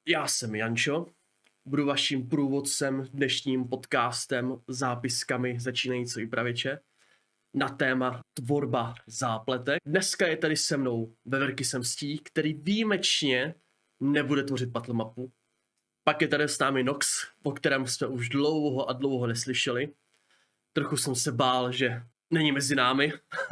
Já jsem Jančo, budu vaším průvodcem dnešním podcastem zápiskami začínající vypravěče na téma tvorba zápletek. Dneska je tady se mnou Veverky Semstí, který výjimečně nebude tvořit battle mapu. Pak je tady s námi Nox, po kterém jsme už dlouho a dlouho neslyšeli. Trochu jsem se bál, že není mezi námi.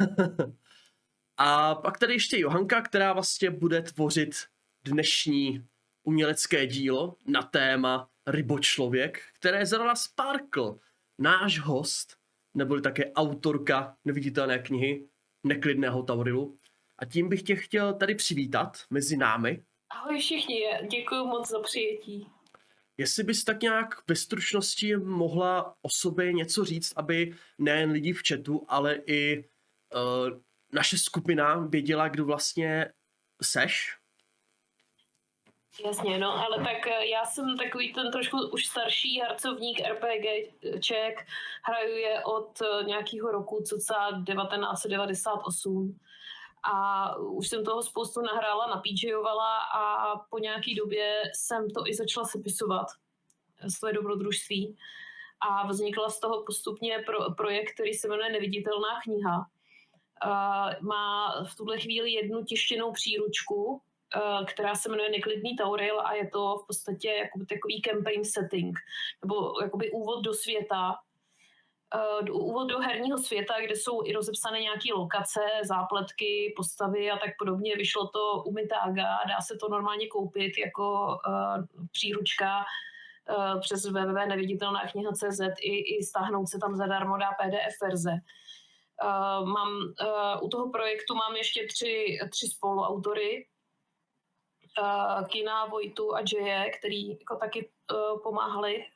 A pak tady ještě Johanka, která vlastně bude tvořit dnešní umělecké dílo na téma Rybočlověk, které zadala Sparkle, náš host, neboli také autorka neviditelné knihy Neklidného Taurilu. A tím bych tě chtěl tady přivítat mezi námi. Ahoj všichni, děkuji moc za přijetí. Jestli bys tak nějak ve stručnosti mohla o sobě něco říct, aby nejen lidi v chatu, ale i naše skupina věděla, kdo vlastně seš? Jasně, no, ale tak já jsem takový ten trošku už starší harcovník RPGček, hraju je od nějakého roku, cca 1998. A už jsem toho spoustu nahrála, napídžejovala a po nějaký době jsem to i začala sepisovat, svoje dobrodružství. A vznikla z toho postupně projekt, který se jmenuje Neviditelná kniha. Má v tuhle chvíli jednu tištěnou příručku, která se jmenuje Neklidný Tauril a je to v podstatě jakoby takový campaign setting, nebo jakoby úvod do světa, úvod do herního světa, kde jsou i rozepsané nějaké lokace, zápletky, postavy a tak podobně. Vyšlo to u Mythaga, dá se to normálně koupit jako příručka přes www.neviditelnakniha.cz i stáhnout se tam zadarmo, dá PDF verze. U toho projektu mám ještě tři spoluautory, Kina, Vojtu a Jaye, který jako taky pomáhali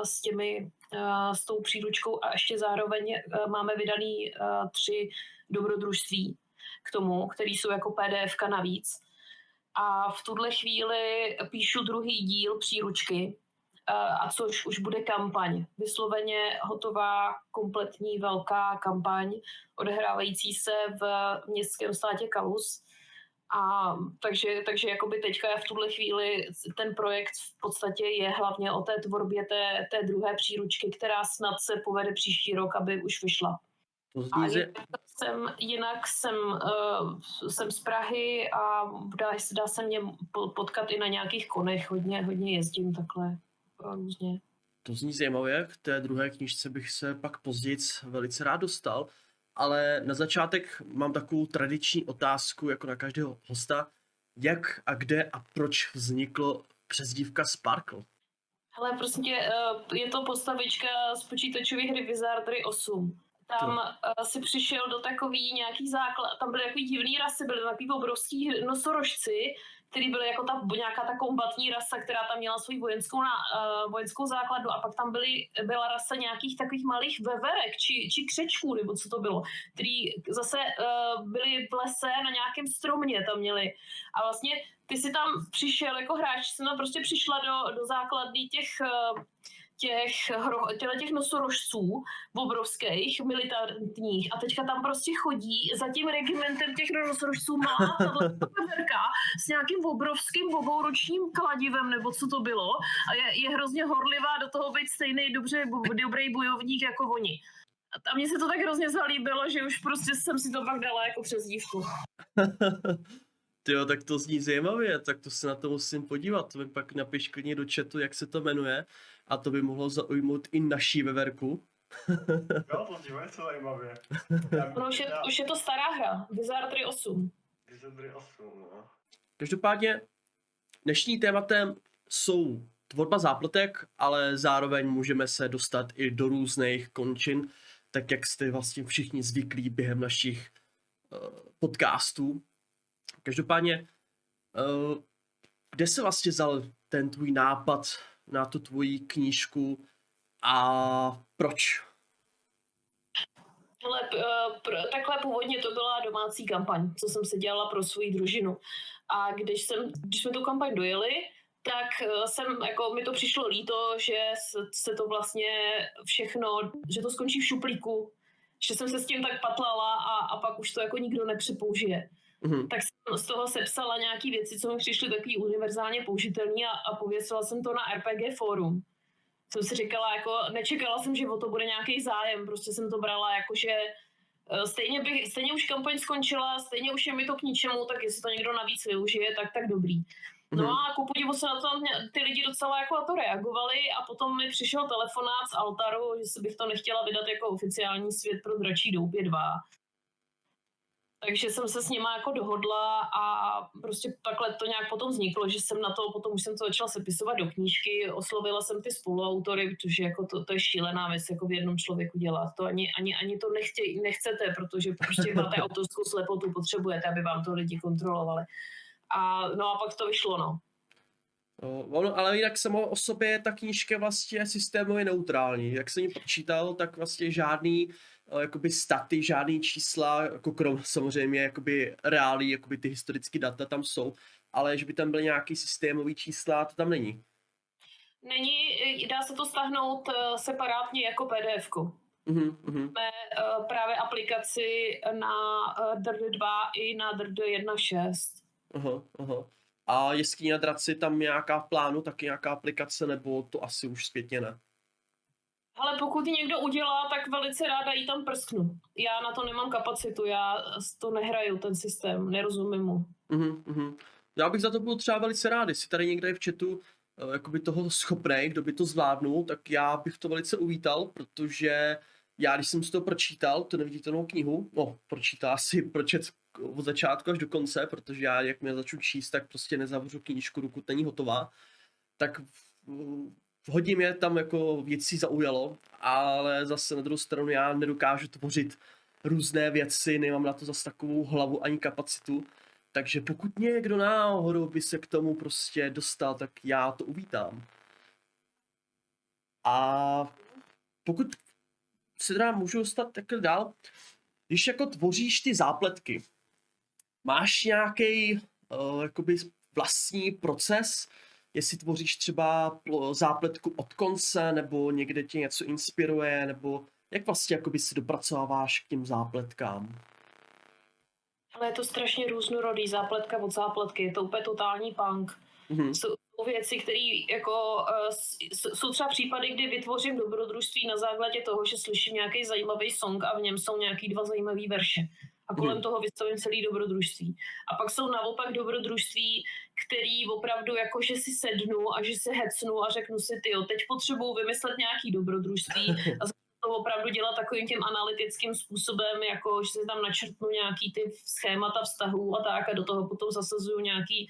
s tou příručkou a ještě zároveň máme vydaný 3 dobrodružství k tomu, který jsou jako PDFka navíc. A v tuhle chvíli píšu druhý díl příručky, a což už bude kampaň. Vysloveně hotová, kompletní, velká kampaň, odehrávající se v městském státě Kalus. A takže jakoby teďka v tuhle chvíli ten projekt v podstatě je hlavně o té tvorbě té druhé příručky, která snad se povede příští rok, aby už vyšla. Jinak jsem z Prahy a dá se mě potkat i na nějakých konech, hodně jezdím takhle různě. To zní zajímavě, k té druhé knížce bych se pak později velice rád dostal. Ale na začátek mám takovou tradiční otázku, jako na každého hosta. Jak a kde a proč vzniklo přezdívka Sparkle? Hele, prosím tě, je to postavička z počítačové hry Wizardry 8. Tam si přišel do takový nějaký základ, tam byly takový divný rasy, byly takový obrovský nosorožci, který byly jako nějaká ta kombatní rasa, která tam měla svou vojenskou základnu a pak tam byla rasa nějakých takových malých veverek či křečků, nebo co to bylo, který zase byli v lese na nějakém stromě tam měli. A vlastně ty si tam přišel jako hráč, jsem tam prostě přišla do základny těch nosorožců obrovských, militantních a teďka tam prostě chodí za tím regimentem těch nosorožců má tato veverka s nějakým obrovským obouročním kladivem, nebo co to bylo a je hrozně horlivá do toho být stejný dobrý bojovník jako oni. A mně se to tak hrozně zalíbilo, že už prostě jsem si to pak dala jako přezdívku. Tyjo, tak to zní zajímavě, tak to se na to musím podívat. To mi pak napiš klidně do chatu, jak se to jmenuje. A to by mohlo zaujmout i naší veverku. Jo, to zní velice zajímavě. Už je to stará hra, Wizardry 8. Wizardry 8, no. Každopádně dnešní tématem jsou tvorba zápletek, ale zároveň můžeme se dostat i do různých končin, tak jak jste vlastně všichni zvyklí během našich podcastů. Každopádně, kde se vlastně vzal ten tvůj nápad na tu tvoji knížku a proč? Takhle původně to byla domácí kampaň, co jsem si dělala pro svou družinu. A když jsme tu kampaň dojeli, tak mi to přišlo líto, že se to vlastně všechno, že to skončí v šuplíku, že jsem se s tím tak patlala a pak už to jako nikdo nepřipoužije. tak jsem z toho sepsala nějaký věci, co mi přišly takový univerzálně použitelný a pověsila jsem to na RPG fórum. Jsem si říkala, jako nečekala jsem, že o to bude nějaký zájem, prostě jsem to brala jako, že stejně už kampaň skončila, stejně už je mi to k ničemu, tak jestli to někdo navíc využije, tak dobrý. No a ku podivu se na to ty lidi docela jako na to reagovali a potom mi přišel telefonát z Altaru, že bych to nechtěla vydat jako oficiální svět pro Dračí doupě 2. Takže jsem se s nima jako dohodla a prostě takhle to nějak potom vzniklo, že jsem na to, potom už jsem to začala sepisovat do knížky, oslovila jsem ty spoluautory, protože jako to je šílená věc jako v jednom člověku dělat. To ani to nechcete, protože prostě máte autorskou slepotu, potřebujete, aby vám to lidi kontrolovali. No a pak to vyšlo, no. Ono, ale jinak samo o sobě ta knížka je vlastně systémově neutrální. Jak jsem ji pročítal, tak vlastně žádný jakoby staty, žádný čísla, jako krom samozřejmě jakoby reálí, jakoby ty historické data tam jsou, ale že by tam byly nějaký systémový čísla, to tam není. Není, dá se to stáhnout separátně jako PDF-ku. Máme právě aplikaci na DRD 2 i na DRD 1.6. A Jeskyně draci tam nějaká v plánu, taky nějaká aplikace, nebo to asi už zpětně ne? Ale pokud ji někdo udělá, tak velice ráda ji tam prsknu. Já na to nemám kapacitu, já to nehraju, ten systém, nerozumím mu. Já bych za to byl třeba velice rád, jestli tady někdo je v chatu jakoby toho schopnej, kdo by to zvládnul, tak já bych to velice uvítal, protože já, když jsem si to pročítal, tu neviditelnou knihu, pročítal asi pročet od začátku až do konce, protože já, jak mě začnu číst, tak prostě nezavřu knížku, dokud není hotová, tak hodně mě tam jako věcí zaujalo, ale zase na druhou stranu já nedokážu tvořit různé věci, nemám na to zase takovou hlavu ani kapacitu, takže pokud někdo náhodou by se k tomu prostě dostal, tak já to uvítám. A pokud se teda můžu dostat takhle dál, když jako tvoříš ty zápletky, máš nějaký jakoby vlastní proces, jestli tvoříš třeba zápletku od konce, nebo někde tě něco inspiruje, nebo jak vlastně jakoby si dopracováváš k těm zápletkám? Ale je to strašně různorodý, zápletka od zápletky, je to úplně totální punk. Jsou věci, které jako, jsou třeba případy, kdy vytvořím dobrodružství na základě toho, že slyším nějaký zajímavý song a v něm jsou nějaký 2 zajímavý verše. A kolem toho vystavím celý dobrodružství. A pak jsou naopak dobrodružství, který opravdu jako, že si sednu a že se hecnu a řeknu si, tyjo, teď potřebuji vymyslet nějaký dobrodružství a to opravdu dělat takovým tím analytickým způsobem, jako že si tam načrtnu nějaký ty schémata vztahů a tak a do toho potom zasazuju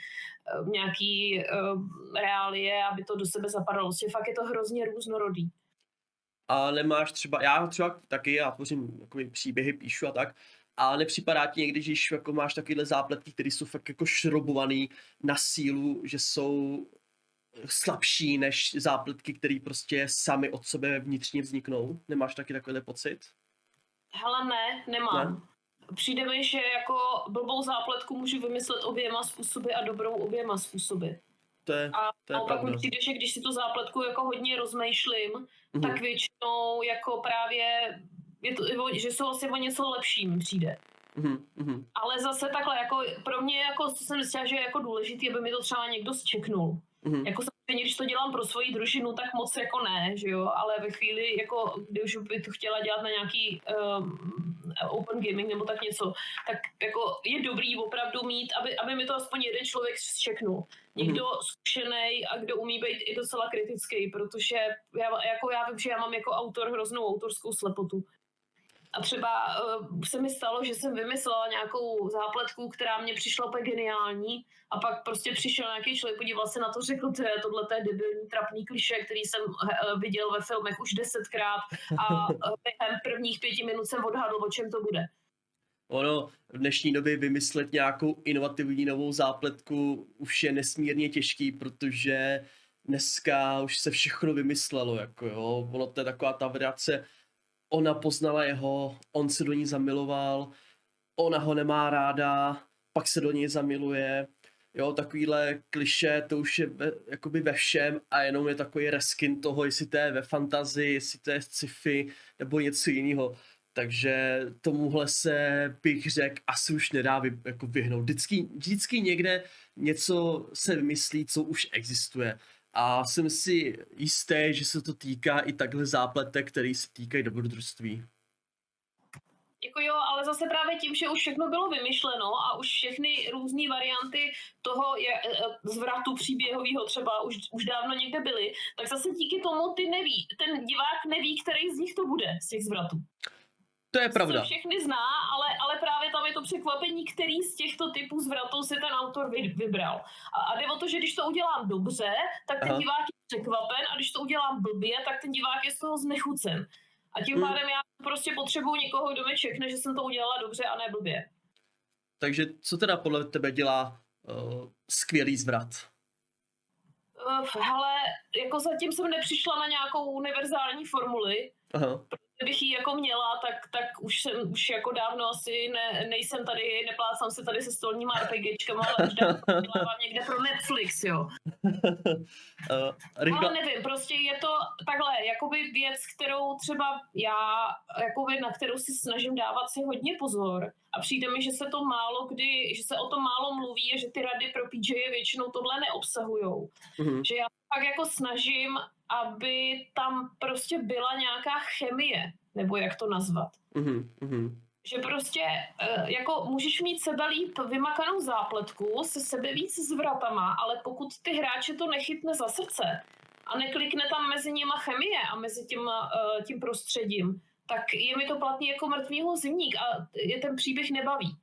nějaký reálie, aby to do sebe zapadalo. Vlastně fakt je to hrozně různorodý. A nemáš třeba, já třeba taky, já tvořím jakoby příběhy, píšu a tak, a nepřipadá ti někdy, když jako máš takovýhle zápletky, které jsou fakt jako šrobovaný na sílu, že jsou slabší než zápletky, které prostě sami od sebe vnitřně vzniknou? Nemáš taky takovýhle pocit? Hele, nemám. Ne? Přijde mi, že jako blbou zápletku můžu vymyslet oběma způsoby a dobrou oběma způsoby. To je pak mi přijde, že když si tu zápletku jako hodně rozmýšlím, tak většinou jako právě že jsou asi o něco lepší mi přijde. Ale zase takhle, jako pro mě jako jsem myslela, že je jako důležitý, aby mi to třeba někdo zčeknul. Jako samozřejmě, když to dělám pro svoji družinu, tak moc jako ne, že jo, ale ve chvíli, jako kdy už by to chtěla dělat na nějaký open gaming nebo tak něco, tak jako je dobrý opravdu mít, aby mi to aspoň jeden člověk zčeknul. Někdo zkušenej a kdo umí být i docela kritický, protože já vím, že já mám jako autor hroznou autorskou slepotu. A třeba se mi stalo, že jsem vymyslela nějakou zápletku, která mě přišla úplně geniální a pak prostě přišel nějaký člověk, podíval se na to, řekl, tohle je debilní trapný klišé, který jsem viděl ve filmech už 10krát a během prvních 5 minut jsem odhadl, o čem to bude. Ono v dnešní době vymyslet nějakou inovativní novou zápletku už je nesmírně těžký, protože dneska už se všechno vymyslelo, jako jo, ono to je taková ta variace. Ona poznala jeho, on se do ní zamiloval, ona ho nemá ráda, pak se do něj zamiluje. Jo, takovýhle klišé, to už je jakoby ve všem a jenom je takový reskin toho, jestli to je ve fantazii, jestli to je sci-fi nebo něco jiného. Takže tomuhle se bych řekl asi už nedá jako vyhnout. Vždycky někde něco se vymyslí, co už existuje. A jsem si jistý, že se to týká i takhle zápletek, který se týkají dobrodružství. Jako jo, ale zase právě tím, že už všechno bylo vymyšleno a už všechny různé varianty toho zvratu příběhového třeba už dávno někde byly, tak zase díky tomu ten divák neví, který z nich to bude, z těch zvratů. To je pravda. To všechny zná, ale právě tam je to překvapení, který z těchto typů zvratů si ten autor vybral. A jde o to, že když to udělám dobře, tak ten divák je překvapen, a když to udělám blbě, tak ten divák je z toho znechucen. A tím pádem já prostě potřebuji někoho, kdo mi čekne, že jsem to udělala dobře a ne blbě. Takže co teda podle tebe dělá skvělý zvrat? Hele, jako zatím jsem nepřišla na nějakou univerzální formuli. Aha. Kdybych ji jako měla, tak už jako dávno asi nejsem tady, neplácám se tady se stolníma RPGčkama, ale už dávno dělávám někde pro Netflix, jo. Ale nevím, prostě je to takhle, jakoby věc, kterou třeba já, jakoby na kterou si snažím dávat si hodně pozor. A přijde mi, že se o tom málo mluví a že ty rady pro PJ většinou tohle neobsahujou. Že já pak jako snažím, aby tam prostě byla nějaká chemie, nebo jak to nazvat. Že prostě jako můžeš mít sebelíp vymakanou zápletku se sebevíc zvratama, ale pokud ty hráče to nechytne za srdce a neklikne tam mezi nima chemie a mezi tím prostředím, tak je mi to platný jako mrtvýho zimník a ten příběh nebaví.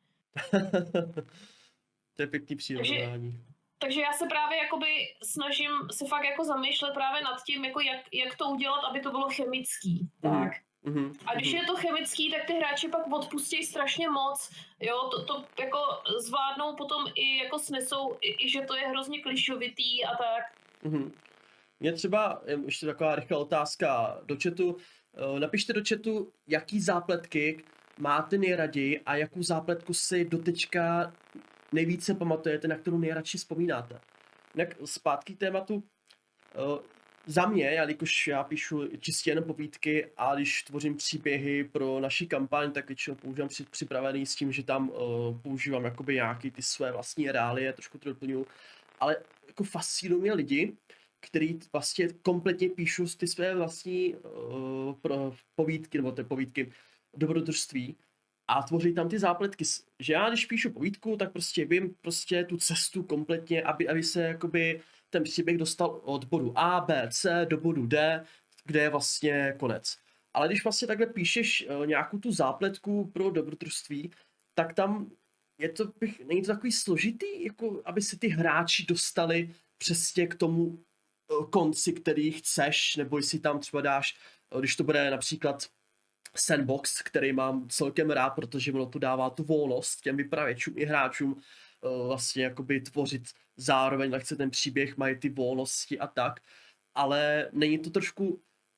To je pěkný přirovnání. Takže já se právě jakoby snažím se fakt jako zamýšlet právě nad tím, jako jak to udělat, aby to bylo chemický. Tak. A když je to chemický, tak ty hráči pak odpustí strašně moc. Jo, to jako zvládnou potom i jako snesou, i že to je hrozně klišovitý a tak. Mě třeba ještě taková rychlá otázka do chatu. Napište do chatu, jaký zápletky máte nejraději a jakou zápletku si doteďka nejvíce pamatujete, na kterou nejradši vzpomínáte. Jinak zpátky k tématu. Za mě, jelikož já píšu čistě jen povídky a když tvořím příběhy pro naši kampaň, tak většinou používám připravený s tím, že tam používám jakoby nějaký ty své vlastní reálie, trošku to doplňuji. Ale jako fascinují mě lidi, kteří vlastně kompletně píšou ty své vlastní povídky, nebo ty povídky dobrodružství a tvoří tam ty zápletky. Že já, když píšu povídku, tak prostě vím prostě tu cestu kompletně, aby se jakoby ten příběh dostal od bodu A, B, C do bodu D, kde je vlastně konec. Ale když vlastně takhle píšeš nějakou tu zápletku pro dobrodružství, tak tam není to takový složitý, jako aby se ty hráči dostali přesně k tomu konci, který chceš, nebo jestli tam třeba dáš, když to bude například sandbox, který mám celkem rád, protože ono to dává tu volnost těm vypravěčům i hráčům vlastně jakoby tvořit zároveň lehce ten příběh, mají ty volnosti a tak, ale není to trošku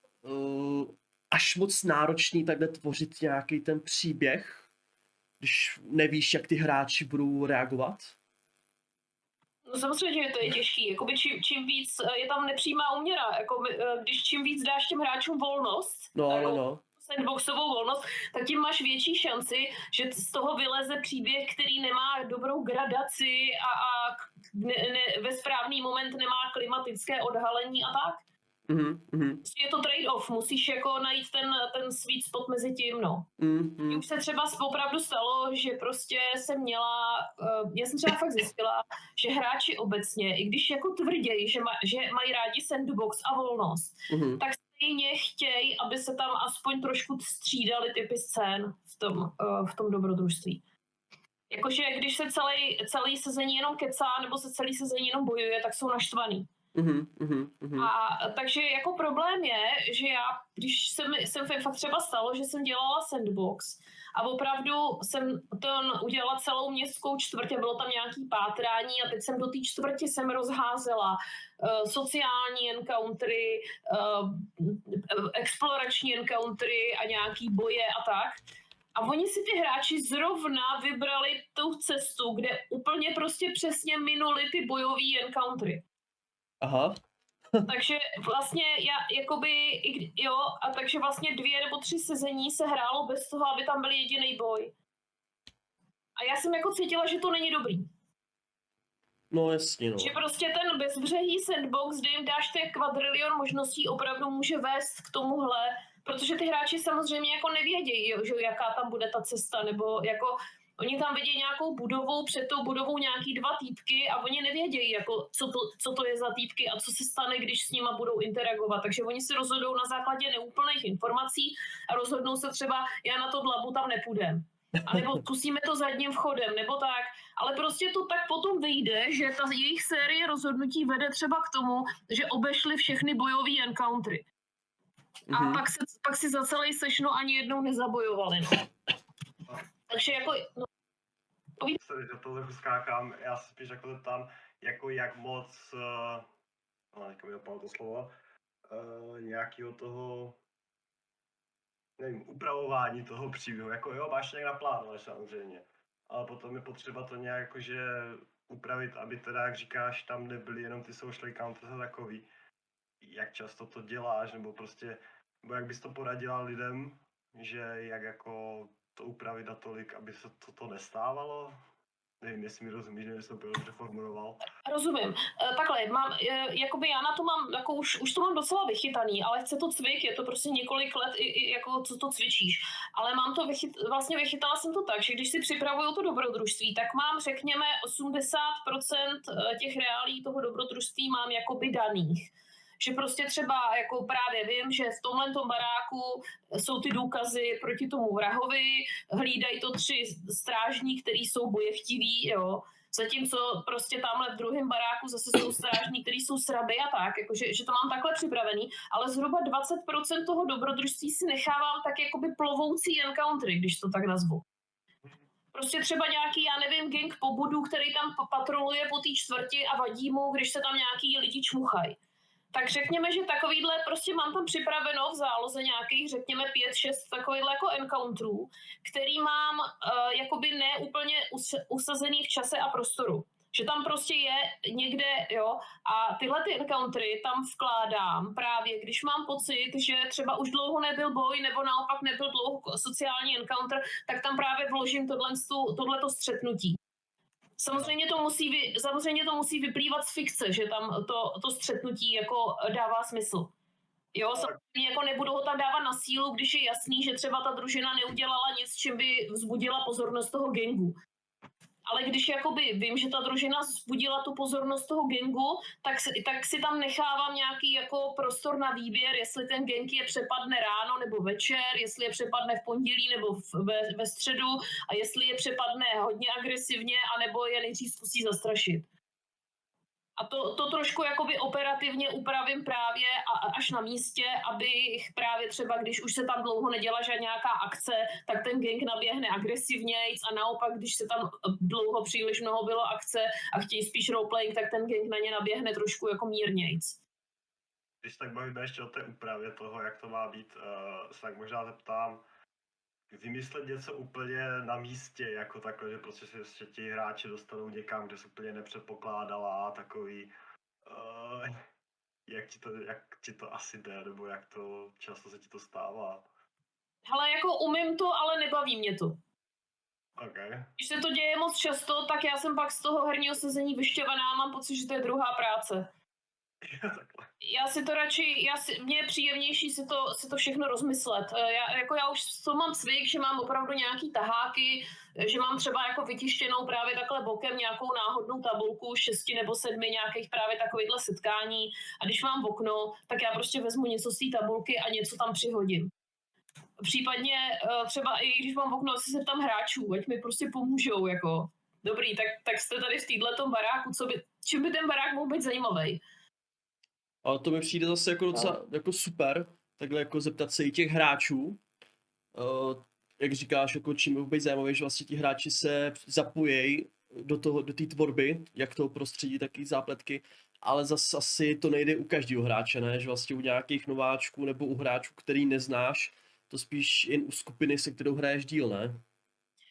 až moc náročný takhle tvořit nějaký ten příběh, když nevíš, jak ty hráči budou reagovat? No samozřejmě, že to je těžký. Jakoby čím víc je tam nepřímá úměra. Když čím víc dáš těm hráčům volnost, sandboxovou volnost, tak tím máš větší šanci, že z toho vyleze příběh, který nemá dobrou gradaci a ve správný moment nemá klimatické odhalení a tak. Je to trade-off, musíš jako najít ten sweet spot mezi tím, no. Už se třeba opravdu stalo, že prostě já jsem třeba fakt zjistila, že hráči obecně, i když jako tvrději, že mají rádi sandbox a volnost, tak stejně chtějí, aby se tam aspoň trošku střídaly typy scén v tom dobrodružství. Jakože když se celý sezení jenom kecá, nebo se celý sezení jenom bojuje, tak jsou naštvaný. A takže jako problém je, že já, když jsem fakt třeba stalo, že jsem dělala sandbox a opravdu jsem to udělala celou městskou čtvrť a bylo tam nějaký pátrání a teď jsem do té čtvrti jsem rozházela sociální encountery, explorační encountery a nějaký boje a tak. A oni si ty hráči zrovna vybrali tu cestu, kde úplně prostě přesně minuli ty bojový encountery. Aha. Takže vlastně takže vlastně 2 nebo 3 sezení se hrálo bez toho, aby tam byl jediný boj. A já jsem jako cítila, že to není dobrý. No jasně, no. Že prostě ten bezbřehý sandbox, kde jim dáš těch kvadrilion možností, opravdu může vést k tomuhle, protože ty hráči samozřejmě jako nevědějí, že jaká tam bude ta cesta, nebo jako oni tam vidí nějakou budovu, před tou budovou nějaký 2 týpky a oni nevědějí, jako, co to je za týpky a co se stane, když s nima budou interagovat. Takže oni se rozhodou na základě neúplných informací a rozhodnou se třeba, já na to dlabu tam nepůjdem. A nebo zkusíme to zadním vchodem, nebo tak. Ale prostě to tak potom vyjde, že ta jejich série rozhodnutí vede třeba k tomu, že obešli všechny bojové encountery. A pak si za celý sešno ani jednou nezabojovali. No. Takže jako... No, Sorry, že to trochu skákám, já se spíš jako tam, jako jak moc, teďka mi dopadlo to slovo, nějakého toho, nevím, upravování toho příběhu, jako jo, máš nějak naplánovat samozřejmě, ale potom je potřeba to nějak jakože upravit, aby teda, jak říkáš, tam nebyly jenom ty social encounters a takový. Jak často to děláš, nebo prostě, nebo jak bys to poradila lidem, že jak jako to upravit natolik, aby se to nestávalo? Nevím, jestli mi rozumíš, nevím, jestli to úplně dobře formuloval. Rozumím. Takhle, jakoby já na to mám, jako už to mám docela vychytaný, ale chce to cvik, je to prostě několik let, jako co to cvičíš. Ale mám to vlastně vychytala jsem to tak, že když si připravuju to dobrodružství, tak mám, řekněme, 80% těch reálí toho dobrodružství mám jakoby daných. Že prostě třeba jako právě vím, že v tomhletom baráku jsou ty důkazy proti tomu vrahovi, hlídají to 3 strážní, kteří jsou bojechtiví, jo. Zatímco prostě tamhle v druhém baráku zase jsou strážní, kteří jsou sraby a tak, jakože, že to mám takhle připravený, ale zhruba 20% toho dobrodružství si nechávám tak jakoby plovoucí encountery, když to tak nazvu. Prostě třeba nějaký, já nevím, gang pobudu, který tam patroluje po té čtvrti a vadí mu, když se tam nějaký lidi čmuchají. Tak řekněme, že takovýhle prostě mám tam připraveno v záloze nějakých, řekněme 5-6 takovýhle jako encounterů, který mám jakoby ne úplně usazený v čase a prostoru. Že tam prostě je někde, jo, a tyhle ty encountery tam vkládám právě, když mám pocit, že třeba už dlouho nebyl boj, nebo naopak nebyl dlouho sociální encounter, tak tam právě vložím tohleto střetnutí. Samozřejmě to musí vyplývat z fikce, že tam to střetnutí jako dává smysl. Jo, samozřejmě jako nebudu ho tam dávat na sílu, když je jasný, že třeba ta družina neudělala nic, čím by vzbudila pozornost toho gangu. Ale když jakoby vím, že ta družina vzbudila tu pozornost toho gangu, tak si tam nechávám nějaký jako prostor na výběr, jestli ten gang je přepadne ráno nebo večer, jestli je přepadne v pondělí nebo ve středu a jestli je přepadne hodně agresivně, anebo je nejdřív zkusí zastrašit. A to trošku jakoby operativně upravím právě až na místě, abych právě třeba, když už se tam dlouho nedělá nějaká akce, tak ten gang naběhne agresivnějc a naopak, když se tam dlouho příliš mnoho bylo akce a chtějí spíš roleplaying, tak ten gang na ně naběhne trošku jako mírnějc. Když tak bavíme ještě o té úpravě toho, jak to má být, se tak možná zeptám, vymyslet něco úplně na místě, jako takhle, že prostě se ti hráči dostanou někam, kde se úplně nepředpokládala, takový, jak ti to asi jde, nebo jak to často se ti to stává? Hele, jako umím to, ale nebaví mě to. Okay. Když se to děje moc často, tak já jsem pak z toho herního sezení vyšťavená, mám pocit, že to je druhá práce. Já si to radši, mně je příjemnější si to všechno rozmyslet. Já už to mám cvik, že mám opravdu nějaký taháky, že mám třeba jako vytištěnou právě takhle bokem nějakou náhodnou tabulku 6 nebo 7 nějakých právě takovýchhle setkání a když mám okno, tak já prostě vezmu něco z té tabulky a něco tam přihodím. Případně třeba i když mám okno, si se ptám hráčů, ať mi prostě pomůžou, jako dobrý, tak jste tady v této baráku, čím by ten barák mohl být zajímavý? Ale to mi přijde zase jako docela jako super, takhle jako zeptat se i těch hráčů, jak říkáš, jako čím by být zajímavý, že vlastně ti hráči se zapojejí do té tvorby, jak toho prostředí, tak i zápletky, ale zase asi to nejde u každého hráče, ne? Že vlastně u nějakých nováčků nebo u hráčů, který neznáš, to spíš jen u skupiny, se kterou hraješ díl, ne?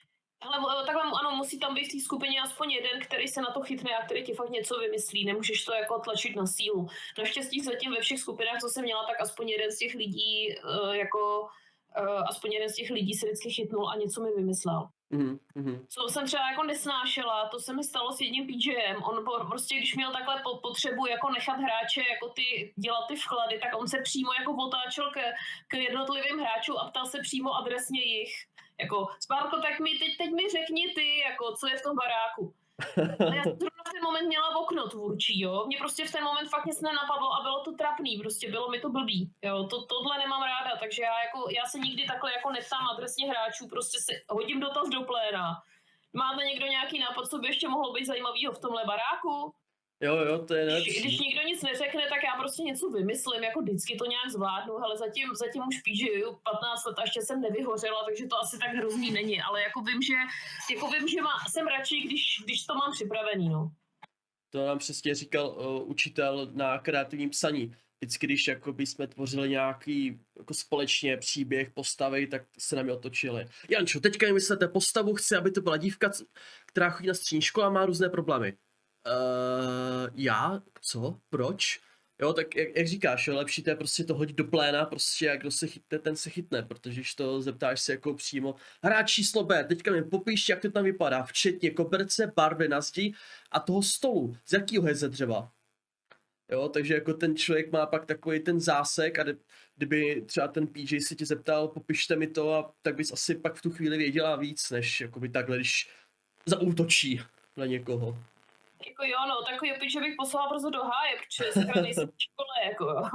Ale takhle ano, musí tam být v té skupině aspoň jeden, který se na to chytne a který ti fakt něco vymyslí. Nemůžeš to jako tlačit na sílu. Naštěstí zatím ve všech skupinách, co jsem měla, tak aspoň jeden z těch lidí aspoň jeden z těch lidí se vždycky chytnul a něco mi vymyslel. Co jsem třeba jako nesnášela, to se mi stalo s jedním PJem. On prostě, když měl takhle potřebu jako nechat hráče jako dělat ty vklady, tak on se přímo jako otáčel k jednotlivým hráčům a ptal se přímo adresně jich. Jako, Sparko, tak teď mi řekni ty, jako, co je v tom baráku. Ale já jsem zrovna v ten moment měla okno tvůrčí, jo. Mě prostě v ten moment fakt nic nenapadlo a bylo to trapný, prostě bylo mi to blbý, jo. Tohle nemám ráda, takže já se nikdy takhle jako neptám adresně hráčů, prostě si hodím dotaz do pléna. Máte někdo nějaký nápad, co by ještě mohlo být zajímavého v tomhle baráku? Jo, to je nejlepší. Když nikdo nic neřekne, tak já prostě něco vymyslím, jako vždycky to nějak zvládnu, ale zatím už žiju 15 let a ještě jsem nevyhořela, takže to asi tak hrozný není, ale jako vím, že jsem radši, když to mám připravený, no. To nám přesně říkal učitel na kreativním psaní. Vždycky, když jakoby jsme tvořili nějaký jako společně příběh, postavy, tak se na mě otočili. Jančo, teďka vymyslete postavu, chci, aby to byla dívka, která chodí na střední školu a má různé problémy. Já? Co? Proč? Jo, tak jak říkáš, jo, lepší to je prostě to hodit do pléna, prostě jak kdo se chytne, ten se chytne, protože když to zeptáš se jako přímo hráč číslo B, teďka mi popíš, jak to tam vypadá, včetně koberce, barvy na zdi a toho stolu, z jakýho je ze dřeva. Jo, takže jako ten člověk má pak takový ten zásek a kdyby třeba ten PJ si tě zeptal, popište mi to a tak bys asi pak v tu chvíli věděla víc, než jakoby takhle, když zaútočí na někoho. Jako jo, no, takový opět, že bych poslala brzo do háje, protože sakra nejsem v škole, jako jo.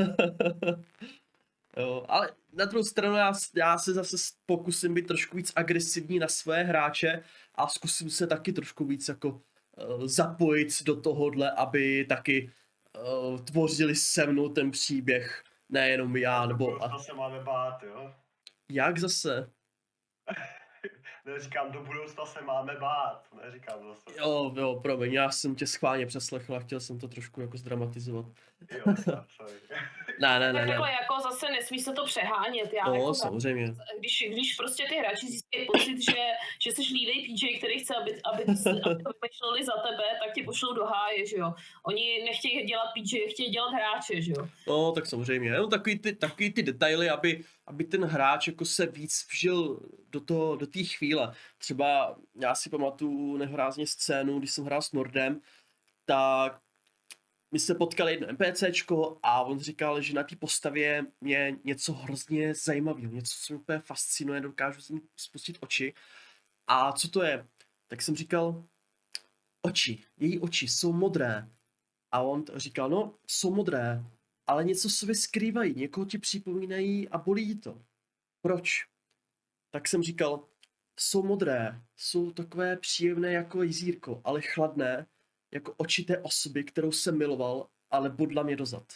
Jo, ale na druhou stranu já se zase pokusím být trošku víc agresivní na své hráče a zkusím se taky trošku víc jako zapojit do tohohle, aby taky tvořili se mnou ten příběh, nejenom já, nebo... Do se máme bát, jo? Jak zase? Neříkám, do budoucna se máme bát, neříkám zase. Jo, promiň, já jsem tě schválně přeslechl a chtěl jsem to trošku jako zdramatizovat. Jo, sorry. Ne. Takhle jako zase nesmí se to přehánět. No, samozřejmě. Když prostě ty hráči zjistí pocit, že jsi línej PJ, který chce, aby to vymýšleli za tebe, tak tě pošlou do háje, že jo. Oni nechtějí dělat PJ, chtějí dělat hráče, že jo. No, tak samozřejmě. No, takový ty detaily, aby ten hráč jako se víc vžil do té chvíle. Třeba já si pamatuju nehorázně scénu, když jsem hrál s Nordem, tak my se potkali jedno NPCčko a on říkal, že na té postavě je něco hrozně zajímavého, něco, co mě úplně fascinuje, dokážu z ní spustit oči. A co to je? Tak jsem říkal, její oči jsou modré. A on říkal, no, jsou modré, ale něco sobě skrývají, někoho ti připomínají a bolí to. Proč? Tak jsem říkal, jsou modré, jsou takové příjemné jako jezírko, ale chladné, jako oči té osoby, kterou jsem miloval, ale bodla mě dozad.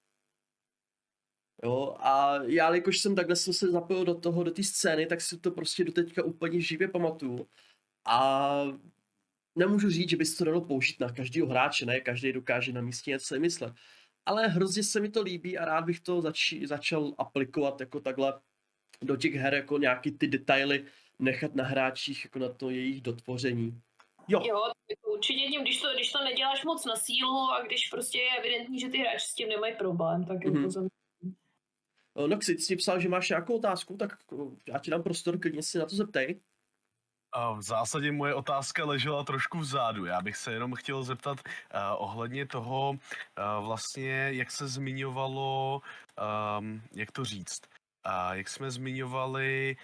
Jo, a já, jakož jsem se zapojil do té scény, tak si to prostě doteďka úplně živě pamatuju. A nemůžu říct, že by se to dalo použít na každého hráče, ne? Každý dokáže na místě něco myslet. Ale hrozně se mi to líbí a rád bych to začal aplikovat jako takhle do těch her, jako nějaký ty detaily nechat na hráčích, jako na to jejich dotvoření. Jo, určitě tím, když to neděláš moc na sílu a když prostě je evidentní, že ty hráči s tím nemají problém, tak jako Noxy, ty jsi psal, že máš nějakou otázku, tak já ti dám prostor, klidně si na to zeptej. V zásadě moje otázka ležela trošku vzadu. Já bych se jenom chtěl zeptat ohledně toho, vlastně, jak se zmiňovalo, jak to říct, jak jsme zmiňovali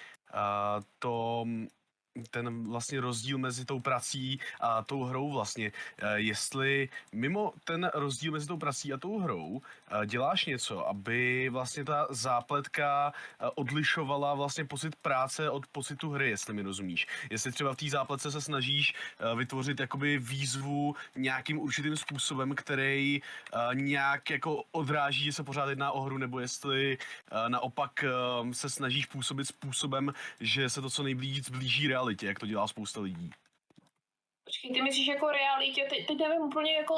ten vlastně rozdíl mezi tou prací a tou hrou vlastně. Jestli mimo ten rozdíl mezi tou prací a tou hrou děláš něco, aby vlastně ta zápletka odlišovala vlastně pocit práce od pocitu hry, jestli mi rozumíš. Jestli třeba v té zápletce se snažíš vytvořit jakoby výzvu nějakým určitým způsobem, který nějak jako odráží, že se pořád jedná o hru, nebo jestli naopak se snažíš působit způsobem, že se to co nejblíž blíží realitě, jak to dělá spousta lidí. Ty myslíš jako realitě, teď nevím úplně jako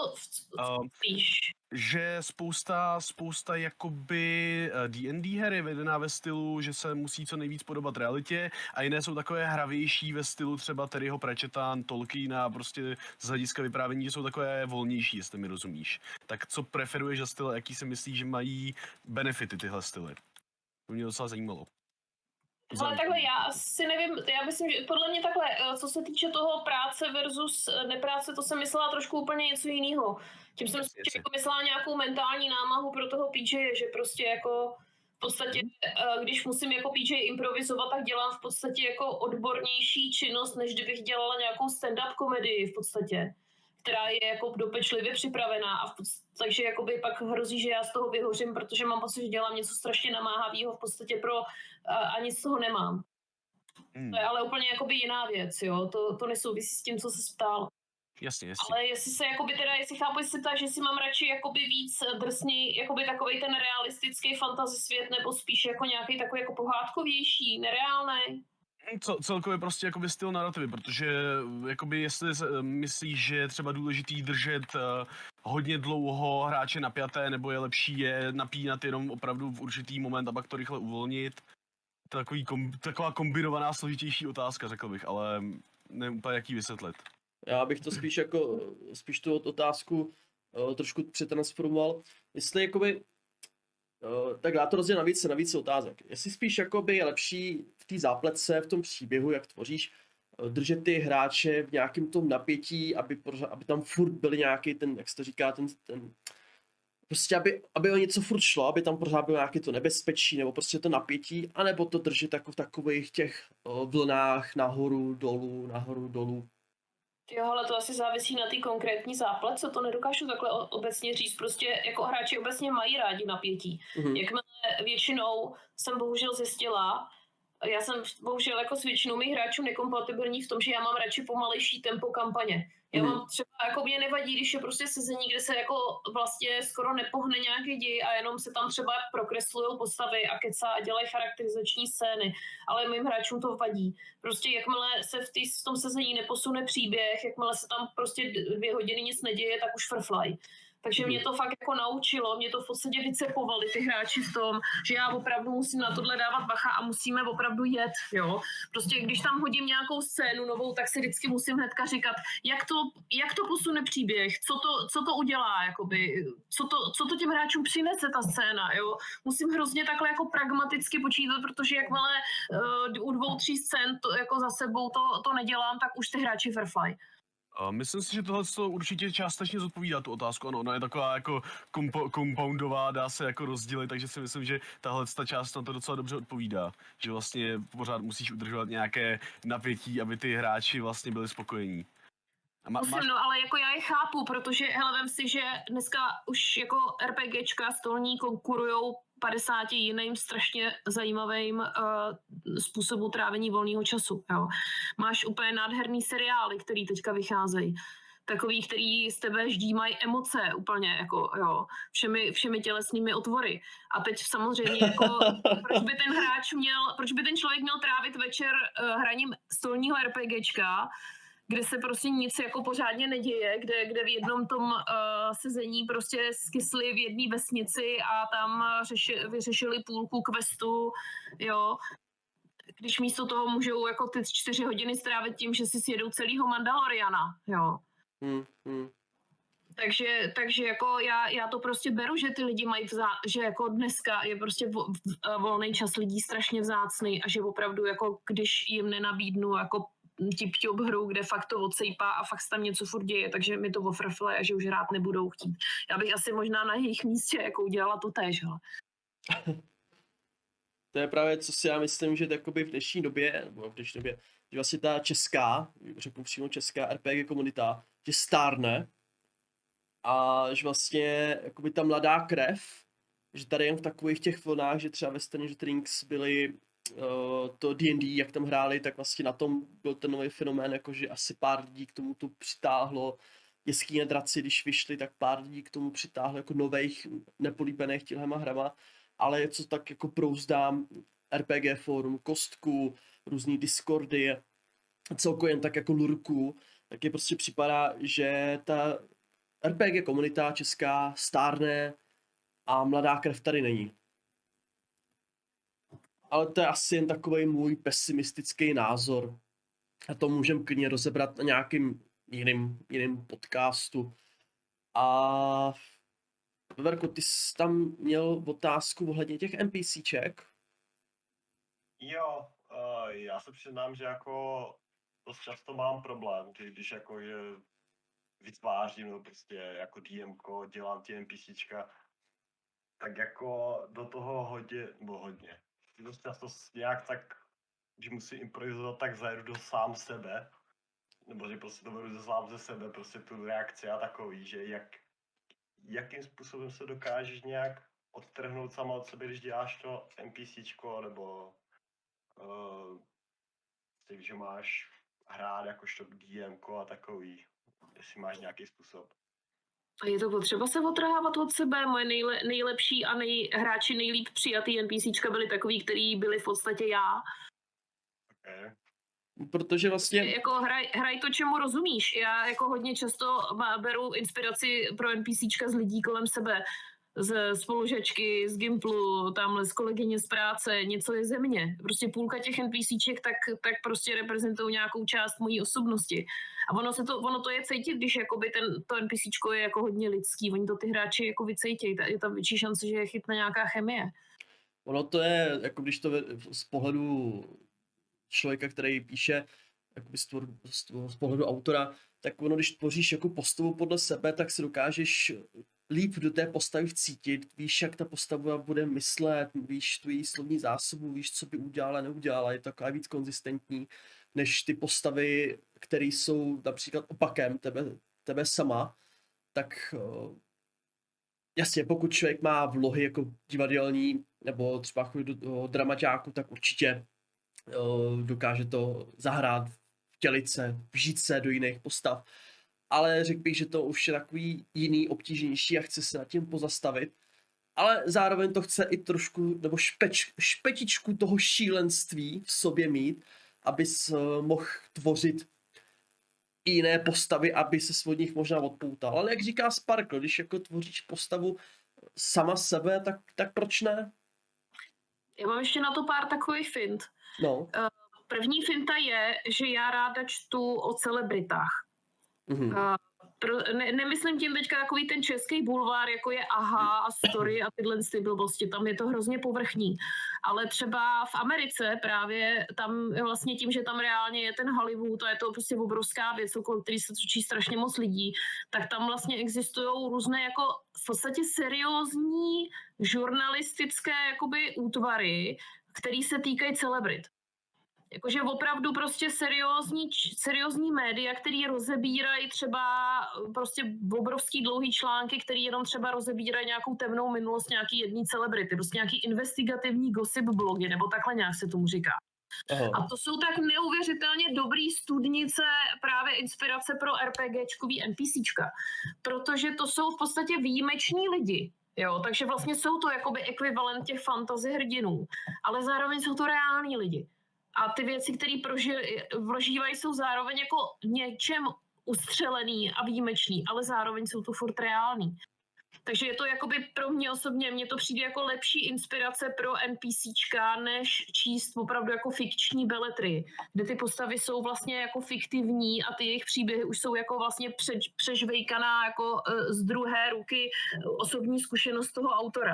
spíš. Že spousta jakoby D&D her je vedená ve stylu, že se musí co nejvíc podobat realitě a jiné jsou takové hravější ve stylu třeba Terryho Pratchetta, Tolkiena, prostě z hlediska vyprávění, že jsou takové volnější, jestli mi rozumíš. Tak co preferuješ za styl, jaký si myslíš, že mají benefity tyhle styly? To mě docela zajímalo. Ale takhle, já si nevím, já myslím, že podle mě takhle, co se týče toho práce versus nepráce, to jsem myslela trošku úplně něco jiného. Tím jsem si jako myslela nějakou mentální námahu pro toho PJ, že prostě jako v podstatě, když musím jako PJ improvizovat, tak dělám v podstatě jako odbornější činnost, než kdybych dělala nějakou stand-up komedii v podstatě, která je jako dopečlivě připravená a takže jakoby pak hrozí, že já z toho vyhořím, protože mám pocit, že dělám něco strašně namáhavého v podstatě a nic z toho nemám. To je ale úplně jakoby jiná věc, jo, to nesouvisí s tím, co se ptal. Jasně. Ale jestli chápu, jestli se ptáš, že si mám radši jakoby víc drsný, jakoby takovej ten realistický fantasy svět, nebo spíš jako nějaký takový jako pohádkovější, nereálnej? Celkově prostě jakoby styl narrativy, protože jakoby jestli myslíš, že je třeba důležitý držet hodně dlouho hráče napjaté, nebo je lepší je napínat jenom opravdu v určitý moment a pak to rychle uvolnit. Taková kombinovaná složitější otázka, řekl bych, ale nevím úplně jak ji vysvětlit. Já bych to spíš tu otázku trošku přetransformoval. Jestli jakoby, tak dá to rozdělit na více otázek. Jestli spíš jakoby je lepší v té zápletce, v tom příběhu, jak tvoříš, držet ty hráče v nějakém tom napětí, aby tam furt byl nějaký ten, jak se to říká, ten prostě aby o něco furt šlo, aby tam pořád bylo nějaké to nebezpečí, nebo prostě to napětí, anebo to držet jako v takových těch vlnách nahoru, dolů. Jo, ale to asi závisí na té konkrétní zápletce, to nedokážu takhle obecně říct, prostě jako hráči obecně mají rádi napětí. Jakmile většinou jsem bohužel zjistila, já jsem bohužel jako s většinou mých hráčů nekompatibilní v tom, že já mám radši pomalejší tempo kampaně. Já mám třeba, jako mě nevadí, když je prostě sezení, kde se jako vlastně skoro nepohne nějaký děj a jenom se tam třeba prokreslujou postavy a kecá a dělají charakterizační scény, ale mým hráčům to vadí. Prostě jakmile se v tom sezení neposune příběh, jakmile se tam prostě 2 hodiny nic neděje, tak už frflaj. Takže mě to fakt jako naučilo, mě to v podstatě vycepovali ty hráči v tom, že já opravdu musím na tohle dávat bacha a musíme opravdu jet, jo. Prostě když tam hodím nějakou scénu novou, tak si vždycky musím hnedka říkat, jak to posune příběh, co to udělá, jakoby, co to těm hráčům přinese ta scéna, jo. Musím hrozně takhle jako pragmaticky počítat, protože jakmile u 2-3 scén to, jako za sebou to nedělám, tak už ty hráči frflaj. Myslím si, že tohle určitě částečně zodpovídá tu otázku. Ano, ona je taková jako compoundová, dá se jako rozdělit, takže si myslím, že tahle část na to docela dobře odpovídá. Že vlastně pořád musíš udržovat nějaké napětí, aby ty hráči vlastně byli spokojení. No, ale jako já je chápu, protože hele, vem si, že dneska už jako RPGčka stolní konkurujou 50 jiným strašně zajímavým způsobu trávení volného času. Jo. Máš úplně nádherný seriály, který teďka vycházejí. Takový, který z tebe ždímají emoce úplně, jako jo, všemi tělesnými otvory. A teď samozřejmě jako, proč by ten člověk měl trávit večer hraním stolního RPGčka, kde se prostě nic jako pořádně neděje, kde v jednom tom sezení prostě skysli v jedné vesnici a tam vyřešili půlku questu, jo. Když místo toho můžou jako ty 4 hodiny strávit tím, že si sjedou celýho Mandaloriana, jo. Takže jako já to prostě beru, že ty lidi mají že jako dneska je prostě volný čas lidí strašně vzácný a že opravdu jako když jim nenabídnu jako tip-top hru, kde fakt to odsejpá a fakt se tam něco furt děje, takže mi to ofrfle a že už hrát nebudou chtít. Já bych asi možná na jejich místě jako udělala to též, hele. To je právě, co si já myslím, že v dnešní době, že vlastně ta řeknu přímo česká RPG komunita, že stárne a že vlastně jakoby ta mladá krev, že tady jen v takových těch vlnách, že třeba ve Stranger Things byly to D&D, jak tam hráli, tak vlastně na tom byl ten nový fenomén, jakože asi pár lidí k tomu to přitáhlo. Jeskyně draci, když vyšli, tak pár lidí k tomu přitáhlo jako nových, nepolíbených těhlema hrama, ale co tak jako prouzdám RPG forum, kostku, různý discordy, celkově jen tak jako lurku, tak je prostě připadá, že ta RPG komunita česká stárne a mladá krev tady není. Ale to je asi jen takový můj pesimistický názor. A to můžeme klidně rozebrat na nějakým jiným podcastu. A Verko, ty jsi tam měl otázku ohledně těch NPCček? Jo, já se přiznám, že jako dost často mám problém, že když jako že vytvářím, no prostě jako DMko, dělám ty NPCčka, tak jako do toho hodně. Dost často nějak tak, když musím improvizovat, tak zajedu do sám sebe, nebo že prostě to beru sám ze sebe, prostě tu reakci a takový, že jakým způsobem se dokážeš nějak odtrhnout sama od sebe, když děláš to NPCčko, nebo že máš hrát jakožto DMko a takový, jestli máš nějaký způsob. A je to potřeba se otrhávat od sebe. Moje nejlepší a hráči nejlíp přijatý NPCčka byli takový, který byli v podstatě já. Okay. Protože vlastně... Jako hraj to, čemu rozumíš. Já jako hodně často beru inspiraci pro NPCčka z lidí kolem sebe. Z spolužačky, z Gimplu, tamhle z kolegyně z práce, něco je ze mě. Prostě půlka těch NPCček tak prostě reprezentují nějakou část mojí osobnosti. A ono to je cítit, když jakoby to NPCčko je jako hodně lidský. Oni to ty hráči jako vycejtějí. Je tam větší šance, že je chytne nějaká chemie. Ono to je, jako když to z pohledu člověka, který píše, jakoby z pohledu autora, tak ono, když tvoříš jako postavu podle sebe, tak si dokážeš líp do té postavy vcítit, víš, jak ta postava bude myslet, víš tu její slovní zásobu, víš, co by udělala, neudělala, je to taková víc konzistentní, než ty postavy, které jsou například opakem tebe sama, tak jasně, pokud člověk má vlohy jako divadelní, nebo třeba chodí do dramaťáku, tak určitě dokáže to zahrát, vtělit se, vžít se do jiných postav. Ale řekl bych, že to už je takový jiný, obtížnější a chce se nad tím pozastavit. Ale zároveň to chce i trošku, nebo špetičku toho šílenství v sobě mít, abys mohl tvořit i jiné postavy, aby se od nich možná odpoutal. Ale jak říká Sparkle, když jako tvoříš postavu sama sebe, tak proč ne? Já mám ještě na to pár takových fint. No. První finta je, že já ráda čtu o celebritách. Mm-hmm. Nemyslím tím teďka takový ten český bulvár, jako je Aha a Story a tyhle ty blbosti, tam je to hrozně povrchní. Ale třeba v Americe právě tam vlastně tím, že tam reálně je ten Hollywood a je to prostě obrovská věc, okolo který se točí strašně moc lidí, tak tam vlastně existují různé jako v podstatě seriózní žurnalistické jakoby útvary, který se týkají celebrit. Jakože opravdu prostě seriózní média, který rozebírají třeba prostě obrovský dlouhý články, který jenom třeba rozebírají nějakou temnou minulost nějaký jedný celebrity, prostě nějaký investigativní gossip blogy, nebo takhle nějak se tomu říká. Aha. A to jsou tak neuvěřitelně dobrý studnice právě inspirace pro RPGčkový NPCčka, protože to jsou v podstatě výjimeční lidi. Jo, takže vlastně jsou to jakoby ekvivalent těch fantasy hrdinů, ale zároveň jsou to reální lidi. A ty věci, které vložívají, jsou zároveň jako něčem ustřelený a výjimečný, ale zároveň jsou to furt reální. Takže je to jakoby pro mě osobně, mně to přijde jako lepší inspirace pro NPCčka, než číst opravdu jako fikční beletry, kde ty postavy jsou vlastně jako fiktivní a ty jejich příběhy už jsou jako vlastně přežvejkaná jako z druhé ruky osobní zkušenost toho autora.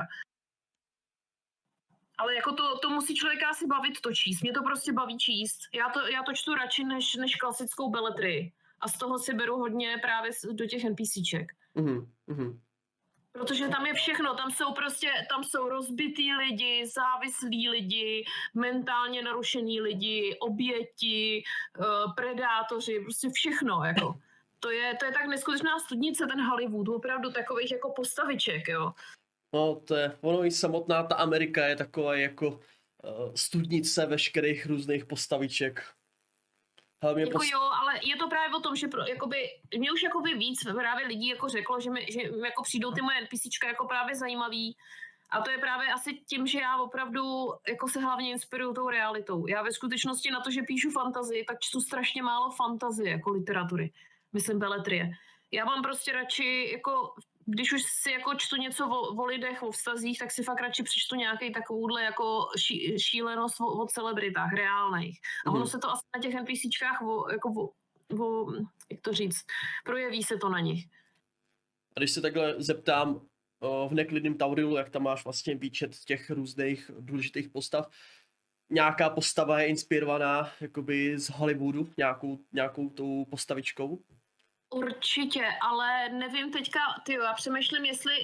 Ale jako to musí člověka asi bavit to číst. Mě to prostě baví číst. Já to čtu radši než klasickou beletry. A z toho si beru hodně právě do těch NPCček. Mm-hmm. Protože tam je všechno. Tam jsou rozbitý lidi, závislí lidi, mentálně narušený lidi, oběti, predátoři, prostě všechno. Jako. To je tak neskutečná studnice, ten Hollywood, opravdu takových jako postaviček, jo. No, to je, ono i samotná ta Amerika je taková jako studnice veškerých různých postaviček. Jako jo, ale je to právě o tom, že mě už jakoby víc právě lidí jako řeklo, že mi jako přijdou ty moje NPCčka jako právě zajímavý A to je právě asi tím, že já opravdu jako se hlavně inspiruju tou realitou. Já ve skutečnosti na to, že píšu fantazii, tak čtu strašně málo fantazie jako literatury. Myslím beletrie. Já mám prostě radši, jako, když už si jako čtu něco o lidech, o vztazích, tak si fakt radši přečtu nějaký takovouhle jako šílenost o celebritách reálných. A ono se to asi na těch NPCčkách jak to říct, projeví se to na nich. A když se takhle zeptám v Neklidným Taurilu, jak tam máš vlastně výčet těch různých důležitých postav, nějaká postava je inspirovaná jakoby z Hollywoodu, nějakou tou postavičkou? Určitě, ale nevím teďka, já přemýšlím,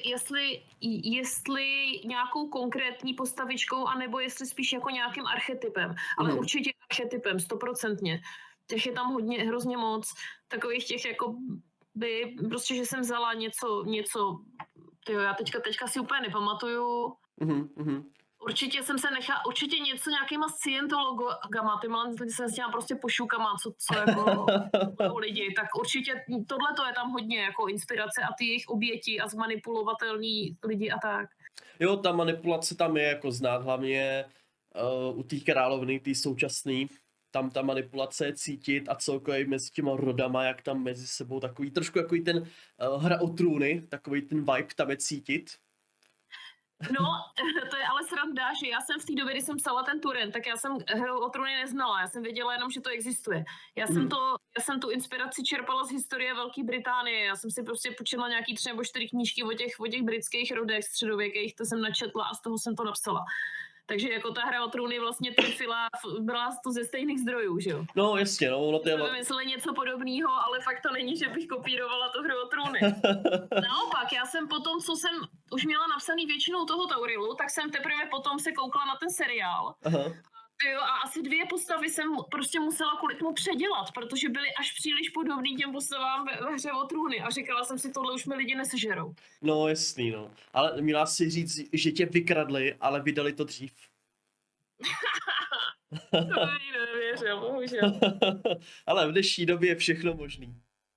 jestli nějakou konkrétní postavičkou, anebo jestli spíš jako nějakým archetypem. Ale určitě archetypem, 100%. Těch je tam hodně, hrozně moc. Takových těch jako by, prostě, že jsem vzala něco, já teďka si úplně nepamatuju. Určitě jsem se určitě něco nějakýma scientologama, jsem s těma prostě pošukama, co jako lidi, tak určitě tohle je tam hodně jako inspirace a ty jejich oběti a zmanipulovatelní lidi a tak. Jo, ta manipulace tam je jako znát, hlavně u té královny, té současné, tam ta manipulace je cítit a celkově mezi těma rodama, jak tam mezi sebou takový, trošku jako ten Hra o trůny, takový ten vibe tam je cítit. No, to je ale sranda, že já jsem v té době, kdy jsem psala ten Turen, tak já jsem Hru o trůny neznala, já jsem věděla jenom, že to existuje. Já jsem tu inspiraci čerpala z historie Velké Británie, já jsem si prostě početla nějaký 3 nebo 4 knížky o těch britských rodech středověkých, to jsem načetla a z toho jsem to napsala. Takže jako ta Hra o trůny vlastně trefila, byla to ze stejných zdrojů, že jo? No jasně, no. Ono jsme vymysleli něco podobného, ale fakt to není, že bych kopírovala tu Hru o trůny. Naopak, já jsem potom, co jsem už měla napsaný většinou toho Taurilu, tak jsem teprve potom se koukla na ten seriál. Aha. Jo, a asi 2 postavy jsem prostě musela kvůli tomu předělat, protože byly až příliš podobný těm postavám ve Hře o trůny a říkala jsem si, tohle už mi lidi nesežerou. No jasný, no. Ale měla si říct, že tě vykradli, ale vydali to dřív. To nevěřil, bohužel. Ale v dnešní době je všechno možný.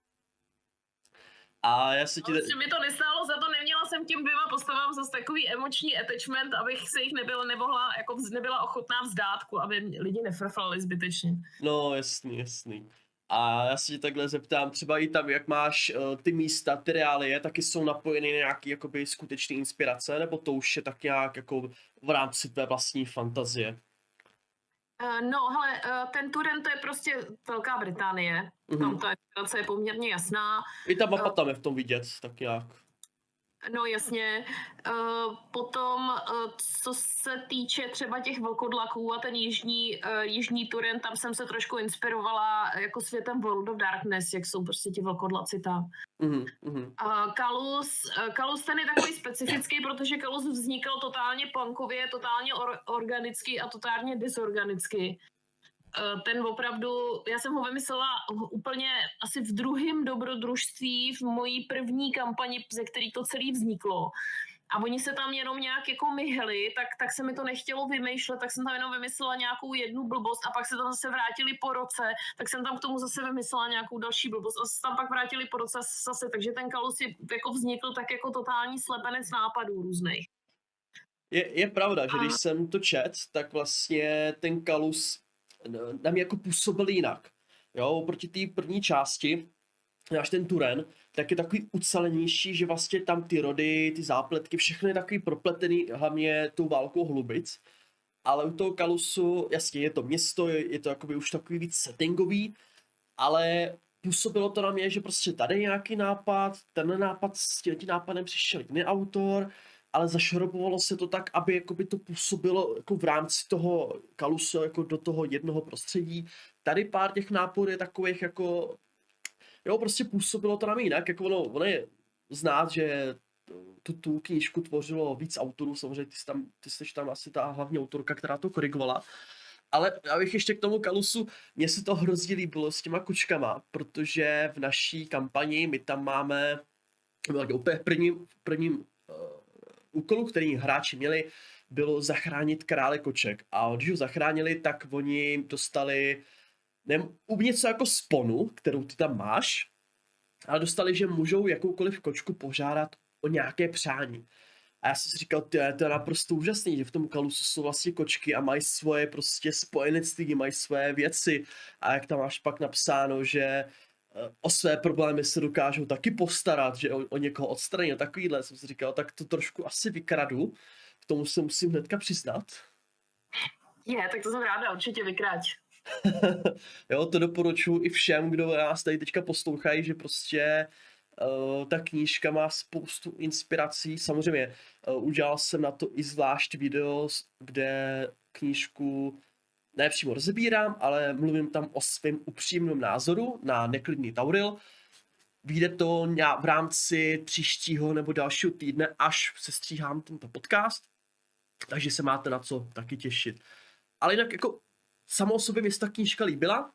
A já se ti... Prostě mi to nestálo za to, neměla jsem těm 2 postavám zase takový emoční attachment, abych se jich nebyla ochotná vzdát, aby lidi nefrflali zbytečně. No, jasný. A já se tě takhle zeptám, třeba i tam, jak máš ty místa, ty reálie, taky jsou napojeny na nějaký jakoby skutečný inspirace, nebo to už je tak nějak jako v rámci tvé vlastní fantazie? No, hele, ten Turen to je prostě Velká Británie, tam ta inspirace je poměrně jasná. I ta mapa tam je v tom vidět, tak nějak. No jasně, potom co se týče třeba těch vlkodlaků a ten jižní Turen, tam jsem se trošku inspirovala jako světem World of Darkness, jak jsou prostě ti vlkodlaci tam. Kalus ten je takový specifický, protože Kalus vznikl totálně punkově, totálně organicky a totálně disorganicky. Ten opravdu, já jsem ho vymyslela úplně asi v 2. dobrodružství, v mojí první kampani, ze který to celé vzniklo. A oni se tam jenom nějak jako myhli, tak se mi to nechtělo vymýšlet, tak jsem tam jenom vymyslela nějakou jednu blbost a pak se tam zase vrátili po roce, tak jsem tam k tomu zase vymyslela nějakou další blbost a se tam pak vrátili po roce zase, takže ten Kalus je jako vznikl tak jako totální slepenec nápadů různých. Je pravda, že když jsem to čet, tak vlastně ten Kalus na mě jako působil jinak. Jo, oproti té první části, náš ten Turen, tak je takový ucelenější, že vlastně tam ty rody, ty zápletky, všechno je takový propletený, hlavně tou válkou hlubic. Ale u toho Kalusu, jasně, je to město, je to jakoby už takový víc settingový, ale působilo to na mě, že prostě tady nějaký nápad, ten nápad, s tím nápadem přišel jiný autor, ale zašroubovalo se to tak, aby jakoby to působilo jako v rámci toho Kalusu jako do toho jednoho prostředí. Tady pár těch nápadů je takových jako, jo, prostě působilo to na mě jinak, jako ono je znát, že tu knížku tvořilo víc autorů, samozřejmě ty jsi tam asi ta hlavní autorka, která to korigovala. Ale abych ještě k tomu Kalusu, mně se to hrozně líbilo s těma kočkama, protože v naší kampani my tam máme úplně v prvním úkolu, který hráči měli, bylo zachránit krále koček. A když ho zachránili, tak oni dostali něco jako sponu, kterou ty tam máš, ale dostali, že můžou jakoukoliv kočku požádat o nějaké přání. A já jsem si říkal, to je naprosto úžasný, že v tom kalusu jsou vlastně kočky a mají svoje prostě spojenectví, mají své věci. A jak tam máš pak napsáno, že o své problémy se dokážou taky postarat, že o někoho odstraní a takovýhle, jsem si říkal, tak to trošku asi vykradu. K tomu se musím hnedka přiznat. Tak to jsem ráda, určitě vykrať. Jo, to doporučuji i všem, kdo nás tady teďka poslouchají, že prostě ta knížka má spoustu inspirací. Samozřejmě udělal jsem na to i zvlášť video, kde knížku ne přímo rozebírám, ale mluvím tam o svém upřímném názoru na Neklidný Tauril. Vyjde to v rámci příštího nebo dalšího týdne, až sestříhám tento podcast, takže se máte na co taky těšit. Ale jinak jako samo o sobě mě ta knížka líbila,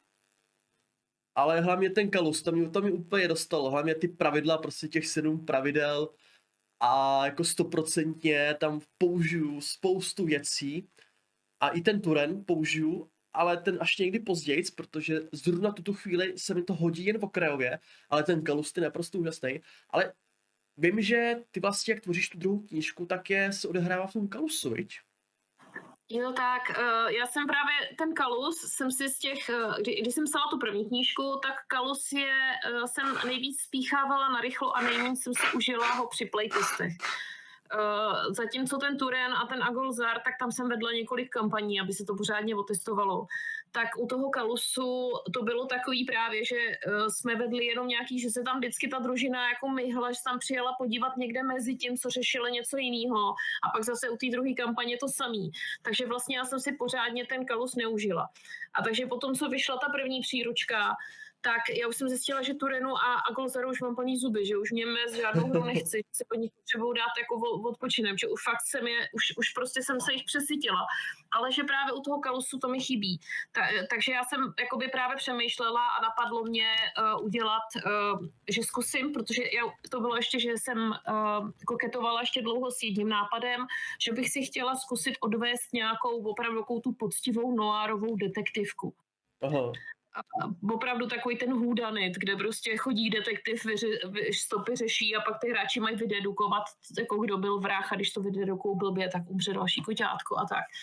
ale hlavně ten kalus, to mě úplně dostalo, hlavně ty pravidla, prostě těch 7 pravidel a jako 100% tam použiju spoustu věcí a i ten Turen použiju, ale ten až někdy později, protože zrovna tuto chvíli se mi to hodí jen v okrajově, ale ten kalus je naprosto úžasný, ale vím, že ty vlastně, jak tvoříš tu druhou knížku, tak se odehrává v tom kalusu, viď? Jo, tak já jsem právě ten kalus, jsem si z těch, když jsem psala tu první knížku, tak kalus jsem nejvíc spíchávala narychlo a nejméně jsem si užila ho při playtestech. Zatímco ten Turen a ten Agolzar, tak tam jsem vedla několik kampaní, aby se to pořádně otestovalo. Tak u toho kalusu to bylo takový právě, že jsme vedli jenom nějaký, že se tam vždycky ta družina jako myhla, že tam přijela podívat někde mezi tím, co řešili něco jiného. A pak zase u té druhé kampaně to samý. Takže vlastně já jsem si pořádně ten kalus neužila. A takže potom, co vyšla ta první příručka, tak já už jsem zjistila, že Turenu a Agolzaru už mám plný zuby, že už mě z žádnou hru nechci, že se pod nich potřebuju dát jako odpočinem, že už fakt už prostě jsem se jich přesytila, ale že právě u toho kalusu to mi chybí. Takže já jsem jakoby právě přemýšlela a napadlo mě udělat, že zkusím, protože to bylo ještě, že jsem koketovala ještě dlouho s jedním nápadem, že bych si chtěla zkusit odvést nějakou opravdu tu poctivou noárovou detektivku. Aha. Opravdu takový ten whodunit, kde prostě chodí detektiv, stopy řeší a pak ty hráči mají vydedukovat, jako kdo byl vrah a když to vydedukují blbě, tak umře další koťátko a tak.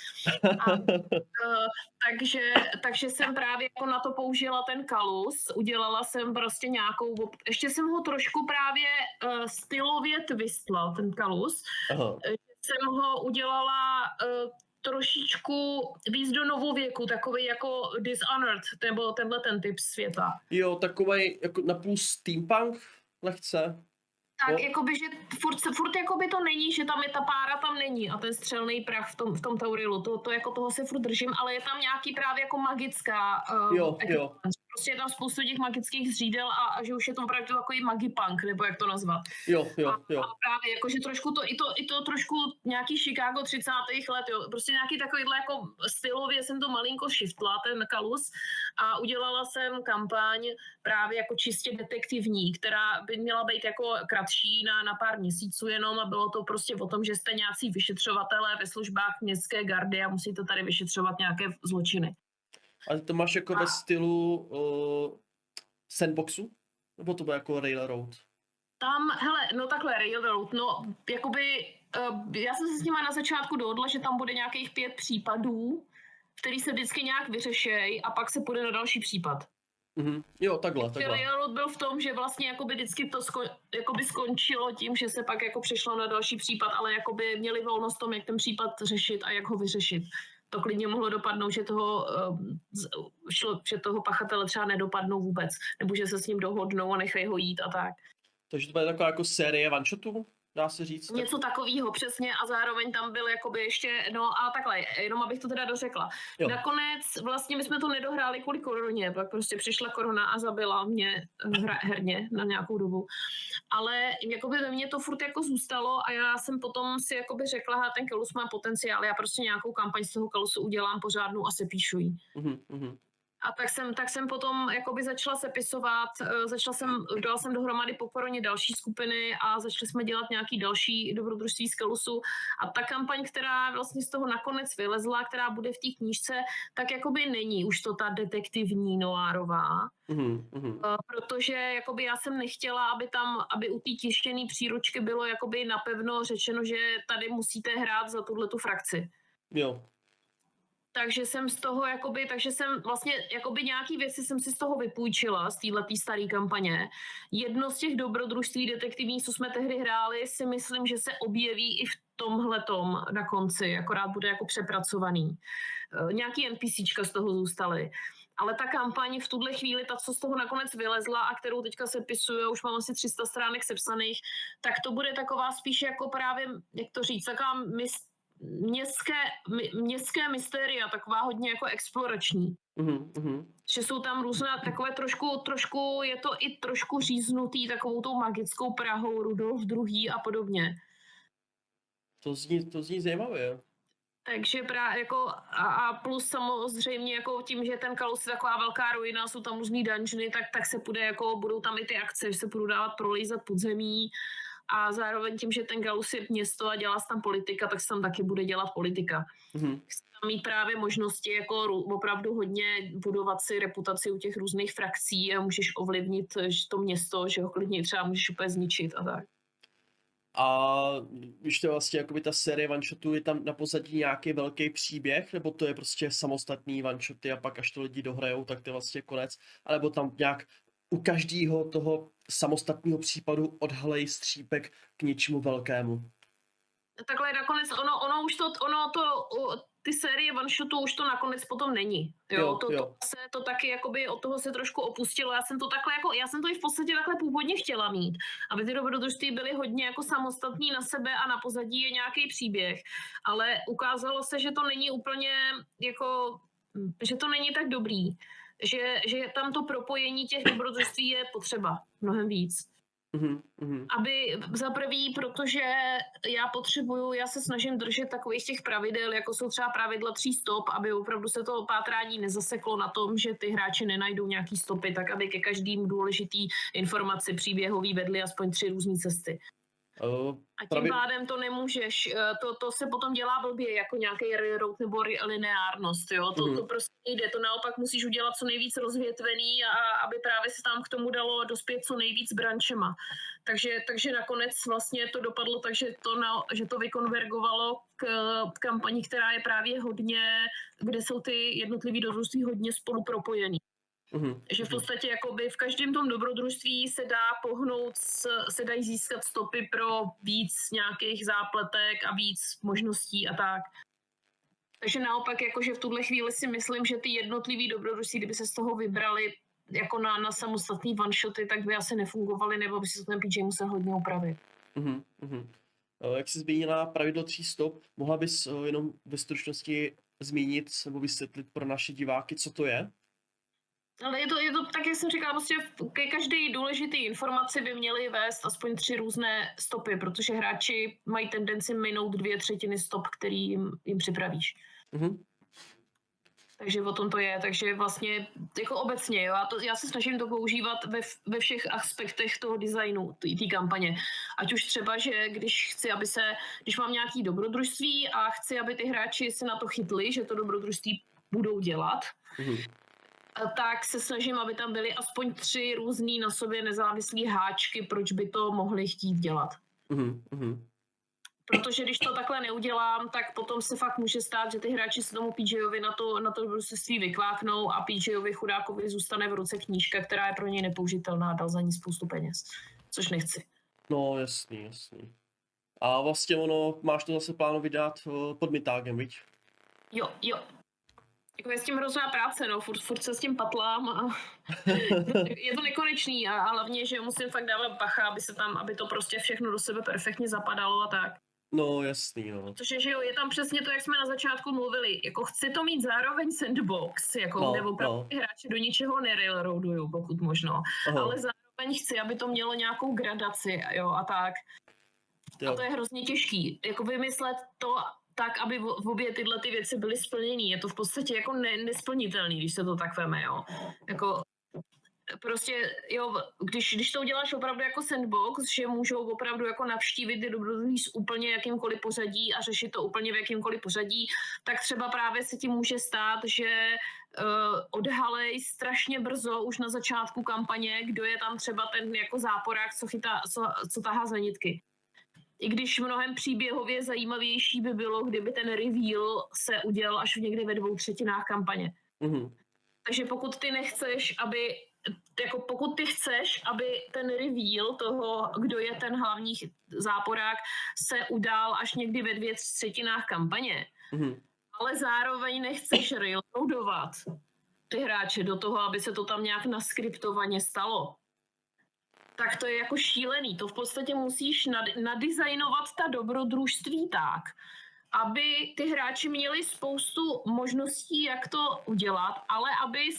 Takže jsem právě jako na to použila ten kalus, udělala jsem prostě nějakou, ještě jsem ho trošku právě stylově twistla, ten kalus. Aha. Jsem ho udělala trošičku víc do novověku, takový jako Dishonored, nebo tenhle ten typ světa. Jo, takovej jako napůl steampunk lehce. Tak, jakoby, že furt jakoby to není, že tam je ta pára, tam není a ten střelný prach v tom Taurilu, to jako toho se furt držím, ale je tam nějaký právě jako magická jo. Prostě je tam spoustu těch magických zřídel a že už je to opravdu takový magipunk, nebo jak to nazvat. Jo. A právě jako, že trošku i to trošku nějaký Chicago 30. let, jo, prostě nějaký takovýhle jako stylově jsem to malinko shiftla, ten kalus, a udělala jsem kampaň právě jako čistě detektivní, která by měla být jako kratší na pár měsíců jenom a bylo to prostě o tom, že jste nějací vyšetřovatelé ve službách městské gardy a musíte tady vyšetřovat nějaké zločiny. A to máš jako ve stylu sandboxu? Nebo to bude jako Railroad? Tam, hele, no takhle, Railroad, no jakoby, já jsem se s nima na začátku dohodla, že tam bude nějakých 5 případů, který se vždycky nějak vyřešej a pak se půjde na další případ. Mm-hmm. Jo, takhle. Railroad byl v tom, že vlastně jakoby vždycky to skončilo tím, že se pak jako přešlo na další případ, ale jakoby měli volnost tom, jak ten případ řešit a jak ho vyřešit. To klidně mohlo dopadnout, že toho pachatele třeba nedopadnou vůbec, nebo že se s ním dohodnou a nechají ho jít a tak. Takže to bude taková jako série one-shotů, dá se říct? Něco takového, přesně, a zároveň tam byl jakoby ještě, no a takhle, jenom abych to teda dořekla. Jo. Nakonec vlastně my jsme to nedohráli kvůli koroně, pak prostě přišla korona a zabila mě herně na nějakou dobu. Ale jakoby ve mně to furt jako zůstalo a já jsem potom si jakoby řekla, ten kalus má potenciál, já prostě nějakou kampaň z toho kalusu udělám pořádnou a sepíšu jí. Mm-hmm. A tak jsem potom jakoby začala sepisovat, dala jsem dohromady po koroně další skupiny a začali jsme dělat nějaký další dobrodružství z Kalusu. A ta kampaň, která vlastně z toho nakonec vylezla, která bude v té knížce, tak jakoby není už to ta detektivní noárová. Protože jakoby já jsem nechtěla, aby u té tištěné příručky bylo jakoby napevno řečeno, že tady musíte hrát za tuhletu frakci. Jo. Takže jsem z toho takže jsem vlastně nějaký věci jsem si z toho vypůjčila, z této staré kampaně. Jedno z těch dobrodružství detektivních, co jsme tehdy hráli, si myslím, že se objeví i v tomhletom na konci, akorát bude jako přepracovaný. Nějaký NPCčka z toho zůstaly. Ale ta kampaň v tuhle chvíli, ta, co z toho nakonec vylezla a kterou teďka sepisuju, už mám asi 300 stránek sepsaných, tak to bude taková spíš jako právě, jak to říct, taková městské mystéria, taková hodně jako explorační. Že jsou tam různé takové trošku, je to i trošku říznutý takovou tou magickou Prahou, Rudolf II. A podobně. To zní zajímavě. Takže a plus samozřejmě jako tím, že ten Kalus je taková velká ruina, jsou tam různý dungeony, tak se budou tam i ty akce, že se budou dávat prolejzat podzemí. A zároveň tím, že ten Galus je město a dělá se tam politika, tak se tam taky bude dělat politika. Chci tam mít právě možnosti jako opravdu hodně budovat si reputaci u těch různých frakcí a můžeš ovlivnit to město, že ho klidně třeba můžeš úplně zničit a tak. A když to vlastně jakoby ta série one-shotů, je tam na pozadí nějaký velký příběh, nebo to je prostě samostatný one-shoty a pak až to lidi dohrajou, tak to je vlastně konec, alebo tam nějak u každého toho samostatného případu odhalej střípek k něčemu velkému. Takhle nakonec, ty série one-shotů už to nakonec potom není. To taky jakoby od toho se trošku opustilo. Já jsem to i v podstatě takhle původně chtěla mít, aby ty dobrodružství byly hodně jako samostatní na sebe a na pozadí je nějaký příběh. Ale ukázalo se, že to není úplně jako, že to není tak dobrý. Že tam to propojení těch dobrodružství je potřeba mnohem víc. Aby za prvý, protože já se snažím držet takových těch pravidel, jako jsou třeba pravidla 3 stop, aby opravdu se to pátrání nezaseklo na tom, že ty hráči nenajdou nějaký stopy, tak aby ke každému důležitý informaci příběhový vedly aspoň 3 různé cesty. A tím pádem to nemůžeš, to se potom dělá blbě, jako nějaký railroad nebo lineárnost, jo, to prostě nejde, to naopak musíš udělat co nejvíc rozvětvený a aby právě se tam k tomu dalo dospět co nejvíc brančema. Takže nakonec vlastně to dopadlo tak, že to vykonvergovalo k kampani, která je právě hodně, kde jsou ty jednotlivý dobrodružství hodně spolu propojený. Že v podstatě jakoby v každém tom dobrodružství se dá pohnout, se dají získat stopy pro víc nějakých zápletek a víc možností a tak. Takže naopak jakože v tuhle chvíli si myslím, že ty jednotlivý dobrodružství, kdyby se z toho vybrali jako na samostatný one-shoty, tak by asi nefungovaly, nebo by si to ten PJ musel hodně upravit. Jak jsi zmínila pravidlo 3 stop, mohla bys jenom ve stručnosti zmínit nebo vysvětlit pro naše diváky, co to je? Ale je to tak, jak jsem říkala, prostě ke každé důležité informaci by měly vést aspoň 3 různé stopy, protože hráči mají tendenci minout 2/3 stop, který jim připravíš. Takže o tom to je, takže vlastně jako obecně, jo, já se snažím to používat ve všech aspektech toho designu, té kampaně. Ať už třeba, že když mám nějaký dobrodružství a chci, aby ty hráči se na to chytli, že to dobrodružství budou dělat, tak se snažím, aby tam byly aspoň 3 různý na sobě nezávislý háčky, proč by to mohli chtít dělat. Protože když to takhle neudělám, tak potom se fakt může stát, že ty hráči se tomu PJovi na to dobrodružství vykváknou a PJovi chudákovi zůstane v ruce knížka, která je pro něj nepoužitelná a dal za ní spoustu peněz. Což nechci. No jasný. A vlastně máš to zase plánu vydat pod Mythágem, viď? Jo. Jako je s tím hrozná práce, no, furt se s tím patlám a je to nekonečný a hlavně, že musím fakt dávat bacha, aby to prostě všechno do sebe perfektně zapadalo a tak. No jasný, no. Protože, že jo, je tam přesně to, jak jsme na začátku mluvili, jako chci to mít zároveň sandbox, jako kde opravdu hráči do ničeho nerailroadujou, pokud možno, ale zároveň chci, aby to mělo nějakou gradaci, jo, a tak. Jo. A to je hrozně těžký, jako vymyslet to tak, aby v obě tyhle ty věci byly splněné. Je to v podstatě jako nesplnitelný, když se to tak veme, jo. Jako prostě, jo, když to uděláš opravdu jako sandbox, že můžou opravdu jako navštívit ty dobrodružství s úplně jakýmkoliv pořadí a řešit to úplně v jakýmkoliv pořadí, tak třeba právě se ti může stát, že odhalej strašně brzo už na začátku kampaně, kdo je tam třeba ten jako záporák, co tahá za nitky. I když mnohem příběhově zajímavější by bylo, kdyby ten reveal se udělal až někde ve 2/3 kampaně. Mhm. Takže pokud ty chceš, aby ten reveal toho, kdo je ten hlavní záporák, se udál až někdy ve 2/3 kampaně, ale zároveň nechceš railroadovat ty hráče do toho, aby se to tam nějak naskriptovaně stalo, tak to je jako šílený. To v podstatě musíš nadizajnovat ta dobrodružství tak, aby ty hráči měli spoustu možností, jak to udělat, ale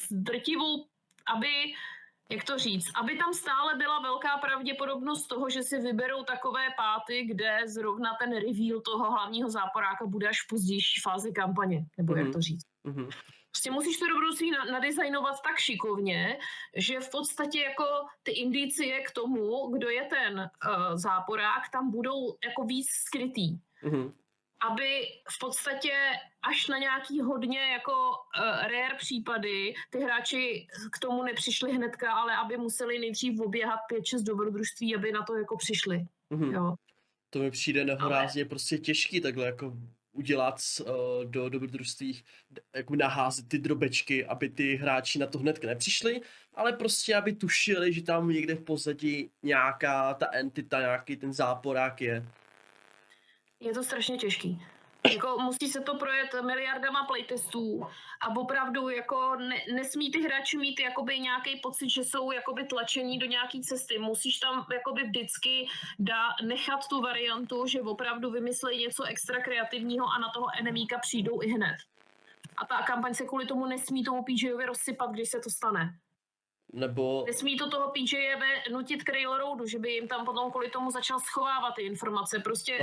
aby tam stále byla velká pravděpodobnost toho, že si vyberou takové páty, kde zrovna ten reveal toho hlavního záporáka bude až v pozdější fázi kampaně, nebo jak to říct. Prostě musíš to dobrodružství nadizajnovat tak šikovně, že v podstatě jako ty indicie k tomu, kdo je ten záporák, tam budou jako víc skrytý. Aby v podstatě až na nějaký hodně jako rare případy ty hráči k tomu nepřišli hnedka, ale aby museli nejdřív oběhat 5-6 dobrodružství, aby na to jako přišli. Jo. To mi přijde nehorázně prostě těžký takhle jako udělat do dobrodružství, jako naházet ty drobečky, aby ty hráči na to hnedka nepřišli, ale prostě aby tušili, že tam někde v pozadí nějaká ta entita, nějaký ten záporák je. Je to strašně těžký. Jako musí se to projet miliardama playtestů a opravdu jako nesmí ty hráči mít jakoby nějaký pocit, že jsou jakoby tlačení do nějaký cesty. Musíš tam jakoby vždycky nechat tu variantu, že opravdu vymyslejí něco extra kreativního a na toho enemíka přijdou i hned. A ta kampaň se kvůli tomu nesmí tomu PJovi rozsypat, když se to stane. Nebo... Nesmí to toho PJovi nutit k railroadu, že by jim tam potom kvůli tomu začal schovávat ty informace. Prostě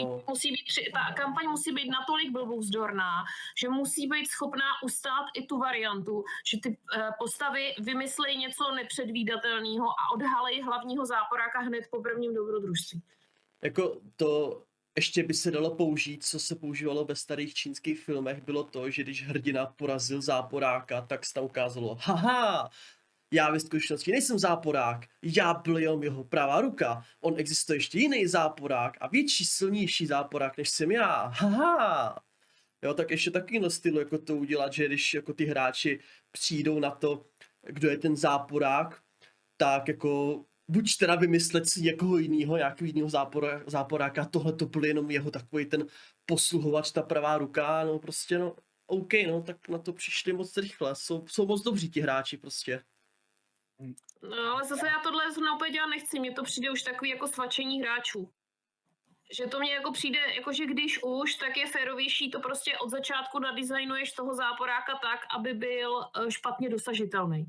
ta kampaň musí být natolik blbouzdorná, že musí být schopná ustát i tu variantu, že ty postavy vymyslejí něco nepředvídatelného a odhalejí hlavního záporáka hned po prvním dobrodružství. Jako to ještě by se dalo použít, co se používalo ve starých čínských filmech, bylo to, že když hrdina porazil záporáka, tak se tam ukázalo, haha, já ve skutečnosti nejsem záporák, já byl jenom jeho pravá ruka, on existuje ještě jiný záporák a větší, silnější záporák, než jsem já, haha. Jo, tak ještě takovýhle stylu, jako to udělat, že když jako ty hráči přijdou na to, kdo je ten záporák, tak jako buď teda vymyslet si někoho jiného, nějakého jiného záporáka, tohle to byl jenom jeho takový ten posluhovač, ta pravá ruka, no prostě no, OK, no, tak na to přišli moc rychle, jsou moc dobří ti hráči prostě. No, ale zase já tohle zrovna úplně dělat nechci, mně to přijde už takový jako svačení hráčů. Že to mně jako přijde, jako že když už, tak je férovější to prostě od začátku nadizajnuješ toho záporáka tak, aby byl špatně dosažitelný.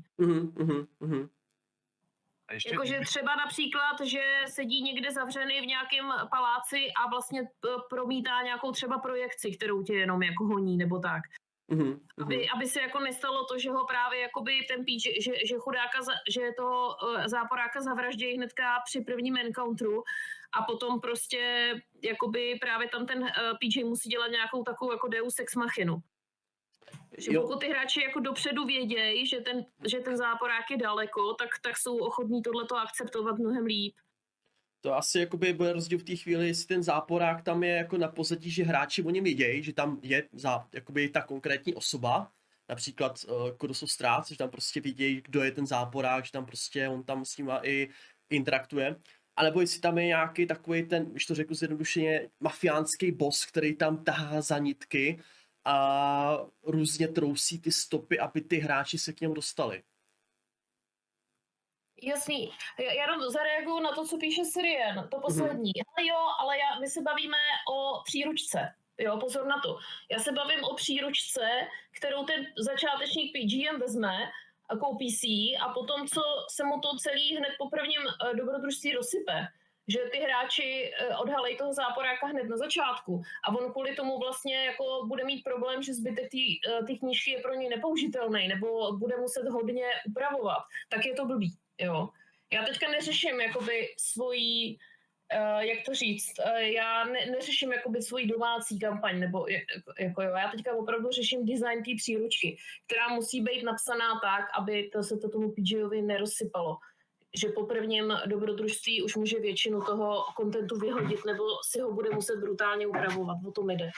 Jakože třeba například, že sedí někde zavřený v nějakém paláci a vlastně promítá nějakou třeba projekci, kterou tě jenom jako honí nebo tak. Aby se jako nestalo to, že ho právě jakoby ten PJ, že toho záporáka zavraždějí hnedka při prvním encounteru a potom prostě jakoby právě tam ten PJ musí dělat nějakou takovou jako deus ex machinu. Že pokud ty hráči jako dopředu vědějí, že ten záporák je daleko, tak jsou ochotní tohleto akceptovat mnohem líp. To asi jakoby bude rozdíl v té chvíli, jestli ten záporák tam je jako na pozadí, že hráči o něm vědějí, že tam je jakoby ta konkrétní osoba, například Curse of Strahd, že tam prostě vidějí, kdo je ten záporák, že tam prostě on tam s nima i interaktuje. A nebo jestli tam je nějaký takový ten, když to řeknu zjednodušeně, mafiánský boss, který tam tahá za nitky a různě trousí ty stopy, aby ty hráči se k němu dostali. Jasný. Já zareaguju na to, co píše Sirian, to poslední. Ale jo, ale my se bavíme o příručce. Jo, pozor na to. Já se bavím o příručce, kterou ten začátečník PGM vezme a koupí si ji a potom, co se mu to celý hned po prvním dobrodružství rozsype. že ty hráči odhalej toho záporáka hned na začátku a on kvůli tomu vlastně jako bude mít problém, že zbytek té knížky je pro něj nepoužitelný nebo bude muset hodně upravovat, tak je to blbý, jo. Já teďka neřeším jakoby svoji, jak to říct, já neřeším jakoby svoji domácí kampaň, nebo jako jo, já teďka opravdu řeším design té příručky, která musí být napsaná tak, aby se to tomu PJovi nerozsypalo. Že po prvním dobrodružství už může většinu toho kontentu vyhodit, nebo si ho bude muset brutálně upravovat, o tom jde.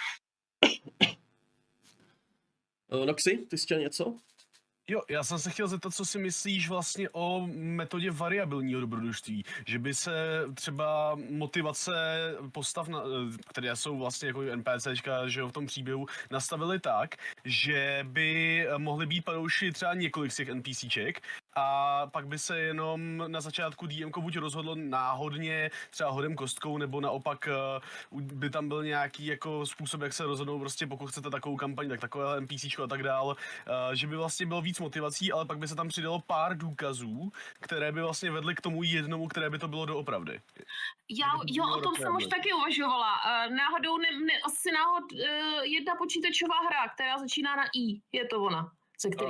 Noxy, ty jsi chtěl něco? Jo, já jsem se chtěl zeptat, co si myslíš vlastně o metodě variabilního dobrodružství, že by se třeba motivace postav, které jsou vlastně jako NPCčka, že jo, v tom příběhu nastavili tak, že by mohly být padouši třeba několik z těch NPCček a pak by se jenom na začátku DMko buď rozhodlo náhodně, třeba hodem kostkou, nebo naopak by tam byl nějaký jako způsob, jak se rozhodnou prostě, pokud chcete takovou kampaň, tak takové NPCčko a tak dál, že by vlastně bylo víc motivací, ale pak by se tam přidalo pár důkazů, které by vlastně vedly k tomu jednomu, které by to bylo doopravdy. Jo, o tom jsem už taky uvažovala. Náhodou asi jedna počítačová hra, která začíná na I, je to ona, se který...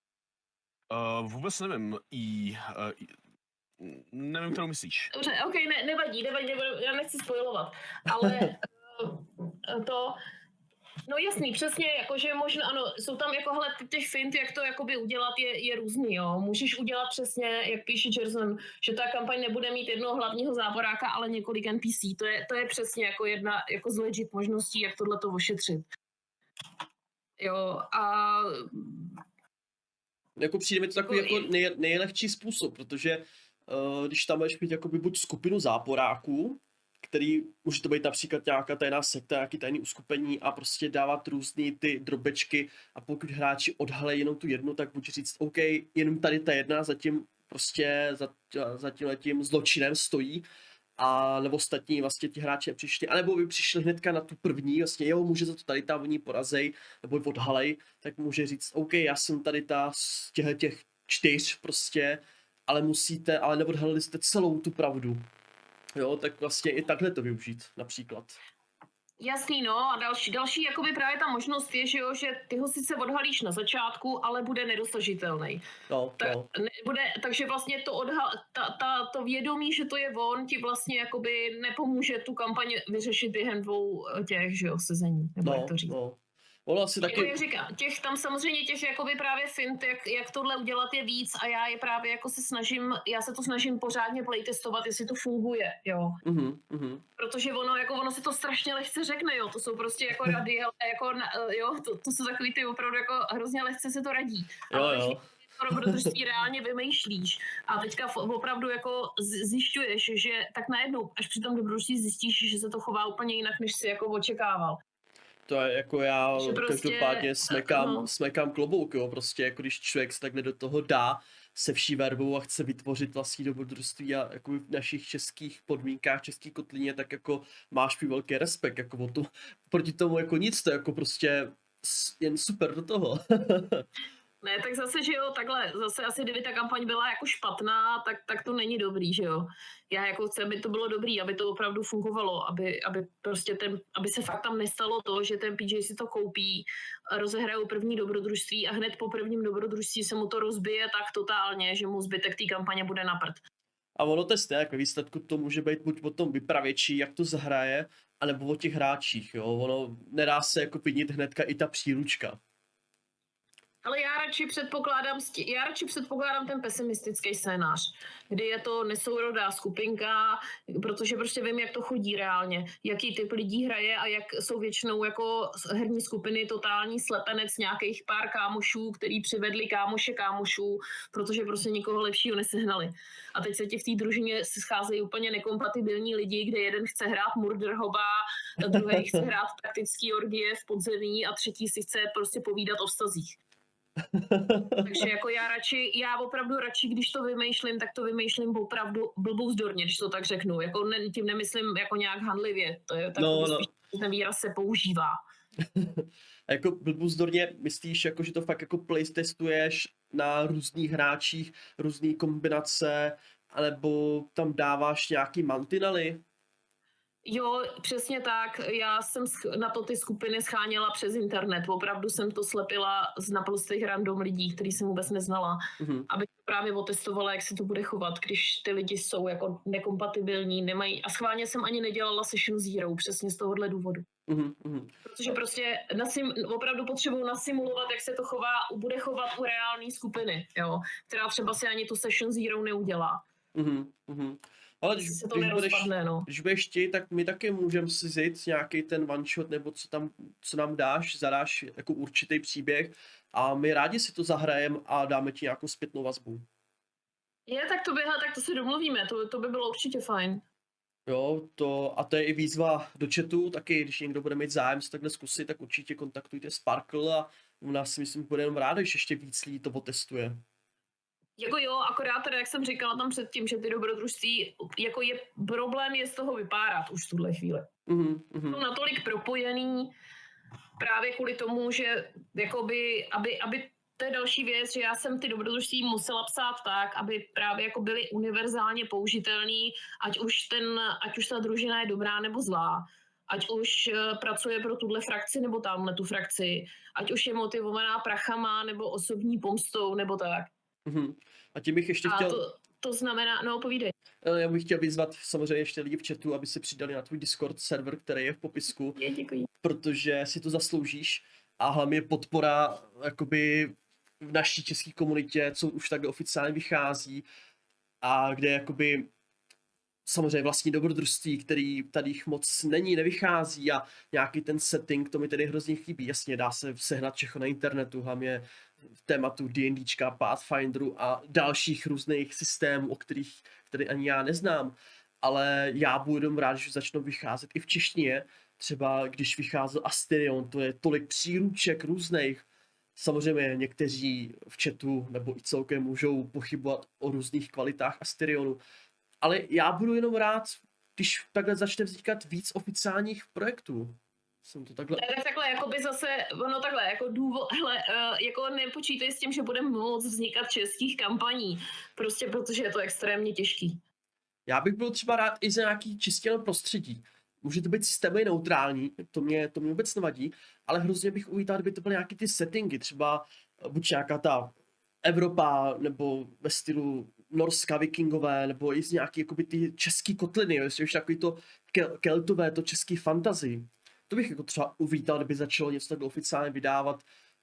Vůbec nevím. Nevím, kterou myslíš. Dobře, ok, nevadí, já nechci spojovat, ale to... No jasný, přesně, jakože možná, ano, jsou tam jako, hele, těch fint, jak to jakoby udělat, je různý, jo. Můžeš udělat přesně, jak píše Gerson, že ta kampaň nebude mít jednoho hlavního záporáka, ale několik NPC. To je přesně jako jedna jako z legit možností, jak tohleto ošetřit. Jo, a... Jako přijde mi to takový jako nejlehčí způsob, protože když tam budeš mít jakoby buď skupinu záporáků, který může to být například nějaká tajná sekta, nějaký tajný uskupení a prostě dávat různý ty drobečky a pokud hráči odhalejí jenom tu jednu, tak buď říct, OK, jenom tady ta jedna zatím prostě za tímhletím zločinem stojí a nebo ostatní vlastně ti hráči nepřišli, anebo by přišli hnedka na tu první, vlastně jo, může za to tady ta oni porazej, nebo odhalej, tak může říct, OK, já jsem tady ta z těch 4 prostě, ale neodhalili jste celou tu pravdu. Jo, tak vlastně i takhle to využít, například. Jasný, no a další jakoby právě ta možnost je, že jo, že ty ho sice odhalíš na začátku, ale bude nedosažitelný. Takže vlastně to vědomí, že to je on, ti vlastně jakoby nepomůže tu kampaň vyřešit během 2 těch, že jo, sezení, nebo jak to říct. Ono asi taky... Jak říkám, tam samozřejmě těch jakoby právě fint, jak tohle udělat je víc a já je právě jako já se to snažím pořádně playtestovat, jestli to funguje, jo. Protože ono se to strašně lehce řekne, jo, to jsou prostě jako rady, jo, to jsou takový ty opravdu jako hrozně lehce se to radí. Jo. Dobrodružství reálně vymýšlíš a teďka opravdu jako zjišťuješ, že tak najednou, až při tom dobrodružství zjistíš, že se to chová úplně jinak, než si jako očekával. To je jako já každopádně smekám klobouk, jo, prostě jako když člověk se takhle do toho dá se vší verbou a chce vytvořit vlastní dobrodružství a jako v našich českých podmínkách, český kotlině, tak jako máš mi velký respekt, jako o tom, proti tomu jako nic, to je jako prostě jen super do toho. Ne, tak zase, že jo, takhle, zase asi kdyby ta kampaň byla jako špatná, tak to není dobrý, že jo. Já jako chci, aby to bylo dobrý, aby to opravdu fungovalo, aby se fakt tam nestalo to, že ten PJ si to koupí, rozehrajou první dobrodružství a hned po prvním dobrodružství se mu to rozbije tak totálně, že mu zbytek té kampaně bude na prd. A ono to je jako výsledku to může být buď o tom vypravěči, jak to zahraje, anebo o těch hráčích, jo. Ono nedá se jako pinit hnedka i ta příručka. Ale já radši předpokládám ten pesimistický scénář, kdy je to nesourodá skupinka, protože prostě vím, jak to chodí reálně, jaký typ lidí hraje a jak jsou většinou jako herní skupiny totální slepenec nějakých pár kámošů, který přivedli kámošů, protože prostě nikoho lepšího nesehnali. A teď se ti v té družině scházejí úplně nekompatibilní lidi, kde jeden chce hrát Murderhoba, druhý chce hrát taktický orgie v podzemí a třetí si chce prostě povídat o vztazích. Takže jako já opravdu radši, když to vymýšlím, tak to vymýšlím opravdu blbouzdorně, když to tak řeknu. Jako tím nemyslím jako nějak hanlivě, to je tak spíš, ten výraz se používá. A jako blbouzdorně myslíš, jako, že to fakt jako playtestuješ na různých hráčích, různé kombinace anebo tam dáváš nějaký mantinely? Jo, přesně tak. Já jsem na to ty skupiny scháněla přes internet. Opravdu jsem to slepila z naprostých random lidí, který jsem vůbec neznala. Aby právě otestovala, jak se to bude chovat, když ty lidi jsou jako nekompatibilní, nemají. A schválně jsem ani nedělala session zero, přesně z tohohle důvodu. Protože prostě opravdu potřebuji nasimulovat, jak se to bude chovat u reální skupiny, jo, která třeba si ani tu session zero neudělá. Ale když budeš ti, tak my taky můžeme si zjít nějaký ten one shot, nebo co nám zadáš jako určitý příběh a my rádi si to zahrajeme a dáme ti nějakou zpětnou vazbu. Tak to si domluvíme, to by bylo určitě fajn. Jo, a to je i výzva do chatu, taky když někdo bude mít zájem se takhle zkusit, tak určitě kontaktujte Sparkle a u nás si myslím, bude jenom ráda, když ještě víc lidí to otestuje. Jako jo, akorát teda, jak jsem říkala tam předtím, že ty dobrodružství, jako problém je z toho vypárat už v tuhle chvíli. Jsou natolik propojený právě kvůli tomu, že jakoby, aby to je další věc, že já jsem ty dobrodružství musela psát tak, aby právě jako byly univerzálně použitelný, ať už ta družina je dobrá nebo zlá, ať už pracuje pro tuhle frakci nebo tamhle tu frakci, ať už je motivovaná prachama nebo osobní pomstou nebo tak. A tím bych ještě chtěl... To znamená, no povídej. Já bych chtěl vyzvat samozřejmě ještě lidi v chatu, aby se přidali na tvůj Discord server, který je v popisku. Děkuji. Protože si to zasloužíš a hlavně podpora jakoby v naší české komunitě, co už takhle oficiálně vychází a kde jakoby samozřejmě vlastní dobrodružství, který tady moc nevychází a nějaký ten setting, to mi tedy hrozně chybí. Jasně, dá se sehnat všechno na internetu, hlavně v tématu D&Dčka, Pathfinderu a dalších různých systémů, které ani já neznám. Ale já budu rád, že začnou vycházet i v češtině. Třeba když vycházel Asterion, to je tolik příruček různých. Samozřejmě někteří v chatu nebo i celkem můžou pochybovat o různých kvalitách Asterionu. Ale já budu jenom rád, když takhle začne vznikat víc oficiálních projektů. Jsem to takhle... Takhle, jako by zase, ono takhle, jako důvod, jako nepočítej s tím, že bude moc vznikat českých kampaní, prostě protože je to extrémně těžký. Já bych byl třeba rád i za nějaký čistě prostředí. Může to být systémy neutrální, to mě vůbec nevadí, ale hrozně bych uvítal, kdyby to byly nějaký ty settingy, třeba buď nějaká ta Evropa, nebo ve stylu Norska, vikingové, nebo i z nějaký jakoby ty český kotliny, jestli už takový to keltové, to český fantasy. To bych jako třeba uvítal, kdyby začalo něco takhle oficiálně vydávat,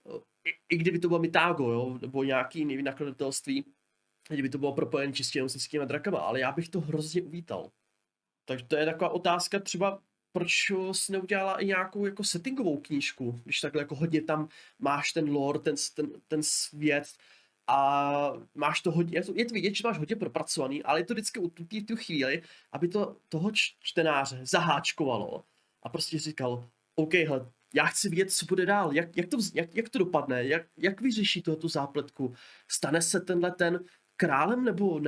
i kdyby to bylo Mythago, jo, nebo nějaký jiný nakladatelství, kdyby to bylo propojené čistě jenom s těma drakama, ale já bych to hrozně uvítal. Takže to je taková otázka třeba, proč jsi neudělala i nějakou jako settingovou knížku, když takhle jako hodně tam máš ten lore, ten svět a máš to hodně, je vidět, že máš hodně propracovaný, ale je to vždycky tu chvíli, aby to toho čtenáře zaháčkovalo a prostě říkal, OK, hele, já chci vědět, co bude dál, jak to dopadne, jak vyřeší tu zápletku, stane se ten králem nebo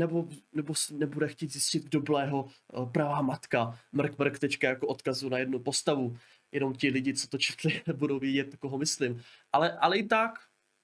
nebude chtít zjistit, kdo byla jeho pravá matka. Mrk teďka jako odkazu na jednu postavu. Jenom ti lidi, co to četli, budou vědět, koho myslím. Ale i tak.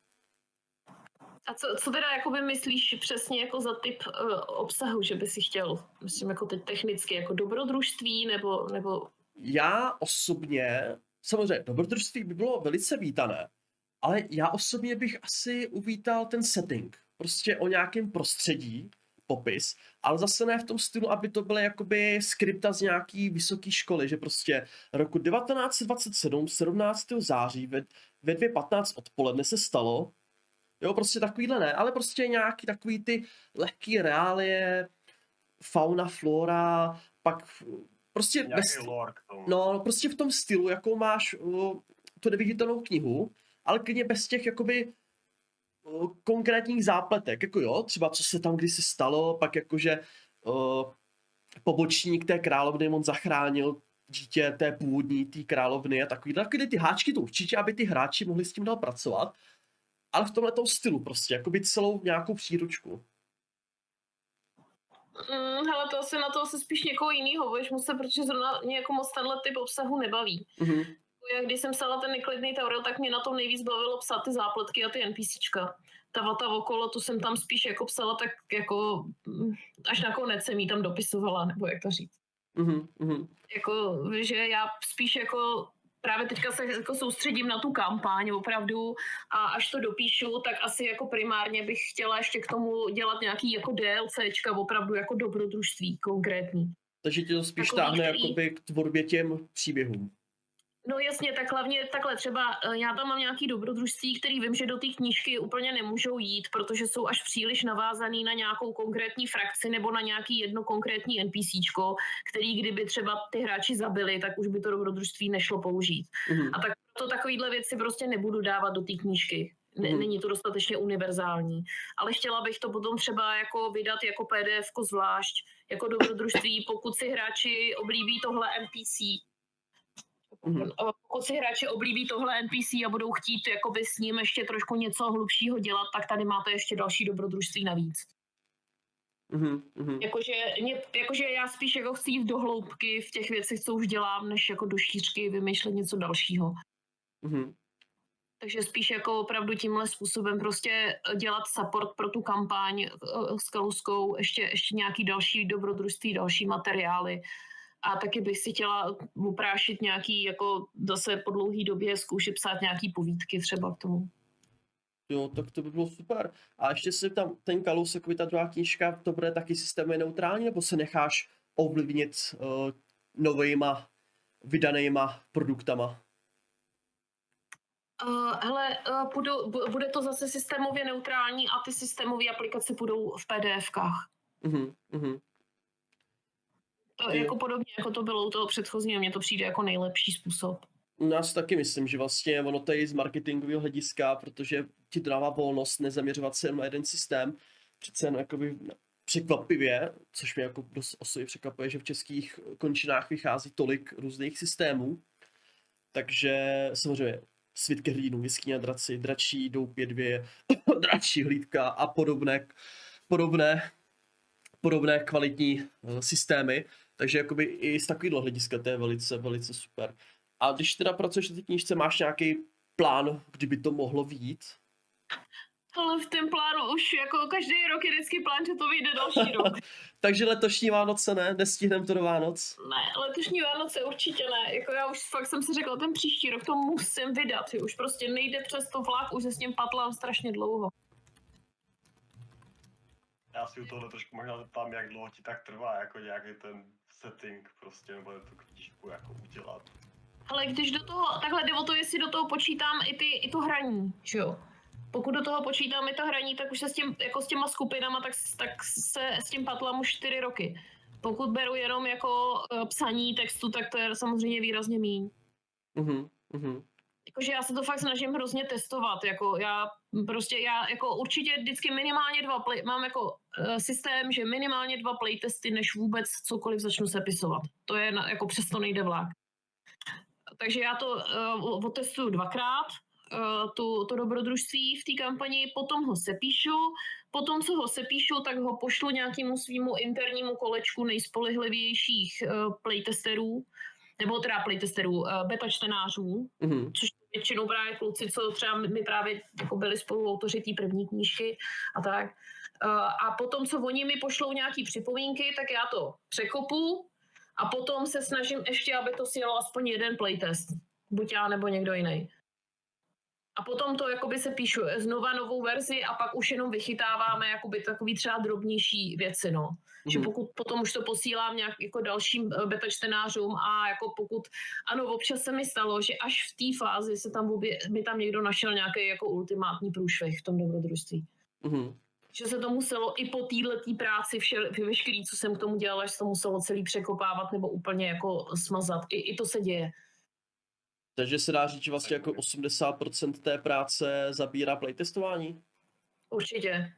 A co teda jakoby myslíš přesně jako za typ obsahu, že by si chtěl? Myslím jako teď technicky, jako dobrodružství nebo... Já osobně, samozřejmě dobrodružství by bylo velice vítané, ale já osobně bych asi uvítal ten setting. Prostě o nějakém prostředí, popis, ale zase ne v tom stylu, aby to byly jakoby skripta z nějaký vysoké školy, že prostě roku 1927, 17. září ve 2:15 odpoledne se stalo, jo, prostě takovýhle ne, ale prostě nějaký takový ty lehký reálie, fauna, flora, pak prostě prostě v tom stylu, jakou máš tu neviditelnou knihu, ale klidně bez těch jakoby konkrétních zápletek, jako jo, třeba co se tam kdysi stalo, pak jakože pobočník té královny, on zachránil dítě té původní, té královny a takový ty háčky to určitě, aby ty hráči mohli s tím dál pracovat, ale v tomhletom stylu prostě, jakoby celou nějakou příručku. Hele, to asi na to asi spíš někoho jinýho, budeš muset, protože zrovna mě jako moc tenhle typ obsahu nebaví. Já když jsem psala ten Neklidný Taurel, tak mě na tom nejvíc bavilo psát ty zápletky a ty NPCčka. Ta vata okolo, tu jsem tam spíš jako psala tak jako až nakonec jsem jí tam dopisovala, nebo jak to říct. Jako, že já spíš jako právě teďka se jako soustředím na tu kampaň opravdu a až to dopíšu, tak asi jako primárně bych chtěla ještě k tomu dělat nějaký jako DLCčka, opravdu jako dobrodružství konkrétní. Takže tě to spíš Takový, táhne který- jakoby k tvorbě těm příběhům. No jasně, tak hlavně takhle třeba já tam mám nějaký dobrodružství, který vím, že do té knížky úplně nemůžou jít, protože jsou až příliš navázaný na nějakou konkrétní frakci nebo na nějaký jedno konkrétní NPCčko, který kdyby třeba ty hráči zabili, tak už by to dobrodružství nešlo použít. A tak to takovýhle věci prostě nebudu dávat do té knížky. Není to dostatečně univerzální. Ale chtěla bych to potom třeba jako vydat jako PDF zvlášť, jako dobrodružství, pokud si hráči oblíbí tohle NPC. Pokud si hráči oblíbí tohle NPC a budou chtít jakoby s ním ještě trošku něco hlubšího dělat, tak tady máte ještě další dobrodružství navíc. Jakože já spíš jako chci jít do hloubky v těch věcech, co už dělám, než jako do šířky vymýšlet něco dalšího. Takže spíš jako opravdu tímhle způsobem prostě dělat support pro tu kampaň s Kaluskou, ještě nějaký další dobrodružství, další materiály. A taky bych si chtěla oprášit nějaký, jako zase po dlouhý době zkoušet psát nějaký povídky třeba k tomu. Jo, tak to by bylo super. A ještě si tam ten Kalus, jakoby ta druhá knížka, to bude taky systémově neutrální, nebo se necháš ovlivnit novejma vydanýma produktama? Bude to zase systémově neutrální a ty systémové aplikace budou v PDF-kách. To jako podobně, jako to bylo u toho předchozího, mně to přijde jako nejlepší způsob. Já si taky myslím, že vlastně ono to je z marketingového hlediska, protože ti to dává volnost nezaměřovat se na jeden systém. Přece jen jakoby překvapivě, což mě jako dost osobně překvapuje, že v českých končinách vychází tolik různých systémů. Takže samozřejmě Svět kehlínů, Jeskyně na draci, Dračí doupě 2, Dračí hlídka a podobné kvalitní systémy. Takže jakoby i z takového hlediska to je velice, velice super. A když teda pracuješ na té knížce, máš nějaký plán, kdyby to mohlo vyjít? Ale v tom plánu už jako každý rok je vždycky plán, že to vyjde další rok. Takže letošní Vánoce ne? Nestihneme to do Vánoc? Ne, letošní Vánoce určitě ne. Jako já už fakt jsem si řekla, ten příští rok to musím vydat. Už prostě nejde přes to vlak, už se s tím patlám strašně dlouho. Já si u tohle trošku možná zeptám, jak dlouho ti tak trvá, jako nějaký ten setting prostě, nebo tu knížku jako udělat. Ale když do toho, takhle jde o to, jestli do toho počítám i to hraní, že jo. Pokud do toho počítám i to hraní, tak už se s tím, jako s těma skupinama, tak se s tím patlám už 4 roky. Pokud beru jenom jako psaní textu, tak to je samozřejmě výrazně míň. Jakože já se to fakt snažím hrozně testovat, jako já jako určitě vždycky minimálně mám jako systém, že minimálně 2 playtesty, než vůbec cokoliv začnu sepisovat. To je jako přesto nejde vlak. Takže já to otestuju 2krát, to dobrodružství v té kampani, potom ho sepíšu, potom co ho sepíšu, tak ho pošlu nějakému svýmu internímu kolečku nejspolehlivějších playtesterů, nebo teda playtesterů, beta čtenářů, což většinou právě kluci, co třeba my právě jako byli spoluautoři té první knížky a tak. A potom, co oni mi pošlou nějaký připomínky, tak já to překopu a potom se snažím ještě, aby to sjelo aspoň jeden playtest. Buď já, nebo někdo jiný. A potom to jakoby se píšu znova novou verzi a pak už jenom vychytáváme jakoby takový třeba drobnější věci, no. Že pokud potom už to posílám nějak jako dalším beta čtenářům a jako pokud, ano, občas se mi stalo, že až v té fázi se tam by tam někdo našel nějaký jako ultimátní průšvih v tom dobrodružství. Že se to muselo i po této práci veškerý, co jsem k tomu dělala, že se to muselo celý překopávat nebo úplně jako smazat. I to se děje. Takže se dá říct, že vlastně jako 80% té práce zabírá playtestování? Určitě.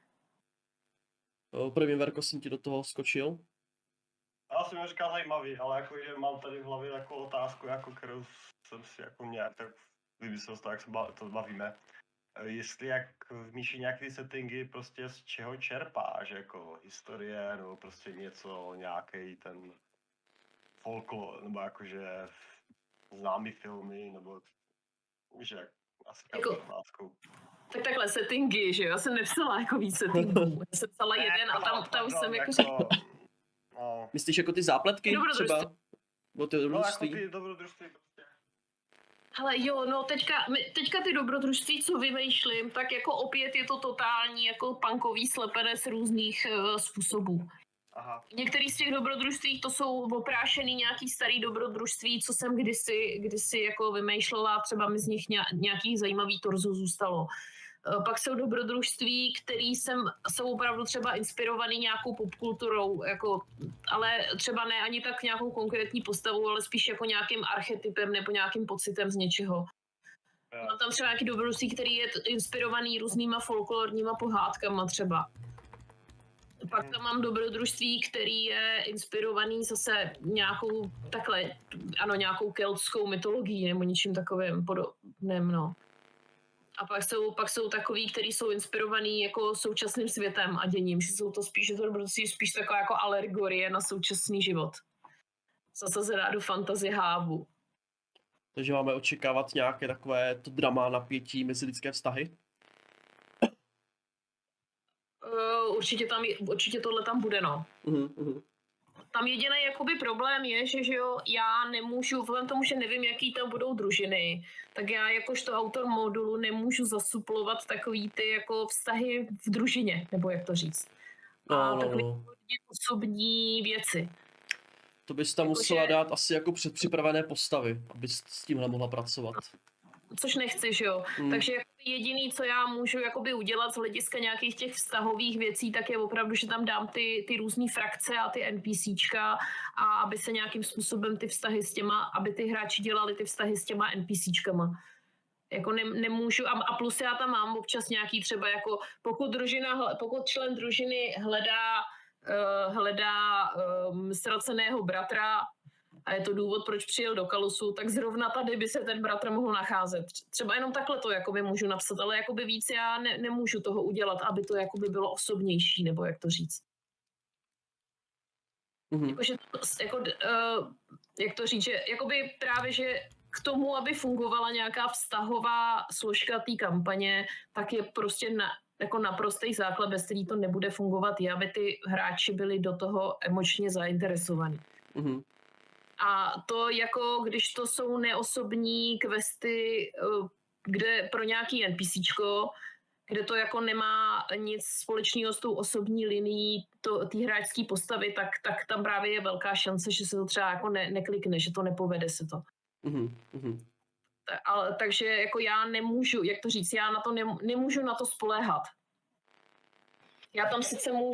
První Verko jsem ti do toho skočil. Já jsem říkal zajímavý, ale jakože mám tady v hlavě takovou otázku, jako kterou jsem si jako nějak tak vymyslel z toho, jak se to bavíme. Jestli jak vmíší nějaký settingy, prostě z čeho čerpáš, jako historie, nebo prostě něco, nějaký ten folklor, nebo jakože známý filmy, nebo víš jak, asi Jako- každou otázkou. Tak takhle settingy, že jo? Já jsem nepsala jako víc settingů. Já jsem psala jeden a tam jsem jako řekla. No, Myslíš jako ty zápletky Dobrodružství. třeba? O ty no jako dobrodružství? ty dobrodružství prostě. Hele jo, no teďka ty dobrodružství, co vymýšlím, tak jako opět je to totální jako punkový slepené z různých způsobů. Aha, Některý z těch dobrodružství to jsou oprášený nějaký starý dobrodružství, co jsem kdysi jako vymýšlela, třeba mi z nich nějaký zajímavý torzo zůstalo. Pak jsou dobrodružství, které jsou opravdu třeba inspirovaný nějakou popkulturou, jako, ale třeba ne ani tak nějakou konkrétní postavou, ale spíš jako nějakým archetypem nebo nějakým pocitem z něčeho. Mám tam třeba nějaký dobrodružství, který je inspirovaný různýma folklorníma pohádkama třeba. Pak tam mám dobrodružství, který je inspirovaný zase nějakou keltskou mytologií nebo něčím takovým podobným, no. A pak jsou takový, který jsou inspirovaný jako současným světem a děním, že jsou to spíš taková jako alegorie na současný život. Zasazená do fantasy hávu. Takže máme očekávat nějaké takové to drama, napětí mezi lidské vztahy? Určitě tohle tam bude, no. Tam jediný jakoby problém je, že jo, já nemůžu, vzhledem tomu, že nevím, jaký tam budou družiny, tak já jakožto autor modulu nemůžu zasuplovat takový ty jako vztahy v družině, nebo jak to říct. A takový osobní věci. To bys tam musela dát asi jako předpřipravené postavy, abys s tímhle mohla pracovat. Což nechci, že jo. Takže jediný, co já můžu jakoby udělat z hlediska nějakých těch vztahových věcí, tak je opravdu, že tam dám ty různý frakce a ty NPCčka a aby se nějakým způsobem ty vztahy s těma, aby ty hráči dělali ty vztahy s těma NPCčkama. Jako nemůžu, a plus já tam mám občas nějaký třeba jako, pokud člen družiny hledá ztraceného bratra, a je to důvod, proč přijel do Kalusu, tak zrovna tady by se ten bratr mohl nacházet. Třeba jenom takhle to jakoby můžu napsat, ale jakoby víc já nemůžu toho udělat, aby to jakoby bylo osobnější, nebo jak to říct. Jakože, jak to říct, že jakoby právě, že k tomu, aby fungovala nějaká vztahová složka té kampaně, tak je prostě jako naprostý základ, bez který to nebude fungovat, je, aby ty hráči byli do toho emočně zainteresovaní. A to jako, když to jsou neosobní questy, kde pro nějaký NPCčko, kde to jako nemá nic společného s tou osobní linií té hráčské postavy, tak tam právě je velká šance, že se to třeba jako neklikne, že to nepovede se to. Takže jako já nemůžu, jak to říct, já na to nemůžu na to spoléhat. Já tam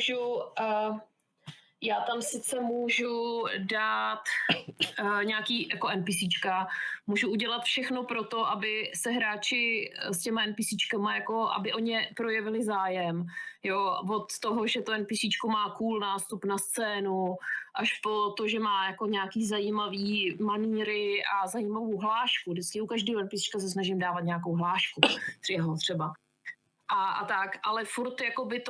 sice můžu dát nějaký jako NPCčka, můžu udělat všechno pro to, aby se hráči s těma NPCčkama, jako aby o ně projevili zájem. Jo, od toho, že to NPCčko má cool nástup na scénu, až po to, že má jako nějaký zajímavý maníry a zajímavou hlášku. Vždycky u každého NPCčka se snažím dávat nějakou hlášku, třeba. A tak, ale furt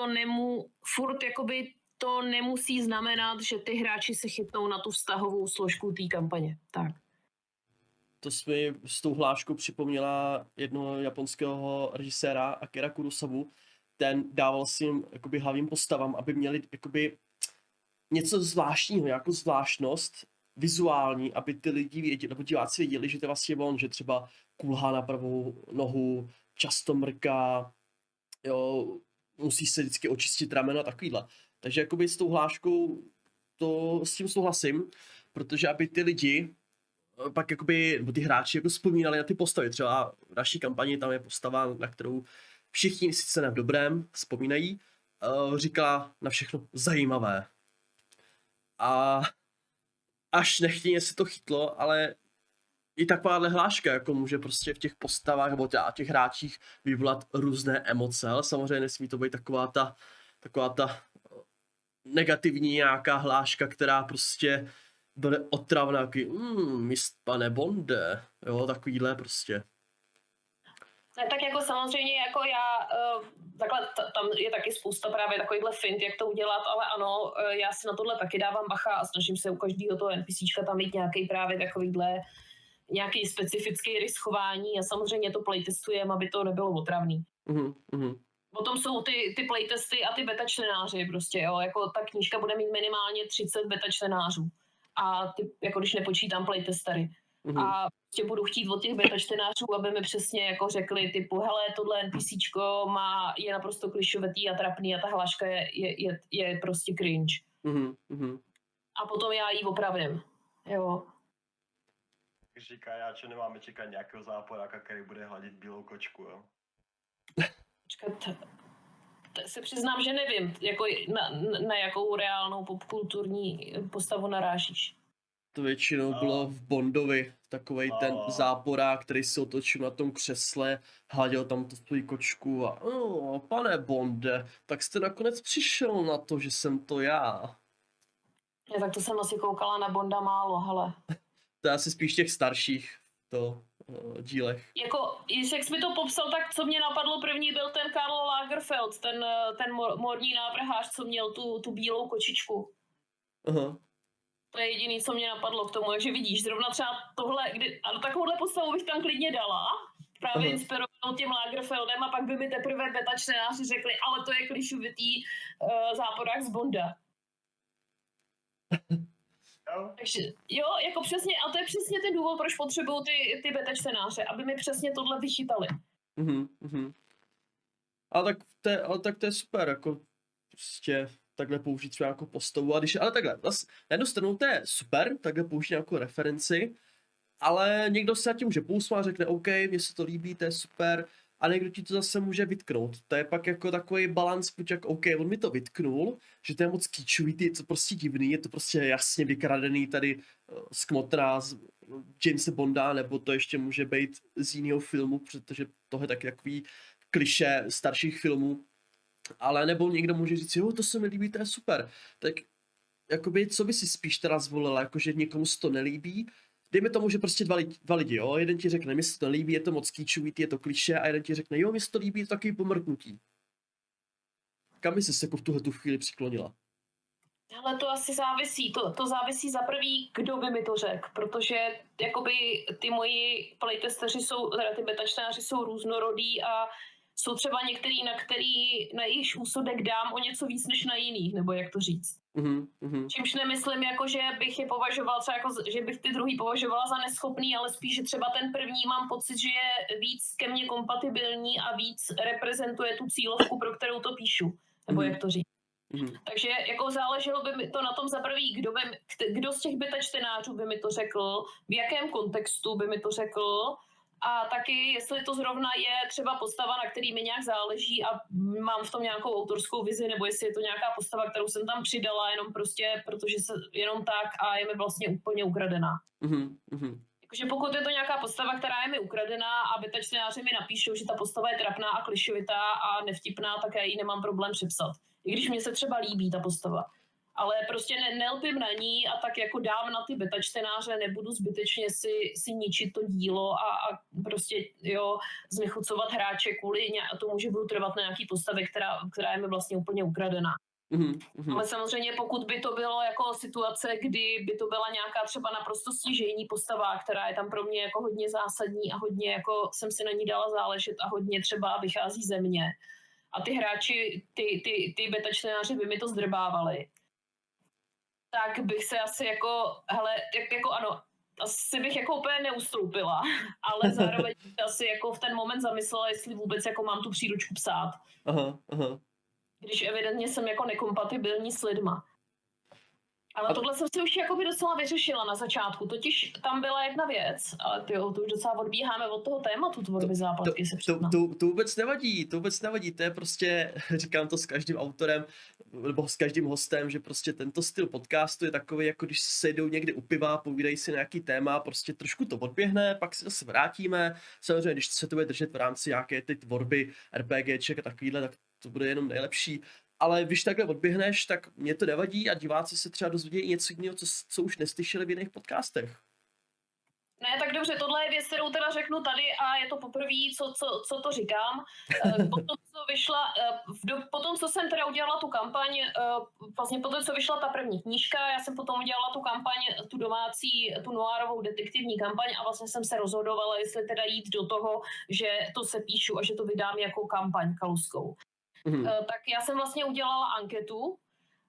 to nemusí znamenat, že ty hráči se chytnou na tu vztahovou složku té kampaně. Tak. To jsi mi s tou hláškou připomněla jednoho japonského režiséra Akira Kurosawu. Ten dával svým jakoby hlavním postavám, aby měli jakoby něco zvláštního, nějakou zvláštnost vizuální, aby ty lidi věděli, nebo diváci věděli, že to je vlastně on, že třeba kulhá na pravou nohu, často mrká, jo, musí se vždycky očistit rameno a takovýhle. Takže jakoby s tou hláškou s tím souhlasím, protože aby ty lidi pak jakoby, nebo ty hráči jako vzpomínali na ty postavy. Třeba v naší kampani tam je postava, na kterou všichni sice ne v dobrém vzpomínají, říkala na všechno zajímavé. A až nechtěně se to chytlo, ale i takováhle hláška jako může prostě v těch postavách nebo těch hráčích vyvolat různé emoce, ale samozřejmě nesmí to být taková ta negativní nějaká hláška, která prostě bude otravná, takový, pane Bonde, jo, takovýhle prostě. Tak jako samozřejmě, jako já, takhle tam je taky spousta právě takovýhle fint, jak to udělat, ale ano, já si na tohle taky dávám bacha a snažím se u každého toho NPCčka tam mít nějaký právě takovýhle nějaký specifický risk chování a samozřejmě to playtestujeme, aby to nebylo otravný. Potom jsou ty playtesty a ty beta čtenáři prostě, jo, jako ta knížka bude mít minimálně 30 beta čtenářů a ty, jako když nepočítám playtestery. A prostě budu chtít od těch beta čtenářů, aby mi přesně jako řekli typu, hele, tohle NPCčko je naprosto klišovetý a trapný a ta hláška je prostě cringe. A potom já ji opravím, jo. Říká já, že nemáme čekat nějakého záporáka, který bude hladit bílou kočku, jo? Počkat, se přiznám, že nevím, jako na jakou reálnou popkulturní postavu narážíš. To většinou bylo v Bondovi, takovej ten záporák, který se otočil na tom křesle, hladil tam tu svou kočku a pane Bonde, tak jste nakonec přišel na to, že jsem to já. Ja, tak to jsem asi koukala na Bonda málo, hele. To je asi spíš těch starších dílech. Jako, jak jsi mi to popsal, tak co mě napadlo první byl ten Karl Lagerfeld, ten morní návrhář, co měl tu bílou kočičku. To je jediný, co mě napadlo k tomu, takže vidíš, zrovna třeba tohle, ano, takovouhle postavu bych tam klidně dala, právě inspirovanou tím Lagerfeldem a pak by mi teprve beta čtenáři řekli, ale to je klišovitý záporák z Bonda. Takže jo, jako přesně, a to je přesně ten důvod, proč potřebuju ty beta čtenáře, aby mi přesně tohle vychytali. Ale tak to je super, jako prostě takhle použít třeba jako postavu, ale takhle, na jednu stranu to je super, takhle použít nějakou referenci, ale někdo se tím může pousmát, řekne OK, mně se to líbí, to je super, a někdo ti to zase může vytknout. To je pak jako takový balans, buď jak OK, on mi to vytknul, že to je moc kýčový, je to prostě divný, je to prostě jasně vykradený tady z kmotra, z Jamese Bonda, nebo to ještě může být z jiného filmu, protože to je taky takový klišé starších filmů. Ale nebo někdo může říct, jo, to se mi líbí, to je super. Tak jakoby, co by si spíš teda zvolila, jakože někomu se to nelíbí, dejme tomu, že prostě dva lidi, jo, jeden ti řekne, mi se to nelíbí, je to moc kýčovitý, je to klišé, a jeden ti řekne, jo, mi se to líbí, je to takový pomrknutí. Kam by ses jako v tuhletu chvíli přiklonila? Ale to asi závisí, to závisí za prvý, kdo by mi to řekl, protože jakoby ty moji playtesteři teda ty beta čtenáři jsou různorodí a jsou třeba některý, na jejich úsudek dám o něco víc než na jiných, nebo jak to říct. Čímž nemyslím, jako, že bych je považoval třeba jako, že bych ty druhý považovala za neschopný, ale spíš, že třeba ten první mám pocit, že je víc ke mně kompatibilní a víc reprezentuje tu cílovku, pro kterou to píšu, nebo jak to říct. Takže jako záleželo by mi to na tom za prvý, kdo z těch beta čtenářů by mi to řekl, v jakém kontextu by mi to řekl, a taky, jestli to zrovna je třeba postava, na který mi nějak záleží a mám v tom nějakou autorskou vizi, nebo jestli je to nějaká postava, kterou jsem tam přidala jenom prostě, protože se jenom tak a je mi vlastně úplně ukradená. Takže pokud je to nějaká postava, která je mi ukradená a beta čtenáři mi napíšou, že ta postava je trapná a klišovitá a nevtipná, tak já ji nemám problém přepsat. I když mě se třeba líbí ta postava. Ale prostě nelpím na ní a tak jako dám na ty beta čtenáře, nebudu zbytečně si ničit to dílo a prostě jo, znechucovat hráče kvůli tomu, že budu trvat na nějaký postavě, která je mi vlastně úplně ukradená. Ale samozřejmě pokud by to bylo jako situace, kdy by to byla nějaká třeba naprosto stěžejní postava, která je tam pro mě jako hodně zásadní a hodně jako jsem si na ní dala záležet a hodně třeba vychází ze mě. A ty hráči, ty beta čtenáři by mi to zdrbávali. Tak bych se asi jako, hele, jako ano, asi bych jako úplně neustoupila, ale zároveň asi jako v ten moment zamyslela, jestli vůbec jako mám tu příručku psát. Když evidentně jsem jako nekompatibilní s lidma. Ale tohle jsem si už jakoby docela vyřešila na začátku, totiž tam byla jedna věc, ale to už docela odbíháme od toho tématu tvorby zápletky, se přiznám. To vůbec nevadí, to je prostě, říkám to s každým autorem, nebo s každým hostem, že prostě tento styl podcastu je takový, jako když se sejdou někdy u piva, povídají si nějaký téma, prostě trošku to odběhne, pak se zase vrátíme, samozřejmě, když se to bude držet v rámci nějaké ty tvorby RPGček a takovýhle, tak to bude jenom nejlepší. Ale když takhle odběhneš, tak mě to nevadí a diváci se třeba dozvědí něco jiného, co už neslyšeli v jiných podcastech. Ne, tak dobře, tohle je věc, kterou teda řeknu tady a je to poprvé, co to říkám. Potom, co jsem teda udělala tu kampaň, vlastně potom, co vyšla ta první knížka, já jsem potom udělala tu kampaň, tu domácí, tu noárovou detektivní kampaň a vlastně jsem se rozhodovala, jestli teda jít do toho, že to se píšu a že to vydám jako kampaň kaluskou. Tak já jsem vlastně udělala anketu,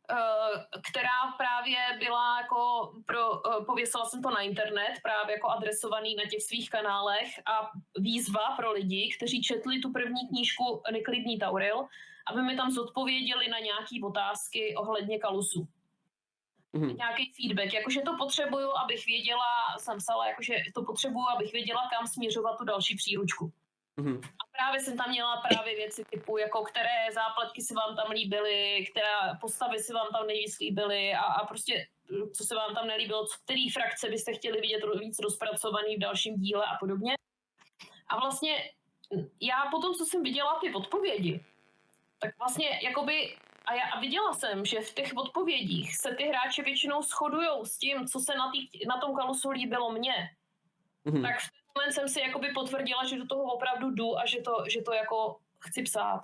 která právě byla jako pověsila jsem to na internet, právě jako adresovaný na těch svých kanálech a výzva pro lidi, kteří četli tu první knížku Neklidný Tauril, aby mi tam zodpověděli na nějaký otázky ohledně kalusu. Nějaký feedback, jakože to potřebuju, abych věděla, jsem psala, jakože to potřebuju, abych věděla, kam směřovat tu další příručku. A právě jsem tam měla právě věci typu, jako které zápletky se vám tam líbily, které postavy se vám tam nejvíc líbily a prostě co se vám tam nelíbilo, který frakce byste chtěli vidět víc rozpracovaný v dalším díle a podobně. A vlastně já potom, co jsem viděla ty odpovědi, tak vlastně jakoby a viděla jsem, že v těch odpovědích se ty hráči většinou shodujou s tím, co se na tom kalusu líbilo mně. Tak v ten moment jsem si jakoby potvrdila, že do toho opravdu jdu a že to jako chci psát.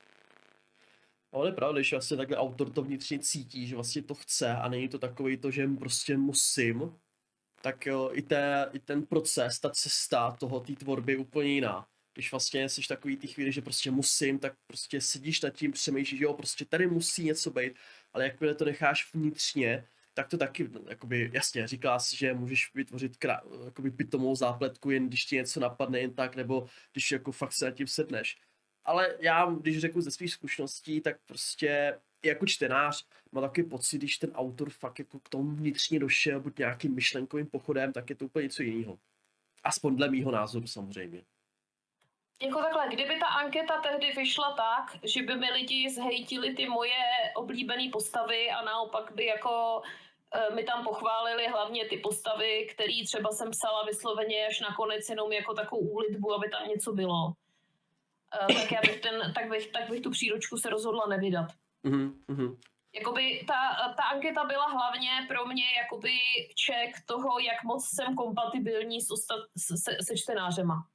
No, ale je pravda, že vlastně takhle autor to vnitřně cítí, že vlastně to chce a není to takový to, že prostě musím, tak jo, i ten proces, ta cesta toho, té tvorby je úplně jiná. Když vlastně jsi takový ty chvíli, že prostě musím, tak prostě sedíš nad tím, přemýšlíš, že jo, prostě tady musí něco být, ale jakmile to necháš vnitřně, tak to taky, jakoby, jasně, říká si, že můžeš vytvořit jakoby pitomou zápletku, jen když ti něco napadne jen tak, nebo když jako fakt se nad tím sedneš. Ale já, když řeknu ze svých zkušeností, tak prostě jako čtenář mám takový pocit, když ten autor fakt jako k tomu vnitřně došel, buď nějakým myšlenkovým pochodem, tak je to úplně něco jiného. Aspoň dle mýho názoru samozřejmě. Jako takhle, kdyby ta anketa tehdy vyšla tak, že by mi lidi zhejtili ty moje oblíbené postavy a naopak by jako mi tam pochválili hlavně ty postavy, které třeba jsem psala vysloveně až nakonec jenom jako takovou úlitbu, aby tam něco bylo. Tak bych tu příručku se rozhodla nevydat. Jakoby ta anketa byla hlavně pro mě jakoby check toho, jak moc jsem kompatibilní se čtenářema.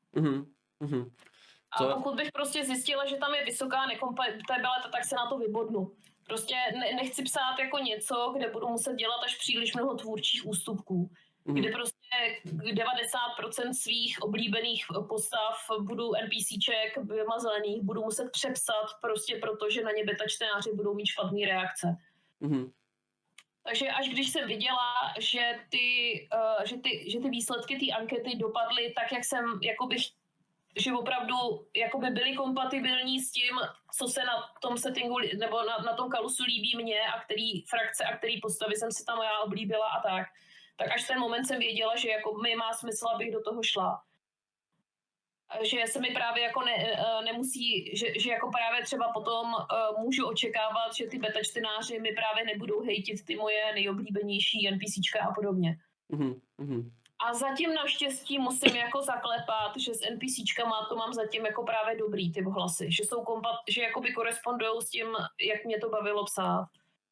A pokud bych prostě zjistila, že tam je vysoká nekompatibilita, tak se na to vybodnu. Prostě nechci psát jako něco, kde budu muset dělat až příliš mnoho tvůrčích ústupků. Kde prostě 90% svých oblíbených postav budu NPCček vymazaných, budu muset přepsat prostě proto, že na ně beta čtenáři budou mít špatný reakce. Takže až když jsem viděla, že ty výsledky té ankety dopadly tak, jak jsem jakoby že opravdu jakoby byli kompatibilní s tím, co se na tom settingu nebo na tom kalusu líbí mně a který frakce a který postavy jsem si tam já oblíbila a tak až v ten moment jsem věděla, že jako mi má smysl, abych do toho šla. Že se mi právě jako nemusí, že jako právě třeba potom můžu očekávat, že ty beta čtenáři mi právě nebudou hejtit ty moje nejoblíbenější NPCčka a podobně. A zatím naštěstí musím jako zaklepat, že s NPCčkama to mám zatím jako právě dobrý ty hlasy, že jakoby korespondujou s tím, jak mě to bavilo psát.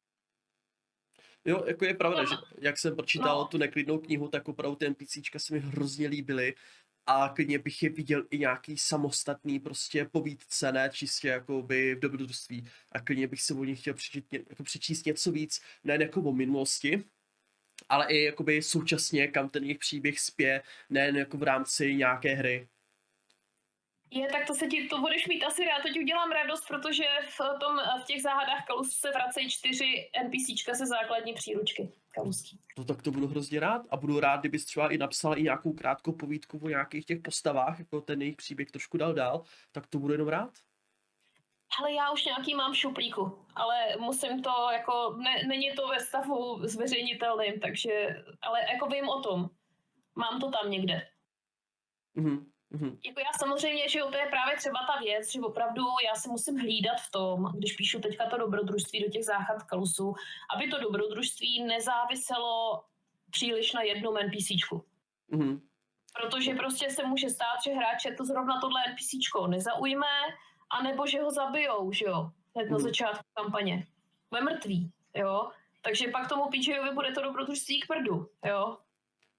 Jo, jako je pravda, že jak jsem pročítal tu Neklidnou knihu, tak opravdu ty NPCčka se mi hrozně líbily a klidně bych je viděl i nějaký samostatný prostě povídce, ne čistě jakoby v dobrodružství a klidně bych si o nich chtěl přečíst něco víc, ne jako o minulosti, ale i jakoby současně, kam ten jejich příběh spě, nejen jako v rámci nějaké hry. Tak to budeš mít asi rád, teď udělám radost, protože v těch záhadách kalusu se vracejí 4 NPCčka se základní příručky kaluský. No tak to budu hrozně rád a budu rád, kdybys třeba i napsala i nějakou krátkou povídku o nějakých těch postavách, jako ten jejich příběh trošku dál, tak to budu jenom rád. Hele, já už nějaký mám v šuplíku, ale musím to, jako, není to ve stavu zveřejnitelným, takže, ale jako vím o tom. Mám to tam někde. Jako já samozřejmě, že to je právě třeba ta věc, že opravdu já se musím hlídat v tom, když píšu teďka to dobrodružství do těch záchod kalusu, aby to dobrodružství nezáviselo příliš na jednom NPCčku. Protože prostě se může stát, že hráče to zrovna tohle NPCčko nezaujme, anebo že ho zabijou, že jo, hned na začátku kampaně. Bude mrtvý, jo. Takže pak tomu PJovi bude to dobrodružství k prdu, jo.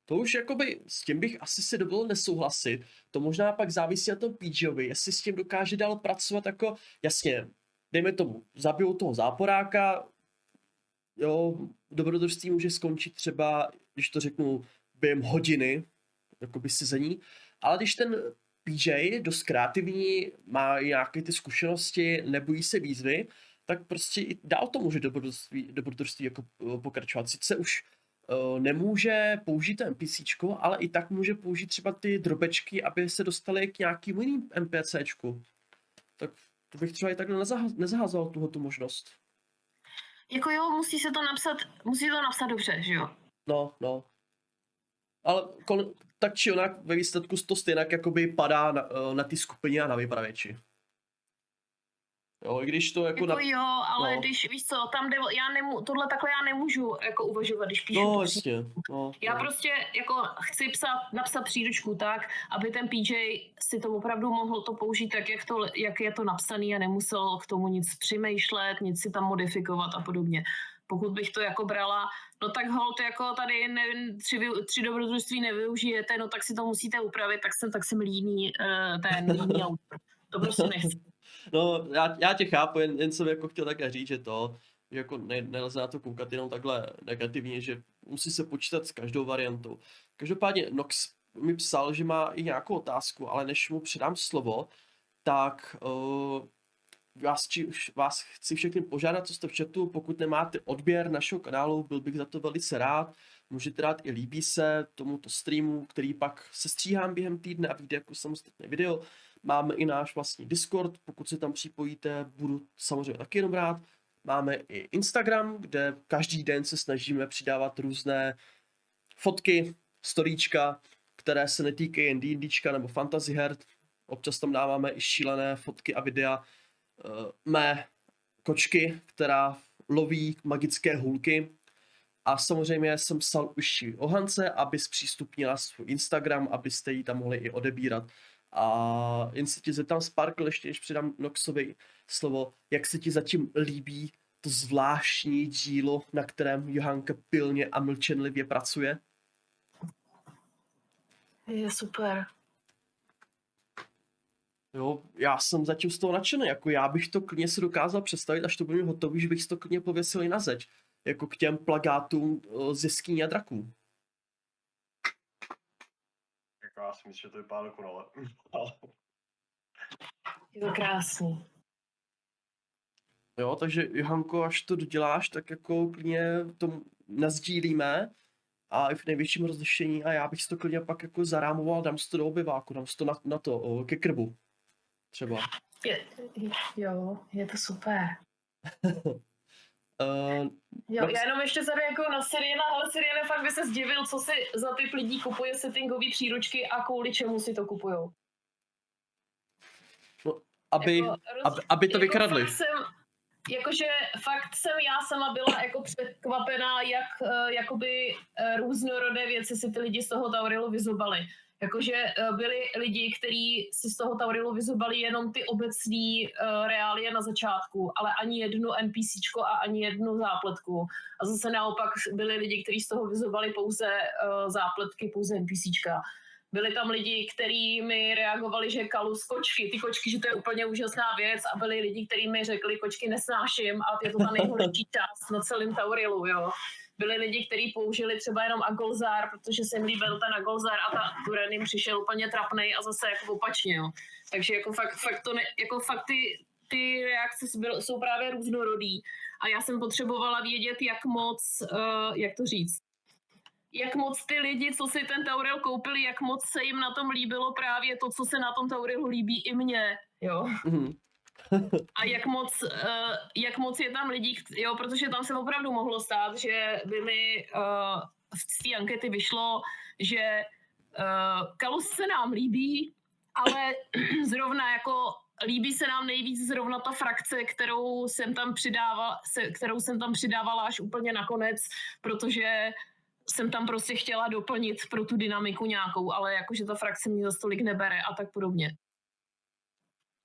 To už jakoby, s tím bych asi si dovolil nesouhlasit. To možná pak závisí na tom PGovi, jestli s tím dokáže dál pracovat jako, jasně, dejme tomu, zabijou toho záporáka, jo, dobrodružství může skončit třeba, když to řeknu, během hodiny, jakoby sezení, ale když ten PJ je dost kreativní, má nějaké ty zkušenosti, nebojí se výzvy, tak prostě i dál to může dobrodružství jako pokračovat. Sice už nemůže použít to NPCčko, ale i tak může použít třeba ty drobečky, aby se dostali k nějakým jiným NPCčku. Tak to bych třeba i takhle nezahazoval tuhletu možnost. Jako jo, musí to napsat dobře, že jo? No. Ale tak či onak ve výsledku to stejně jakoby padá na ty skupině a na vypravěči. Jo, i když to jako jo, ale když, víš co, tam jde, tohle takhle já nemůžu jako uvažovat, když píšu. No, jasně. Já prostě jako chci napsat příručku tak, aby ten PJ si to opravdu mohl to použít tak, jak je to napsaný a nemusel k tomu nic přemýšlet, nic si tam modifikovat a podobně. Pokud bych to jako brala, no tak holt jako tady tři dobrodružství nevyužijete, no tak si to musíte upravit, tak jsem líný autor. To prostě nechci. No, já tě chápu, jen jsem jako chtěl také říct, že to, že jako nelze na to koukat jenom takhle negativně, že musí se počítat s každou variantou. Každopádně Nox mi psal, že má i nějakou otázku, ale než mu předám slovo, tak vás chci všechny požádat, co jste v chatu, pokud nemáte odběr našeho kanálu, byl bych za to velice rád. Můžete dát i líbí se tomuto streamu, který pak sestříhám během týdne a vyjde jako samostatné video. Máme i náš vlastní Discord, pokud se tam připojíte, budu samozřejmě taky jenom rád. Máme i Instagram, kde každý den se snažíme přidávat různé fotky, storíčka, které se netýkají jen D&Dčka nebo fantasy her. Občas tam dáváme i šílené fotky a videa mé kočky, která loví magické hůlky. A samozřejmě jsem psal už o Hance, aby zpřístupnila svůj Instagram, abyste ji tam mohli i odebírat. A jen se ti zeptám, Sparkle, ještě než předám Noxovi slovo, jak se ti zatím líbí to zvláštní dílo, na kterém Johanka pilně a mlčenlivě pracuje? Je super. Jo, já jsem zatím z toho nadšený, jako já bych to klidně si dokázal představit, až to bude hotový, že bych si to klidně pověsil i na zeď, jako k těm plagátům z jeskyní a draků. Jako já si myslím, že to vypadá dokonale. Je to krásný. Jo, takže Johanko, až to doděláš, tak jako klidně to nasdílíme a i v největším rozlišení a já bych si to klidně pak jako zarámoval, dám si to do obyváku, dám si to na to, ke krbu. Třeba. Je to super. Já jenom ještě tady jako na Siriena, ale Siriena fakt by se zdivil, co si za typ lidí kupuje settingové příručky a kvůli čemu si to kupujou. No, aby to vykradli. Fakt jsem já sama byla jako překvapená, jak jakoby různorodé věci si ty lidi z toho Taurilu vyzobali. Jakože byli lidi, kteří si z toho Taurilu vyzobali jenom ty obecné reálie na začátku, ale ani jednu NPCčko a ani jednu zápletku. A zase naopak byli lidi, kteří z toho vyzobali pouze zápletky, pouze NPCčka. Byli tam lidi, kteří mi reagovali, že kalus kočky, ty kočky, že to je úplně úžasná věc a byli lidi, kteří mi řekli, kočky nesnáším a je to ta nejhorší část na celém Taurilu, jo. Byli lidi, kteří použili třeba jenom Agolzar, protože se jim líbil ten Agolzar a ta Turen jim přišel úplně trapnej a zase jako opačně, jo. Takže jako fakt ty reakce jsou právě různorodý a já jsem potřebovala vědět, jak moc, jak to říct, jak moc ty lidi, co si ten Tauril koupili, jak moc se jim na tom líbilo právě to, co se na tom Taurilu líbí i mně, jo. A jak moc je tam lidí, jo, protože tam se opravdu mohlo stát, že by mi z té ankety vyšlo, že Kalus se nám líbí, ale zrovna jako líbí se nám nejvíc zrovna ta frakce, kterou jsem tam přidávala až úplně nakonec, protože jsem tam prostě chtěla doplnit pro tu dynamiku nějakou, ale jakože ta frakce mě za stolik nebere a tak podobně.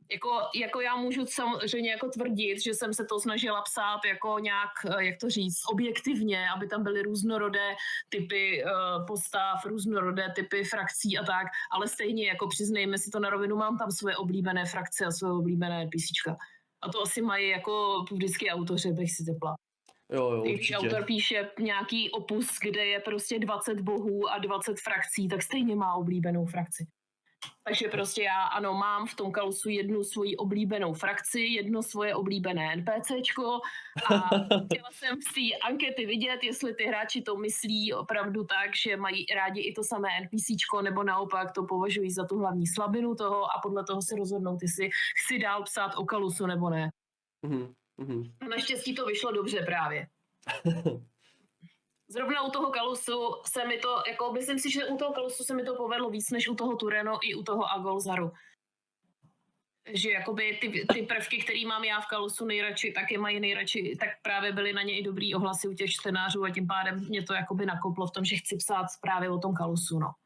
Jako já můžu samozřejmě jako tvrdit, že jsem se to snažila psát jako nějak, jak to říct, objektivně, aby tam byly různorodé typy postav, různorodé typy frakcí a tak, ale stejně jako přiznejme si to na rovinu, mám tam svoje oblíbené frakce a svoje oblíbené NPCčka. A to asi mají jako vždycky autoři, bych si tepla. Jo, Když určitě. autor píše nějaký opus, kde je prostě 20 bohů a 20 frakcí, tak stejně má oblíbenou frakci. Takže prostě já, ano, mám v tom Kalusu jednu svoji oblíbenou frakci, jedno svoje oblíbené NPCčko a chtěla jsem z té ankety vidět, jestli ty hráči to myslí opravdu tak, že mají rádi i to samé NPCčko, nebo naopak to považují za tu hlavní slabinu toho a podle toho se rozhodnout, jestli chci dál psát o Kalusu nebo ne. A naštěstí to vyšlo dobře právě. Zrovna u toho Kalusu se mi to, jako myslím si, že u toho Kalusu se mi to povedlo víc než u toho Tureno i u toho Agolzaru. Že jakoby ty prvky, které mám já v Kalusu nejradši, tak je mají nejradši, tak právě byly na ně i dobrý ohlasy u těch čtenářů a tím pádem mě to jakoby nakoplo v tom, že chci psát právě o tom Kalusu, no.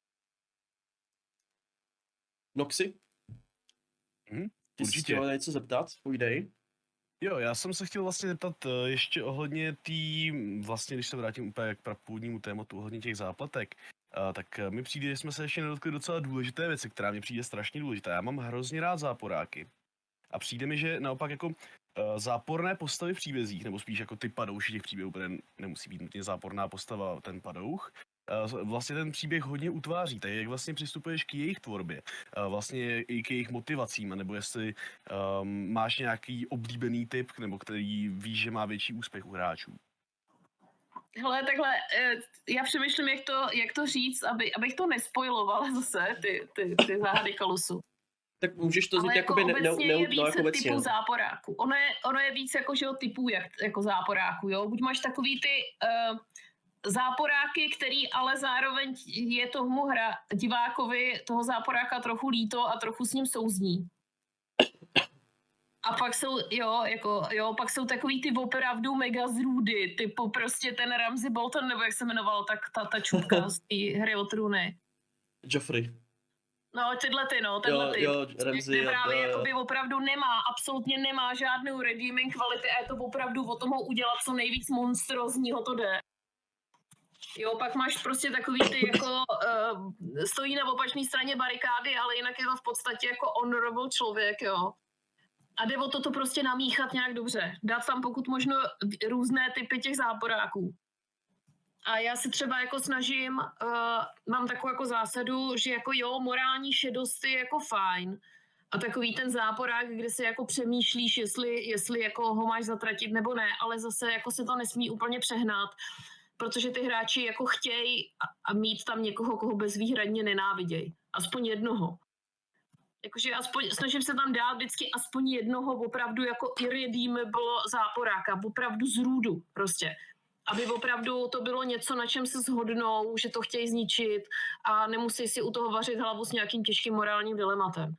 Noxy? Ty jsi chtěl něco zeptat? Půjdej. Jo, já jsem se chtěl vlastně zeptat ještě ohledně vlastně když se vrátím úplně k původnímu tématu, ohledně těch zápletek, tak mi přijde, že jsme se ještě nedotkli docela důležité věci, která mi přijde strašně důležitá. Já mám hrozně rád záporáky a přijde mi, že naopak jako záporné postavy v příbězích, nebo spíš jako ty padouši těch příběhů, protože nemusí být nutně záporná postava ten padouch, vlastně ten příběh hodně utváří, tak jak vlastně přistupuješ k jejich tvorbě, vlastně i k jejich motivacím, nebo jestli máš nějaký oblíbený typ, nebo který víš, že má větší úspěch u hráčů. Hele, takhle, já přemýšlím, jak to říct, abych to nespoilovala zase, ty záhady Kalusu. Tak můžeš to říct jako obecně je víc jako obecně. typů záporáků. Ono je víc jako, že typů jako záporáků, jo. Buď máš takový ty záporáky, který ale zároveň je tomu divákovi toho záporáka trochu líto a trochu s ním souzní. A pak jsou, pak jsou takový ty opravdu mega zrůdy, typu prostě ten Ramsay Bolton, nebo jak se jmenoval, tak ta čupka z té hry o trůny. Joffrey. No, tenhle typ. Jo, Ramsay. Kde právě jakoby opravdu absolutně nemá žádnou redeeming kvality a je to opravdu o tomu udělat co nejvíc monstrozního to jde. Jo, pak máš prostě takový ty jako stojí na opačné straně barikády, ale jinak je to v podstatě jako honorable člověk, jo. A jde o to prostě namíchat nějak dobře. Dát tam pokud možno různé typy těch záporáků. A já se třeba jako snažím, mám takovou jako zásadu, že jako morální šedost je jako fajn. A takový ten záporák, kde si jako přemýšlíš, jestli jako ho máš zatratit nebo ne, ale zase jako se to nesmí úplně přehnat, protože ty hráči jako chtějí a mít tam někoho, koho bezvýhradně nenávidějí. Aspoň jednoho. Jakože snažím se tam dát vždycky aspoň jednoho opravdu jako irredeemable záporáka, opravdu z růdu prostě. Aby opravdu to bylo něco, na čem se shodnou, že to chtějí zničit a nemusí si u toho vařit hlavu s nějakým těžkým morálním dilematem.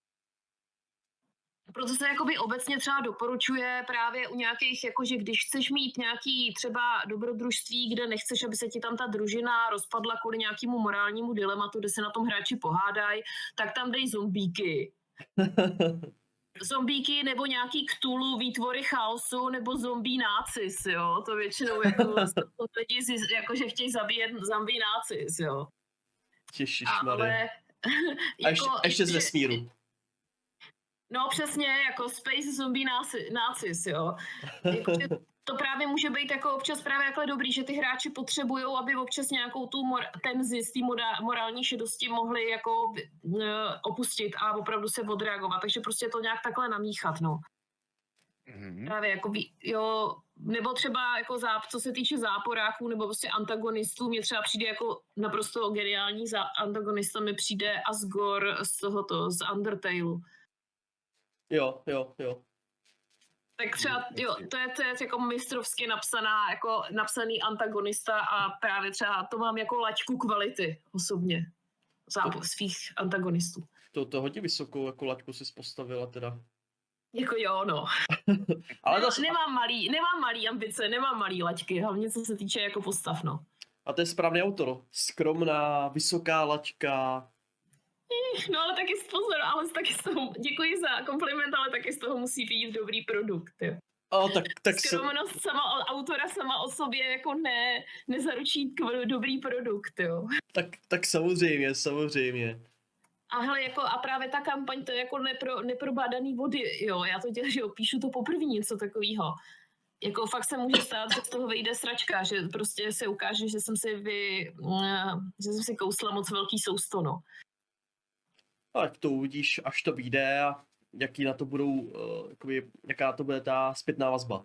Proto se jakoby obecně třeba doporučuje právě u nějakých, jakože když chceš mít nějaký třeba dobrodružství, kde nechceš, aby se ti tam ta družina rozpadla kvůli nějakému morálnímu dilematu, kde se na tom hráči pohádají, tak tam dej zombíky. Zombíky nebo nějaký Cthulhu, výtvory chaosu, nebo zombie nácis, jo. To většinou jako lidi jakože chtějí zabíjet zombie nácis, jo. Ježišmarja. A ještě z vesmíru. No přesně, jako Space Zombie nácis, jo. Jakože to právě může být jako občas právě jako dobrý, že ty hráči potřebujou, aby občas nějakou tu tenzi z té morální šedosti mohli jako opustit a opravdu se odreagovat. Takže prostě to nějak takhle namíchat, no. Právě jako, nebo třeba jako co se týče záporáků nebo prostě antagonistů, mě třeba přijde jako naprosto geniální antagonista, mi přijde Asgore z Undertaleu. Jo. Tak třeba, to je jako mistrovsky napsaný antagonista a právě třeba to mám jako laťku kvality osobně svých antagonistů. To hodně vysokou jako laťku si postavila teda. Jako no. Ale nemám malý ambice, nemám malý laťky, hlavně co se týče jako postav, no. A to je správný autor. Skromná, vysoká laťka. No ale taky pozor, ale taky z toho, děkuji za kompliment, ale taky z toho musí být dobrý produkt. Jo. Tak Skromnost sama autora sama o sobě jako nezaručí dobrý produkt, jo. Tak samozřejmě. A hele, jako, a právě ta kampaň, to je jako neprobádaný vody, jo. Já to dělám, že jo, píšu to poprvé něco takového. Jako fakt se může stát, že z toho vyjde sračka, že prostě se ukáže, že jsem si kousla moc velký sousto, no. Tak to uvidíš, až to vyjde a jaký na to budou, jaká na to bude ta zpětná vazba.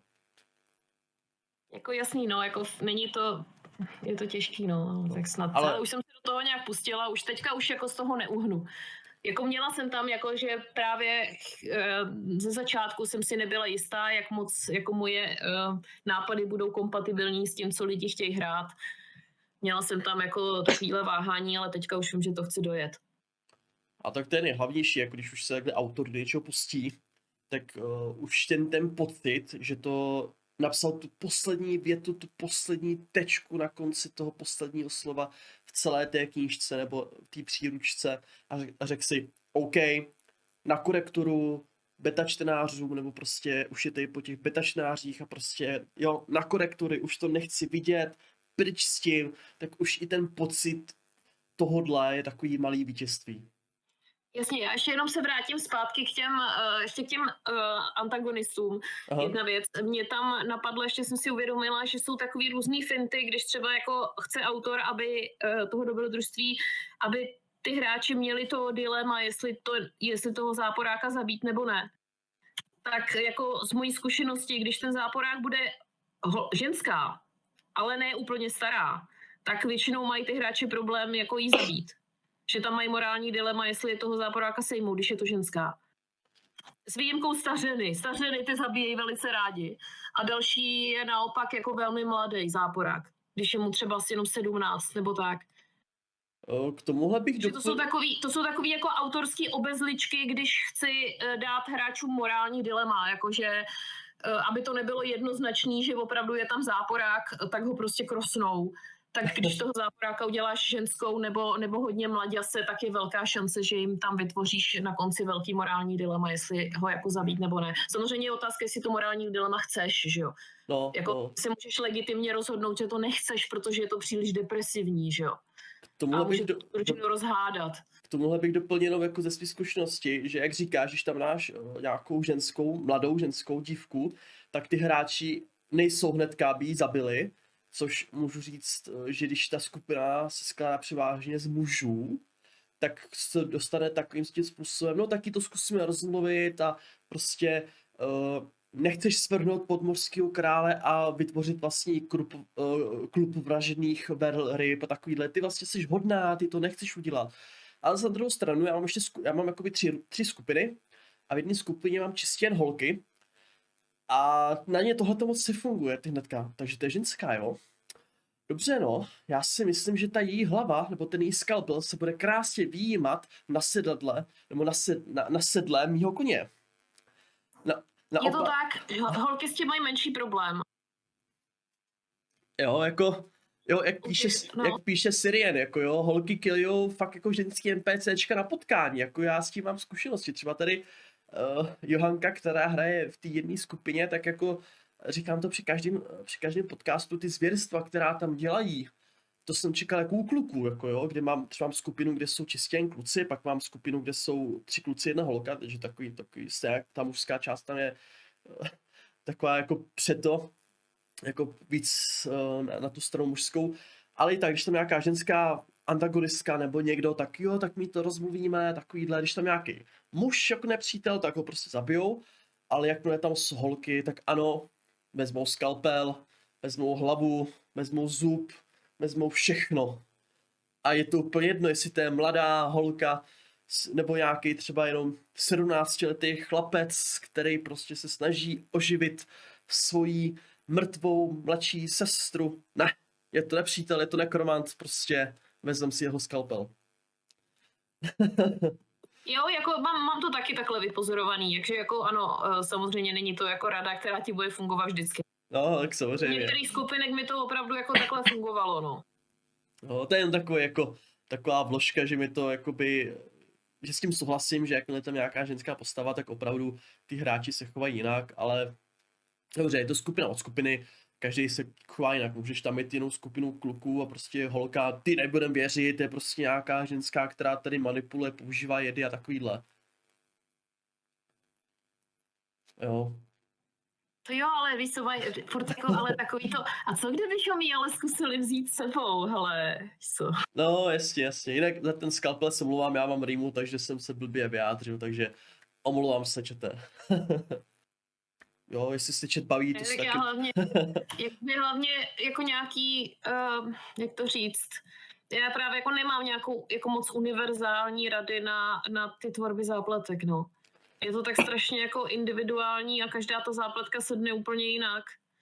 Jako jasný, no, jako není to, je to těžký, no, tak snad. Ale už jsem se do toho nějak pustila, už teďka už jako z toho neuhnu. Jako měla jsem tam, jako že právě ze začátku jsem si nebyla jistá, jak moc jako moje nápady budou kompatibilní s tím, co lidi chtějí hrát. Měla jsem tam jako takovýhle váhání, ale teďka už vím, že to chci dojet. A tak to je nejhlavnější, jako když už se takhle autor do něčeho pustí, tak už ten pocit, že to napsal tu poslední větu, tu poslední tečku na konci toho posledního slova v celé té knížce nebo v té příručce a řekl si, OK, na korekturu beta čtenářů nebo prostě už je tady po těch beta čtenářích a prostě jo, na korektury už to nechci vidět, pryč s tím, tak už i ten pocit tohodle je takový malý vítězství. Jasně, já ještě jenom se vrátím zpátky k těm antagonistům. Aha. Jedna věc, mě tam napadlo, ještě jsem si uvědomila, že jsou takový různý finty, když třeba jako chce autor, aby toho dobrodružství, aby ty hráči měli to dilema, jestli toho záporáka zabít nebo ne. Tak jako z mojí zkušenosti, když ten záporák bude ženská, ale ne úplně stará, tak většinou mají ty hráči problém jako jí zabít. Že tam mají morální dilema, jestli je toho záporáka sejmou, když je to ženská. S výjimkou stařeny. Stařeny ty zabíjejí velice rádi. A další je naopak jako velmi mladý záporák, když je mu třeba asi jenom 17 nebo tak. K tomuhle bych To jsou takový jako autorský obezličky, když chci dát hráčům morální dilema, jakože aby to nebylo jednoznačný, že opravdu je tam záporák, tak ho prostě krosnou. Tak když toho záporáka uděláš ženskou nebo hodně mladěse, tak je velká šance, že jim tam vytvoříš na konci velký morální dilema, jestli ho jako zabít nebo ne. Samozřejmě je otázka, jestli to morální dilema chceš, že jo. No. Si můžeš legitimně rozhodnout, že to nechceš, protože je to příliš depresivní, že jo. A může to rozhádat. K tomuhle bych doplnil jako ze své zkušenosti, že jak říkáš, když tam máš nějakou mladou ženskou dívku, tak ty hráči nejsou hnedka, aby ji zabili, což můžu říct, že když ta skupina se skládá převážně z mužů, tak se dostane takovým způsobem, no taky to zkusíme rozmluvit a prostě nechceš svrhnout podmořského krále a vytvořit vlastní klub vražedných velryb a takovýhle, ty vlastně jsi hodná, ty to nechceš udělat. Ale za druhou stranu, já mám jakoby tři skupiny a v jedné skupině mám čistě jen holky a na ně tohleto moc si funguje, ty hnedka, takže to je ženská, jo. Dobře, no, já si myslím, že ta její hlava, nebo ten její skalpel se bude krásně výjímat na sedadle, nebo na sedle mýho koně. Je to tak, holky s tím mají menší problém. Jo, jak píše Sirien, jako jo, holky killujou fakt jako ženský NPCčka na potkání, jako já s tím mám zkušenosti, třeba tady Johanka, která hraje v té jedné skupině, tak jako říkám to při každém podcastu, ty zvěrstva, která tam dělají, to jsem čekal jako u kluků, jako jo, kde mám třeba skupinu, kde jsou čistě jen kluci, pak mám skupinu, kde jsou 3 kluci, 1 holka, takže takový ta mužská část tam je taková jako jako víc na tu stranu mužskou, ale i tak, když tam nějaká ženská antagonistka nebo někdo, tak jo, tak my to rozmluvíme, takovýhle, když tam nějaký muž jako nepřítel, tak ho prostě zabijou, ale jakmile tam jsou holky, tak ano, vezmou skalpel, vezmou hlavu, vezmou zub, vezmou všechno. A je to úplně jedno, jestli to je mladá holka, nebo nějaký třeba jenom 17letý chlapec, který prostě se snaží oživit svoji mrtvou mladší sestru. Ne, je to nepřítel, je to nekromant, prostě vezmem si jeho skalpel. Jo, jako mám to taky takhle vypozorovaný, takže jako ano, samozřejmě není to jako rada, která ti bude fungovat vždycky. No, tak samozřejmě. V některých skupinek mi to opravdu jako takhle fungovalo, no. No, to je jen takový, jako, taková vložka, že mi to jakoby že s tím souhlasím, že jakmile tam nějaká ženská postava, tak opravdu ty hráči se chovají jinak, ale dobře, je to skupina od skupiny, každý se chová jinak, můžeš tam mít jinou skupinu kluků a prostě holka, ty nebudem věřit, je prostě nějaká ženská, která tady manipuluje, používá jedy a takovýhle. Jo. To jo, ale víš co, furt jako, ale takový to, a co kdybychom ji ale zkusili vzít s sebou, hele, co? No, jasně. Jinak za ten skalpel se mluvám, já mám rýmu, takže jsem se blbě vyjádřil, takže omlouvám se, čete. Jo, jestli se čet baví, to Tak se já taky... hlavně jako nějaký, jak to říct, já právě jako nemám nějakou jako moc univerzální rady na ty tvorby zápletek, no. Je to tak strašně jako individuální a každá ta zápletka sedne úplně jinak.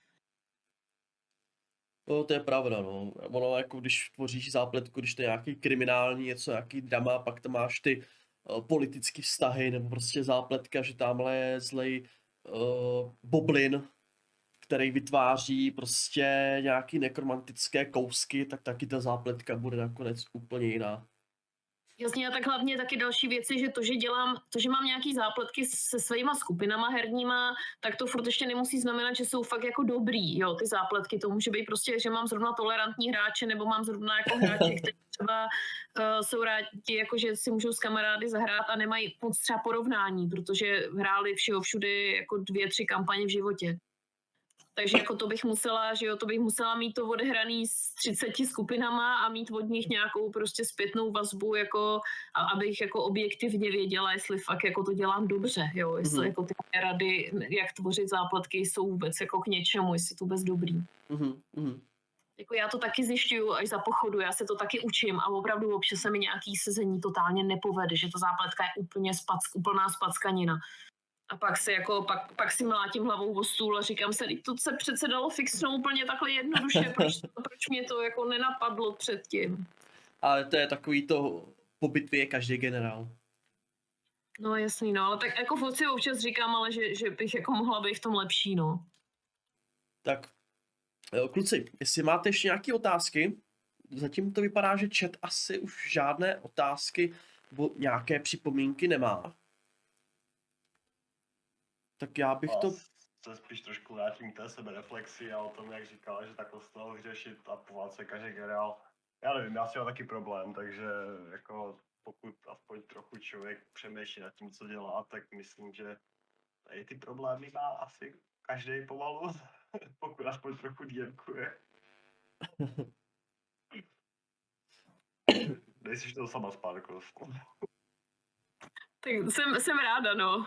No, to je pravda, no. Ono jako když tvoříš zápletku, když to je nějaký kriminální, něco, nějaký drama, pak tam máš ty politické vztahy, nebo prostě zápletka, že tamhle je zlej Boblin, který vytváří prostě nějaký nekromantické kousky, tak taky ta zápletka bude nakonec úplně jiná. Jasně, a tak hlavně taky další věci, že že mám nějaký zápletky se svýma skupinama herníma, tak to furt ještě nemusí znamenat, že jsou fakt jako dobrý, jo, ty zápletky. To může být prostě, že mám zrovna tolerantní hráče, nebo mám zrovna jako hráče, kteří třeba jsou rádi, jako že si můžou s kamarády zahrát a nemají moc třeba porovnání, protože hráli všeho všude jako 2-3 kampaně v životě. Takže jako to bych musela mít to odehraný s 30 skupinama a mít od nich nějakou prostě zpětnou vazbu, jako, abych jako objektivně věděla, jestli fakt jako to dělám dobře, jo, jestli jako ty rady, jak tvořit zápletky, jsou vůbec jako k něčemu, jestli to vůbec dobrý. Jako já to taky zjišťuju až za pochodu, já se to taky učím a opravdu občas se mi nějaký sezení totálně nepovede, že ta zápletka je úplná spackanina. A pak si mlátím hlavou o stůl a říkám se, to se přece dalo fixnout úplně takhle jednoduše, proč mě to jako nenapadlo předtím. Ale to je takový to, po bitvě je každý generál. No jasný, no, ale tak jako furt si občas říkám, ale že bych jako mohla být v tom lepší, no. Tak, kluci, jestli máte ještě nějaké otázky, zatím to vypadá, že chat asi už žádné otázky nebo nějaké připomínky nemá. Tak já bych to... Se spíš trošku vrátím k té sebereflexi a o tom, jak říkala, že takhle z toho řešit a povát se každý generál. Já nevím, já si mám taky problém, takže jako pokud aspoň trochu člověk přemýšlí nad tím, co dělá, tak myslím, že tady ty problémy má asi každý pomalu, pokud aspoň trochu DMkuje. Nejsiš to sama spárkost. Tak jsem ráda, no.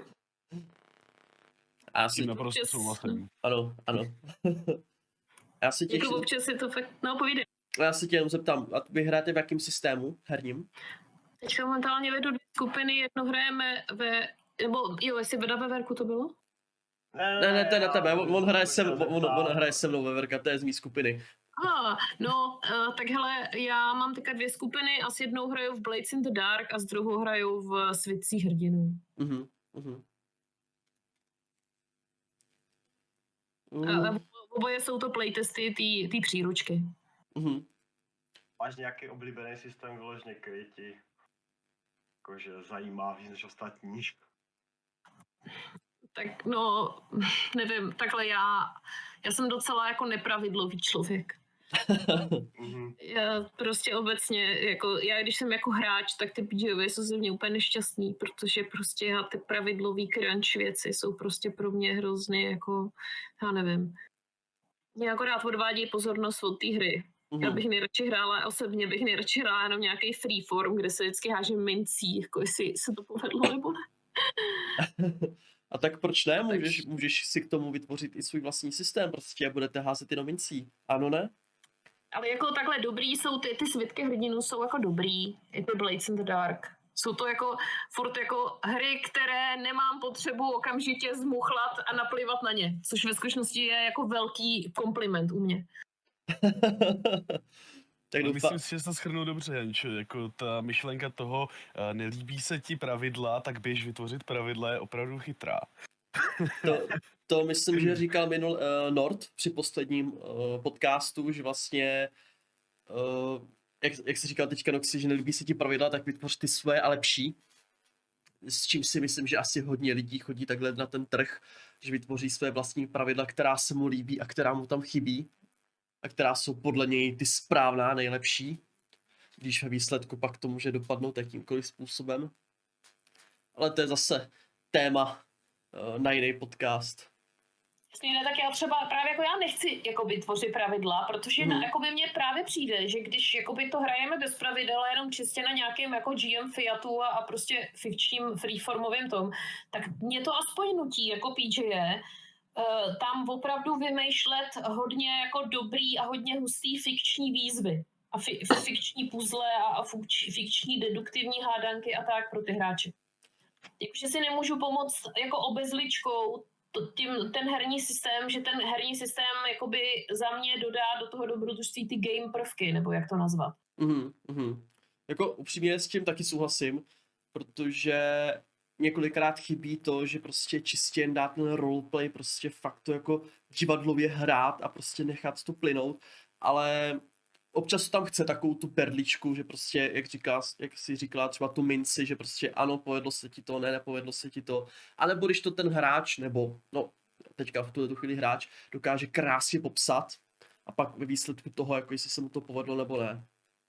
Já si naprosto souhlasím. Ano. Já si těším. Jako občas je to fakt, no povídej. Já se tě jenom zeptám, a vy hrajete v jakém systému herním? Teďka momentálně vedu 2 skupiny, jednu hrajeme jestli ve Veverku to bylo? Ne, to je na tebe, on hraje se mnou Veverka, to je z mý skupiny. Tak hele, já mám teďka 2 skupiny a s jednou hraju v Blades in the Dark a s druhou hraju v Svitcích hrdinů. Oboje jsou to playtesty té příručky. Máš nějaký oblíbený systém vyloženě, který ti jakože zajímá víc než ostatní? Tak no, nevím, takhle já jsem docela jako nepravidlový člověk. Já prostě obecně, jako já když jsem jako hráč, tak ty PGové jsou ze mě úplně nešťastný, protože prostě ty pravidlový crunch věci jsou prostě pro mě hrozně jako, já nevím. Mě akorát odvádí pozornost od té hry. Já bych nejradši hrála jenom nějaký freeform, kde se vždycky háže mincí, jako jestli se to povedlo nebo ne. A tak proč ne? Můžeš si k tomu vytvořit i svůj vlastní systém, prostě budete házet jenom mincí. Ano, ne? Ale jako takhle dobrý jsou ty svitky hrdinů jsou jako dobrý, i ty Blades in the Dark. Jsou to jako furt jako hry, které nemám potřebu okamžitě zmuchlat a naplivat na ně, což ve skutečnosti je jako velký kompliment u mě. Tak myslím si, že jsi to shrnul dobře, Jančo, jako ta myšlenka toho, nelíbí se ti pravidla, tak běž vytvořit pravidla, je opravdu chytrá. To myslím, že říkal Nord při posledním podcastu, že vlastně jak jsi říkal teďka, Noxy, že nelíbí se ti pravidla, tak vytvoř ty své a lepší. S čím si myslím, že asi hodně lidí chodí takhle na ten trh, že vytvoří své vlastní pravidla, která se mu líbí a která mu tam chybí a která jsou podle něj ty správná, nejlepší, když ve výsledku pak to může dopadnout jakýmkoliv způsobem. Ale to je zase téma na jiný podcast. Jasně, ne, tak já třeba právě jako já nechci jako vytvořit pravidla, protože jakoby mně právě přijde, že když jakoby to hrajeme bez pravidel jenom čistě na nějakém jako GM Fiatu a prostě fikčním freeformovým tom, tak mě to aspoň nutí jako PJ tam opravdu vymýšlet hodně jako dobrý a hodně hustý fikční výzvy a fikční puzzle a fikční deduktivní hádanky a tak pro ty hráče. Takže si nemůžu pomoct jako obezličkou ten herní systém, že ten herní systém jakoby za mě dodá do toho dobrodružství ty game prvky, nebo jak to nazvat. Jako upřímně s tím taky souhlasím, protože několikrát chybí to, že prostě čistě jen dát ten roleplay, prostě fakt to jako divadlově hrát a prostě nechat to plynout, ale občas tam chce takovou tu perličku, že prostě, jak jsi říkala, třeba tu minci, že prostě ano, povedlo se ti to, ne, nepovedlo se ti to, anebo když to ten hráč, nebo no, teďka v tuhle chvíli hráč, dokáže krásně popsat a pak ve výsledku toho, jako jestli se mu to povedlo nebo ne.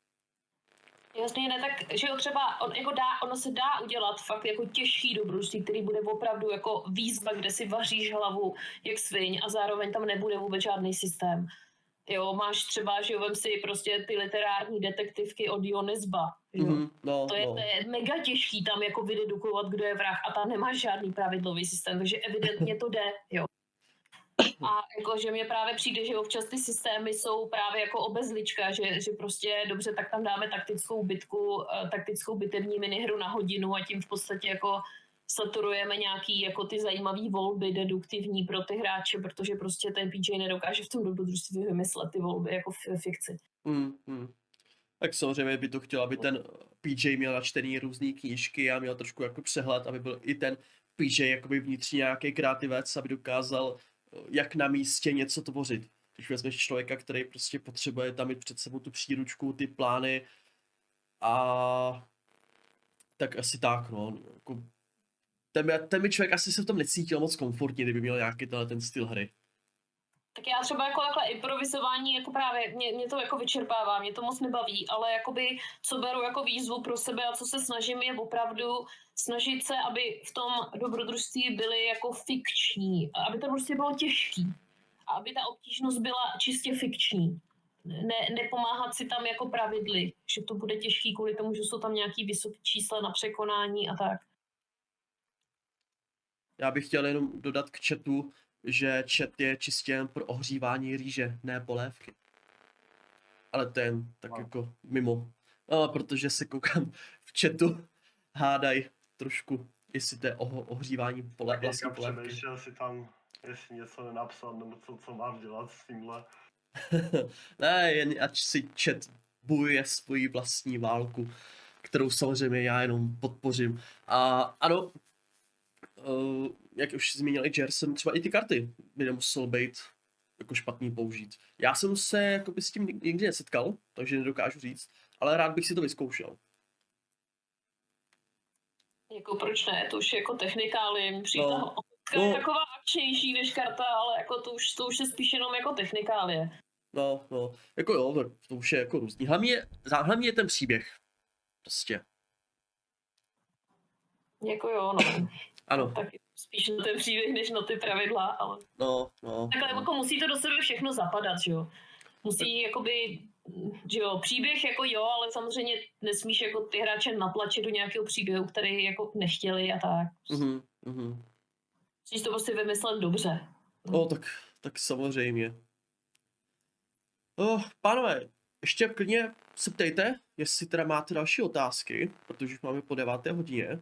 Jasně, ne, tak, že jo, třeba ono se dá udělat fakt jako těžký dobrodružství, který bude opravdu jako výzva, kde si vaříš hlavu jak sviň a zároveň tam nebude vůbec žádný systém. Jo, máš třeba, že jo, vem si prostě ty literární detektivky od Jonisba, jo. To je mega těžký tam jako vydedukovat, kdo je vrah a tam nemáš žádný pravidlový systém, takže evidentně to jde, jo. A jako, že mě právě přijde, že občas ty systémy jsou právě jako obezlička, že prostě dobře, tak tam dáme taktickou bitevní minihru na hodinu a tím v podstatě jako saturujeme nějaký jako ty zajímavé volby deduktivní pro ty hráče, protože prostě ten PJ nedokáže v tom dobrodružství vymyslet ty volby jako v fikci. Tak samozřejmě by to chtělo, aby ten PJ měl načtený různý knížky a měl trošku jako přehled, aby byl i ten PJ jakoby vnitřní nějaký kreativec, aby dokázal jak na místě něco tvořit. Když vezmeš člověka, který prostě potřebuje tam mít před sebou tu příručku, ty plány a tak asi tak, no. Jako, ten by člověk asi se v tom necítil moc komfortně, kdyby měl nějaký ten styl hry. Tak já třeba jako takhle improvizování, jako právě mě to jako vyčerpává, mě to moc nebaví, ale jakoby co beru jako výzvu pro sebe a co se snažím je opravdu snažit se, aby v tom dobrodružství byly jako fikční, aby to prostě bylo těžký a aby ta obtížnost byla čistě fikční. Nepomáhat si tam jako pravidly, že to bude těžký kvůli tomu, že jsou tam nějaký vysoké čísla na překonání a tak. Já bych chtěl jenom dodat k chatu, že chat je čistě jen pro ohřívání rýže, ne polévky. Ale to je jen tak jako mimo. No, protože se koukám v chatu, hádaj trošku, jestli to je ohřívání vlastní polévky. Přemýšlel si tam, jestli něco nenapsat, nebo co mám dělat s tímhle. Ne, jen ať si chat bojuje svoji vlastní válku, kterou samozřejmě já jenom podpořím. A ano, jak už zmínil i Jerson, třeba i ty karty by nemusel být jako špatný použít. Já jsem se jakoby s tím nikdy nesetkal, takže nedokážu říct, ale rád bych si to vyzkoušel. Jako proč ne, to už je jako technikálie, přijde je taková akčnější než karta, ale jako to už je spíš jenom jako technikálie. No, jako jo, to už je jako různý. Hlavně je ten příběh, prostě. Jako jo, no. Ano. Tak spíš na ten příběh, než na ty pravidla, ale... No. Takhle jako musí to do sebe všechno zapadat, že jo. Musí jakoby, že jo, příběh jako jo, ale samozřejmě nesmíš jako ty hráče natlačit do nějakého příběhu, který jako nechtěli a tak. Musíš to prostě vymyslet dobře. No, tak samozřejmě. Pánové, ještě klidně se ptejte, jestli teda máte další otázky, protože už máme po 9. hodině.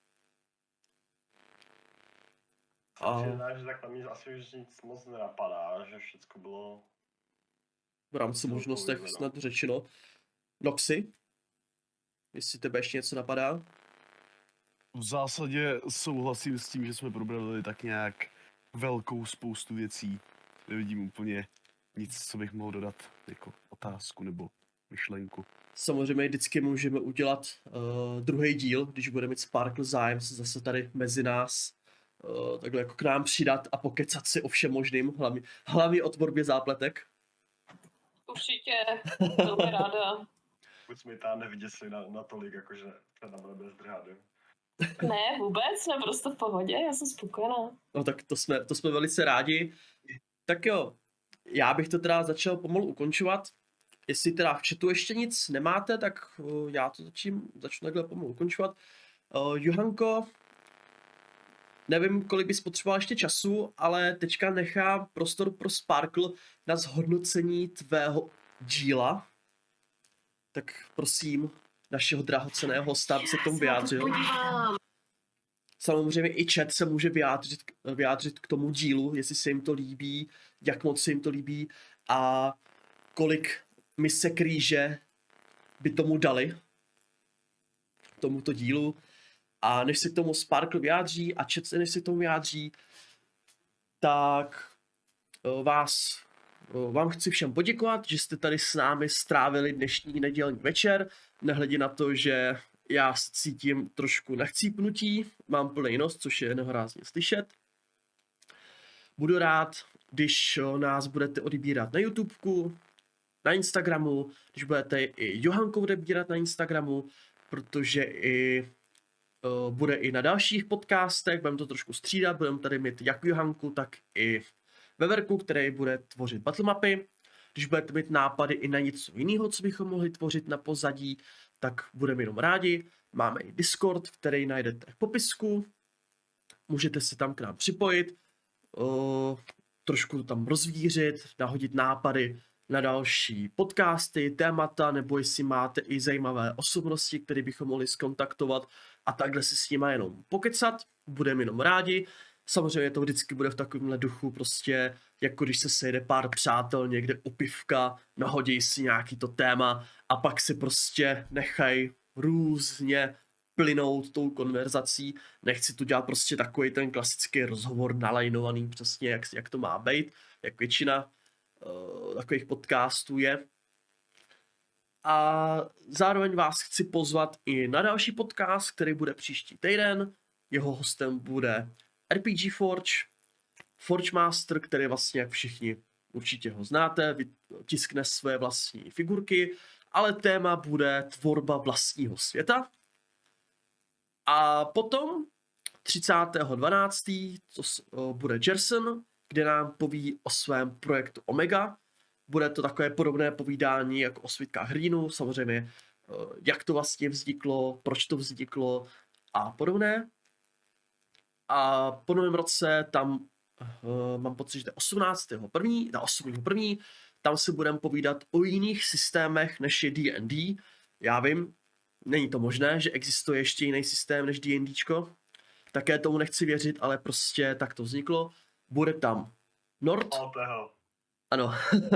Že tak na mě asi už nic moc nenapadá, že všechno bylo... V rámci možnostech snad řečeno. Noxy, jestli tebe ještě něco napadá? V zásadě souhlasím s tím, že jsme probrali tak nějak velkou spoustu věcí. Nevidím úplně nic, co bych mohl dodat jako otázku nebo myšlenku. Samozřejmě vždycky můžeme udělat druhý díl, když bude mít Sparkl zájem se zase tady mezi nás takhle jako k nám přidat a pokecat si o všem možným, hlavně o tvorbě zápletek. Určitě, velmi ráda. Pokud jsme tam nevyděsili natolik, jakože se nám bude zdrhat, jo. Ne, vůbec, naprosto v pohodě, já jsem spokojená. No tak to jsme velice rádi. Tak jo, já bych to teda začal pomalu ukončovat. Jestli teda v chatu ještě nic nemáte, tak já to začnu takhle pomalu ukončovat. Johanko, nevím, kolik bys potřeboval ještě času, ale teďka nechám prostor pro Sparkl na zhodnocení tvého díla. Tak prosím, našeho drahocenného hosta, aby se k tomu vyjádřil. Samozřejmě i chat se může vyjádřit k tomu dílu, jestli se jim to líbí, jak moc se jim to líbí a kolik mise kříže by tomu dali, tomuto dílu. A než se k tomu Sparkl vyjádří a chat se než se k tomu vyjádří, tak vám chci všem poděkovat, že jste tady s námi strávili dnešní nedělní večer, nehledě na to, že já se cítím trošku nachcípnutí, mám plný nos, což je nehorázně slyšet. Budu rád, když nás budete odebírat na YouTubeku, na Instagramu, když budete i Johanku odebírat na Instagramu, protože bude i na dalších podcastech, budeme to trošku střídat, budeme tady mít jak Johanku, tak i Veverku, který bude tvořit battlemapy. Když budete mít nápady i na něco jiného, co bychom mohli tvořit na pozadí, tak budeme jenom rádi. Máme i Discord, který najdete v popisku. Můžete se tam k nám připojit, trošku to tam rozvířit, nahodit nápady na další podcasty, témata, nebo jestli máte i zajímavé osobnosti, které bychom mohli skontaktovat a takhle si s nima jenom pokecat. Budeme jenom rádi. Samozřejmě to vždycky bude v takovémhle duchu, prostě jako když se sejde pár přátel někde u pivka, nahodí si nějaký to téma a pak si prostě nechají různě plynout tou konverzací. Nechci tu dělat prostě takový ten klasický rozhovor nalajnovaný přesně, jak to má být, jak většina takových podcastů je. A zároveň vás chci pozvat i na další podcast, který bude příští týden. Jeho hostem bude RPG Forge, Forge Master, který vlastně, jak všichni určitě ho znáte, tiskne své vlastní figurky, ale téma bude tvorba vlastního světa. A potom 30.12. bude Gerson, kde nám poví o svém projektu Omega. Bude to takové podobné povídání jako o Svitkách hrdinů, samozřejmě jak to vlastně vzniklo, proč to vzniklo a podobné. A po novém roce tam mám pocit, že to je 8.1., tam se budeme povídat o jiných systémech než je D&D. Já vím, není to možné, že existuje ještě jiný systém než D&Dčko. Také tomu nechci věřit, ale prostě tak to vzniklo. Bude tam Nord. Ano.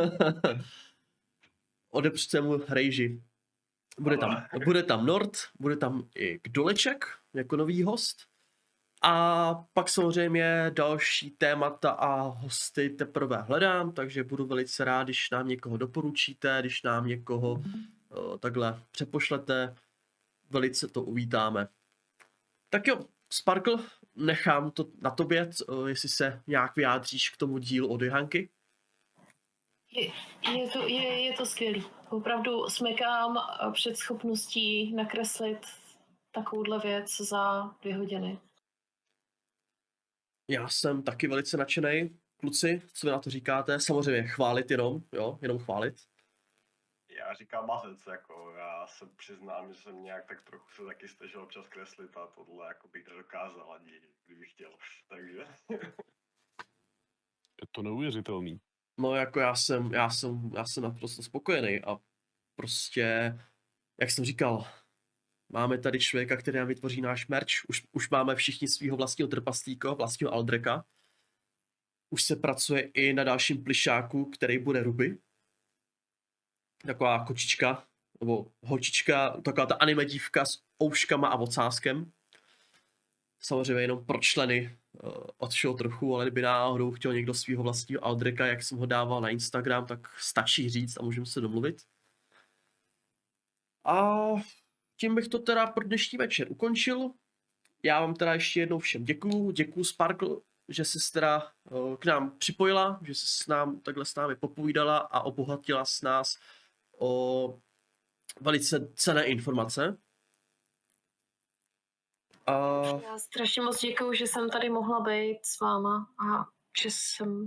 Odepřte mu rejži. Bude tam Nord, bude tam i Kdoleček jako nový host. A pak samozřejmě další témata a hosty teprve hledám, takže budu velice rád, když nám někoho doporučíte, když nám někoho takhle přepošlete. Velice to uvítáme. Tak jo, Sparkl, nechám to na tobě, jestli se nějak vyjádříš k tomu dílu od Johanky. Je to skvělý. Opravdu smekám před schopností nakreslit takovouhle věc za 2 hodiny. Já jsem taky velice nadšenej. Kluci, co vy na to říkáte? Samozřejmě chválit jenom chválit. Já říkám mazec, jako já se přiznám, že jsem nějak tak trochu se taky snažil občas kreslit a tohle jako bych nedokázal ani, kdybych chtěl, takže... Je to neuvěřitelný. No jako já jsem naprosto spokojený a prostě, jak jsem říkal, máme tady člověka, který nám vytvoří náš merch, už máme všichni svého vlastního trpaslíka, vlastního Aldreka. Už se pracuje i na dalším plišáku, který bude Ruby. Taková kočička, nebo holčička, taková ta anime dívka s ouškama a ocáskem. Samozřejmě jenom pro členy od všeho trochu, ale kdyby náhodou chtěl někdo svého vlastního Aldreka, jak jsem ho dával na Instagram, tak stačí říct a můžeme se domluvit. A tím bych to teda pro dnešní večer ukončil. Já vám teda ještě jednou všem děkuju Sparkle, že jsi teda k nám připojila, že jsi takhle s námi popovídala a obohatila s nás o velice cenné informace. Já strašně moc děkuju, že jsem tady mohla být s váma a že jsem,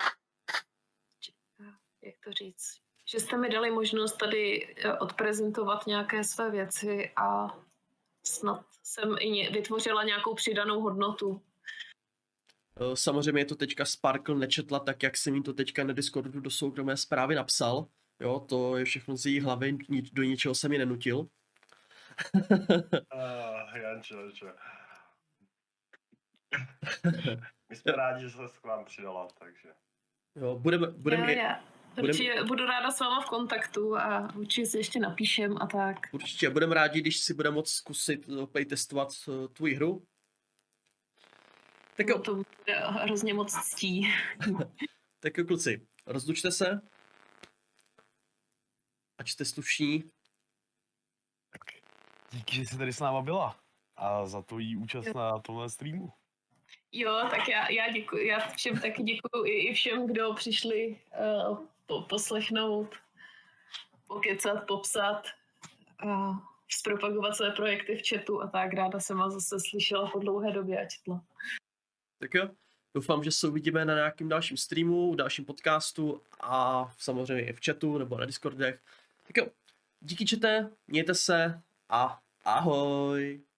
jak to říct, že jste mi dali možnost tady odprezentovat nějaké své věci a snad jsem i vytvořila nějakou přidanou hodnotu. Samozřejmě je to teďka Sparkle nečetla tak, jak jsem jí to teďka na Discordu do soukromé zprávy napsal. Jo, to je všechno z její hlavy, do ničeho jsem ji nenutil. Janče. My jsme rádi, že se k vám přidala, takže. Jo, budu ráda s váma v kontaktu a určitě si ještě napíšem a tak. Určitě, budeme rádi, když si budeme moct zkusit playtestovat tvůj hru. Tak jo. To bude hrozně moc ctí. Tak jo, kluci, rozlučte se. Ať jste slušní. Díky, že jsi tady s náma byla a za tvojí účast na tomhle streamu. Jo, tak já děkuji, já všem taky děkuji i všem, kdo přišli poslechnout, pokecat, popsat a zpropagovat své projekty v chatu a tak. Ráda jsem vás zase slyšela po dlouhé době a četla. Tak jo, doufám, že se uvidíme na nějakým dalším streamu, dalším podcastu a samozřejmě i v chatu nebo na Discordech. Tak jo, díky čete, mějte se a ahoj.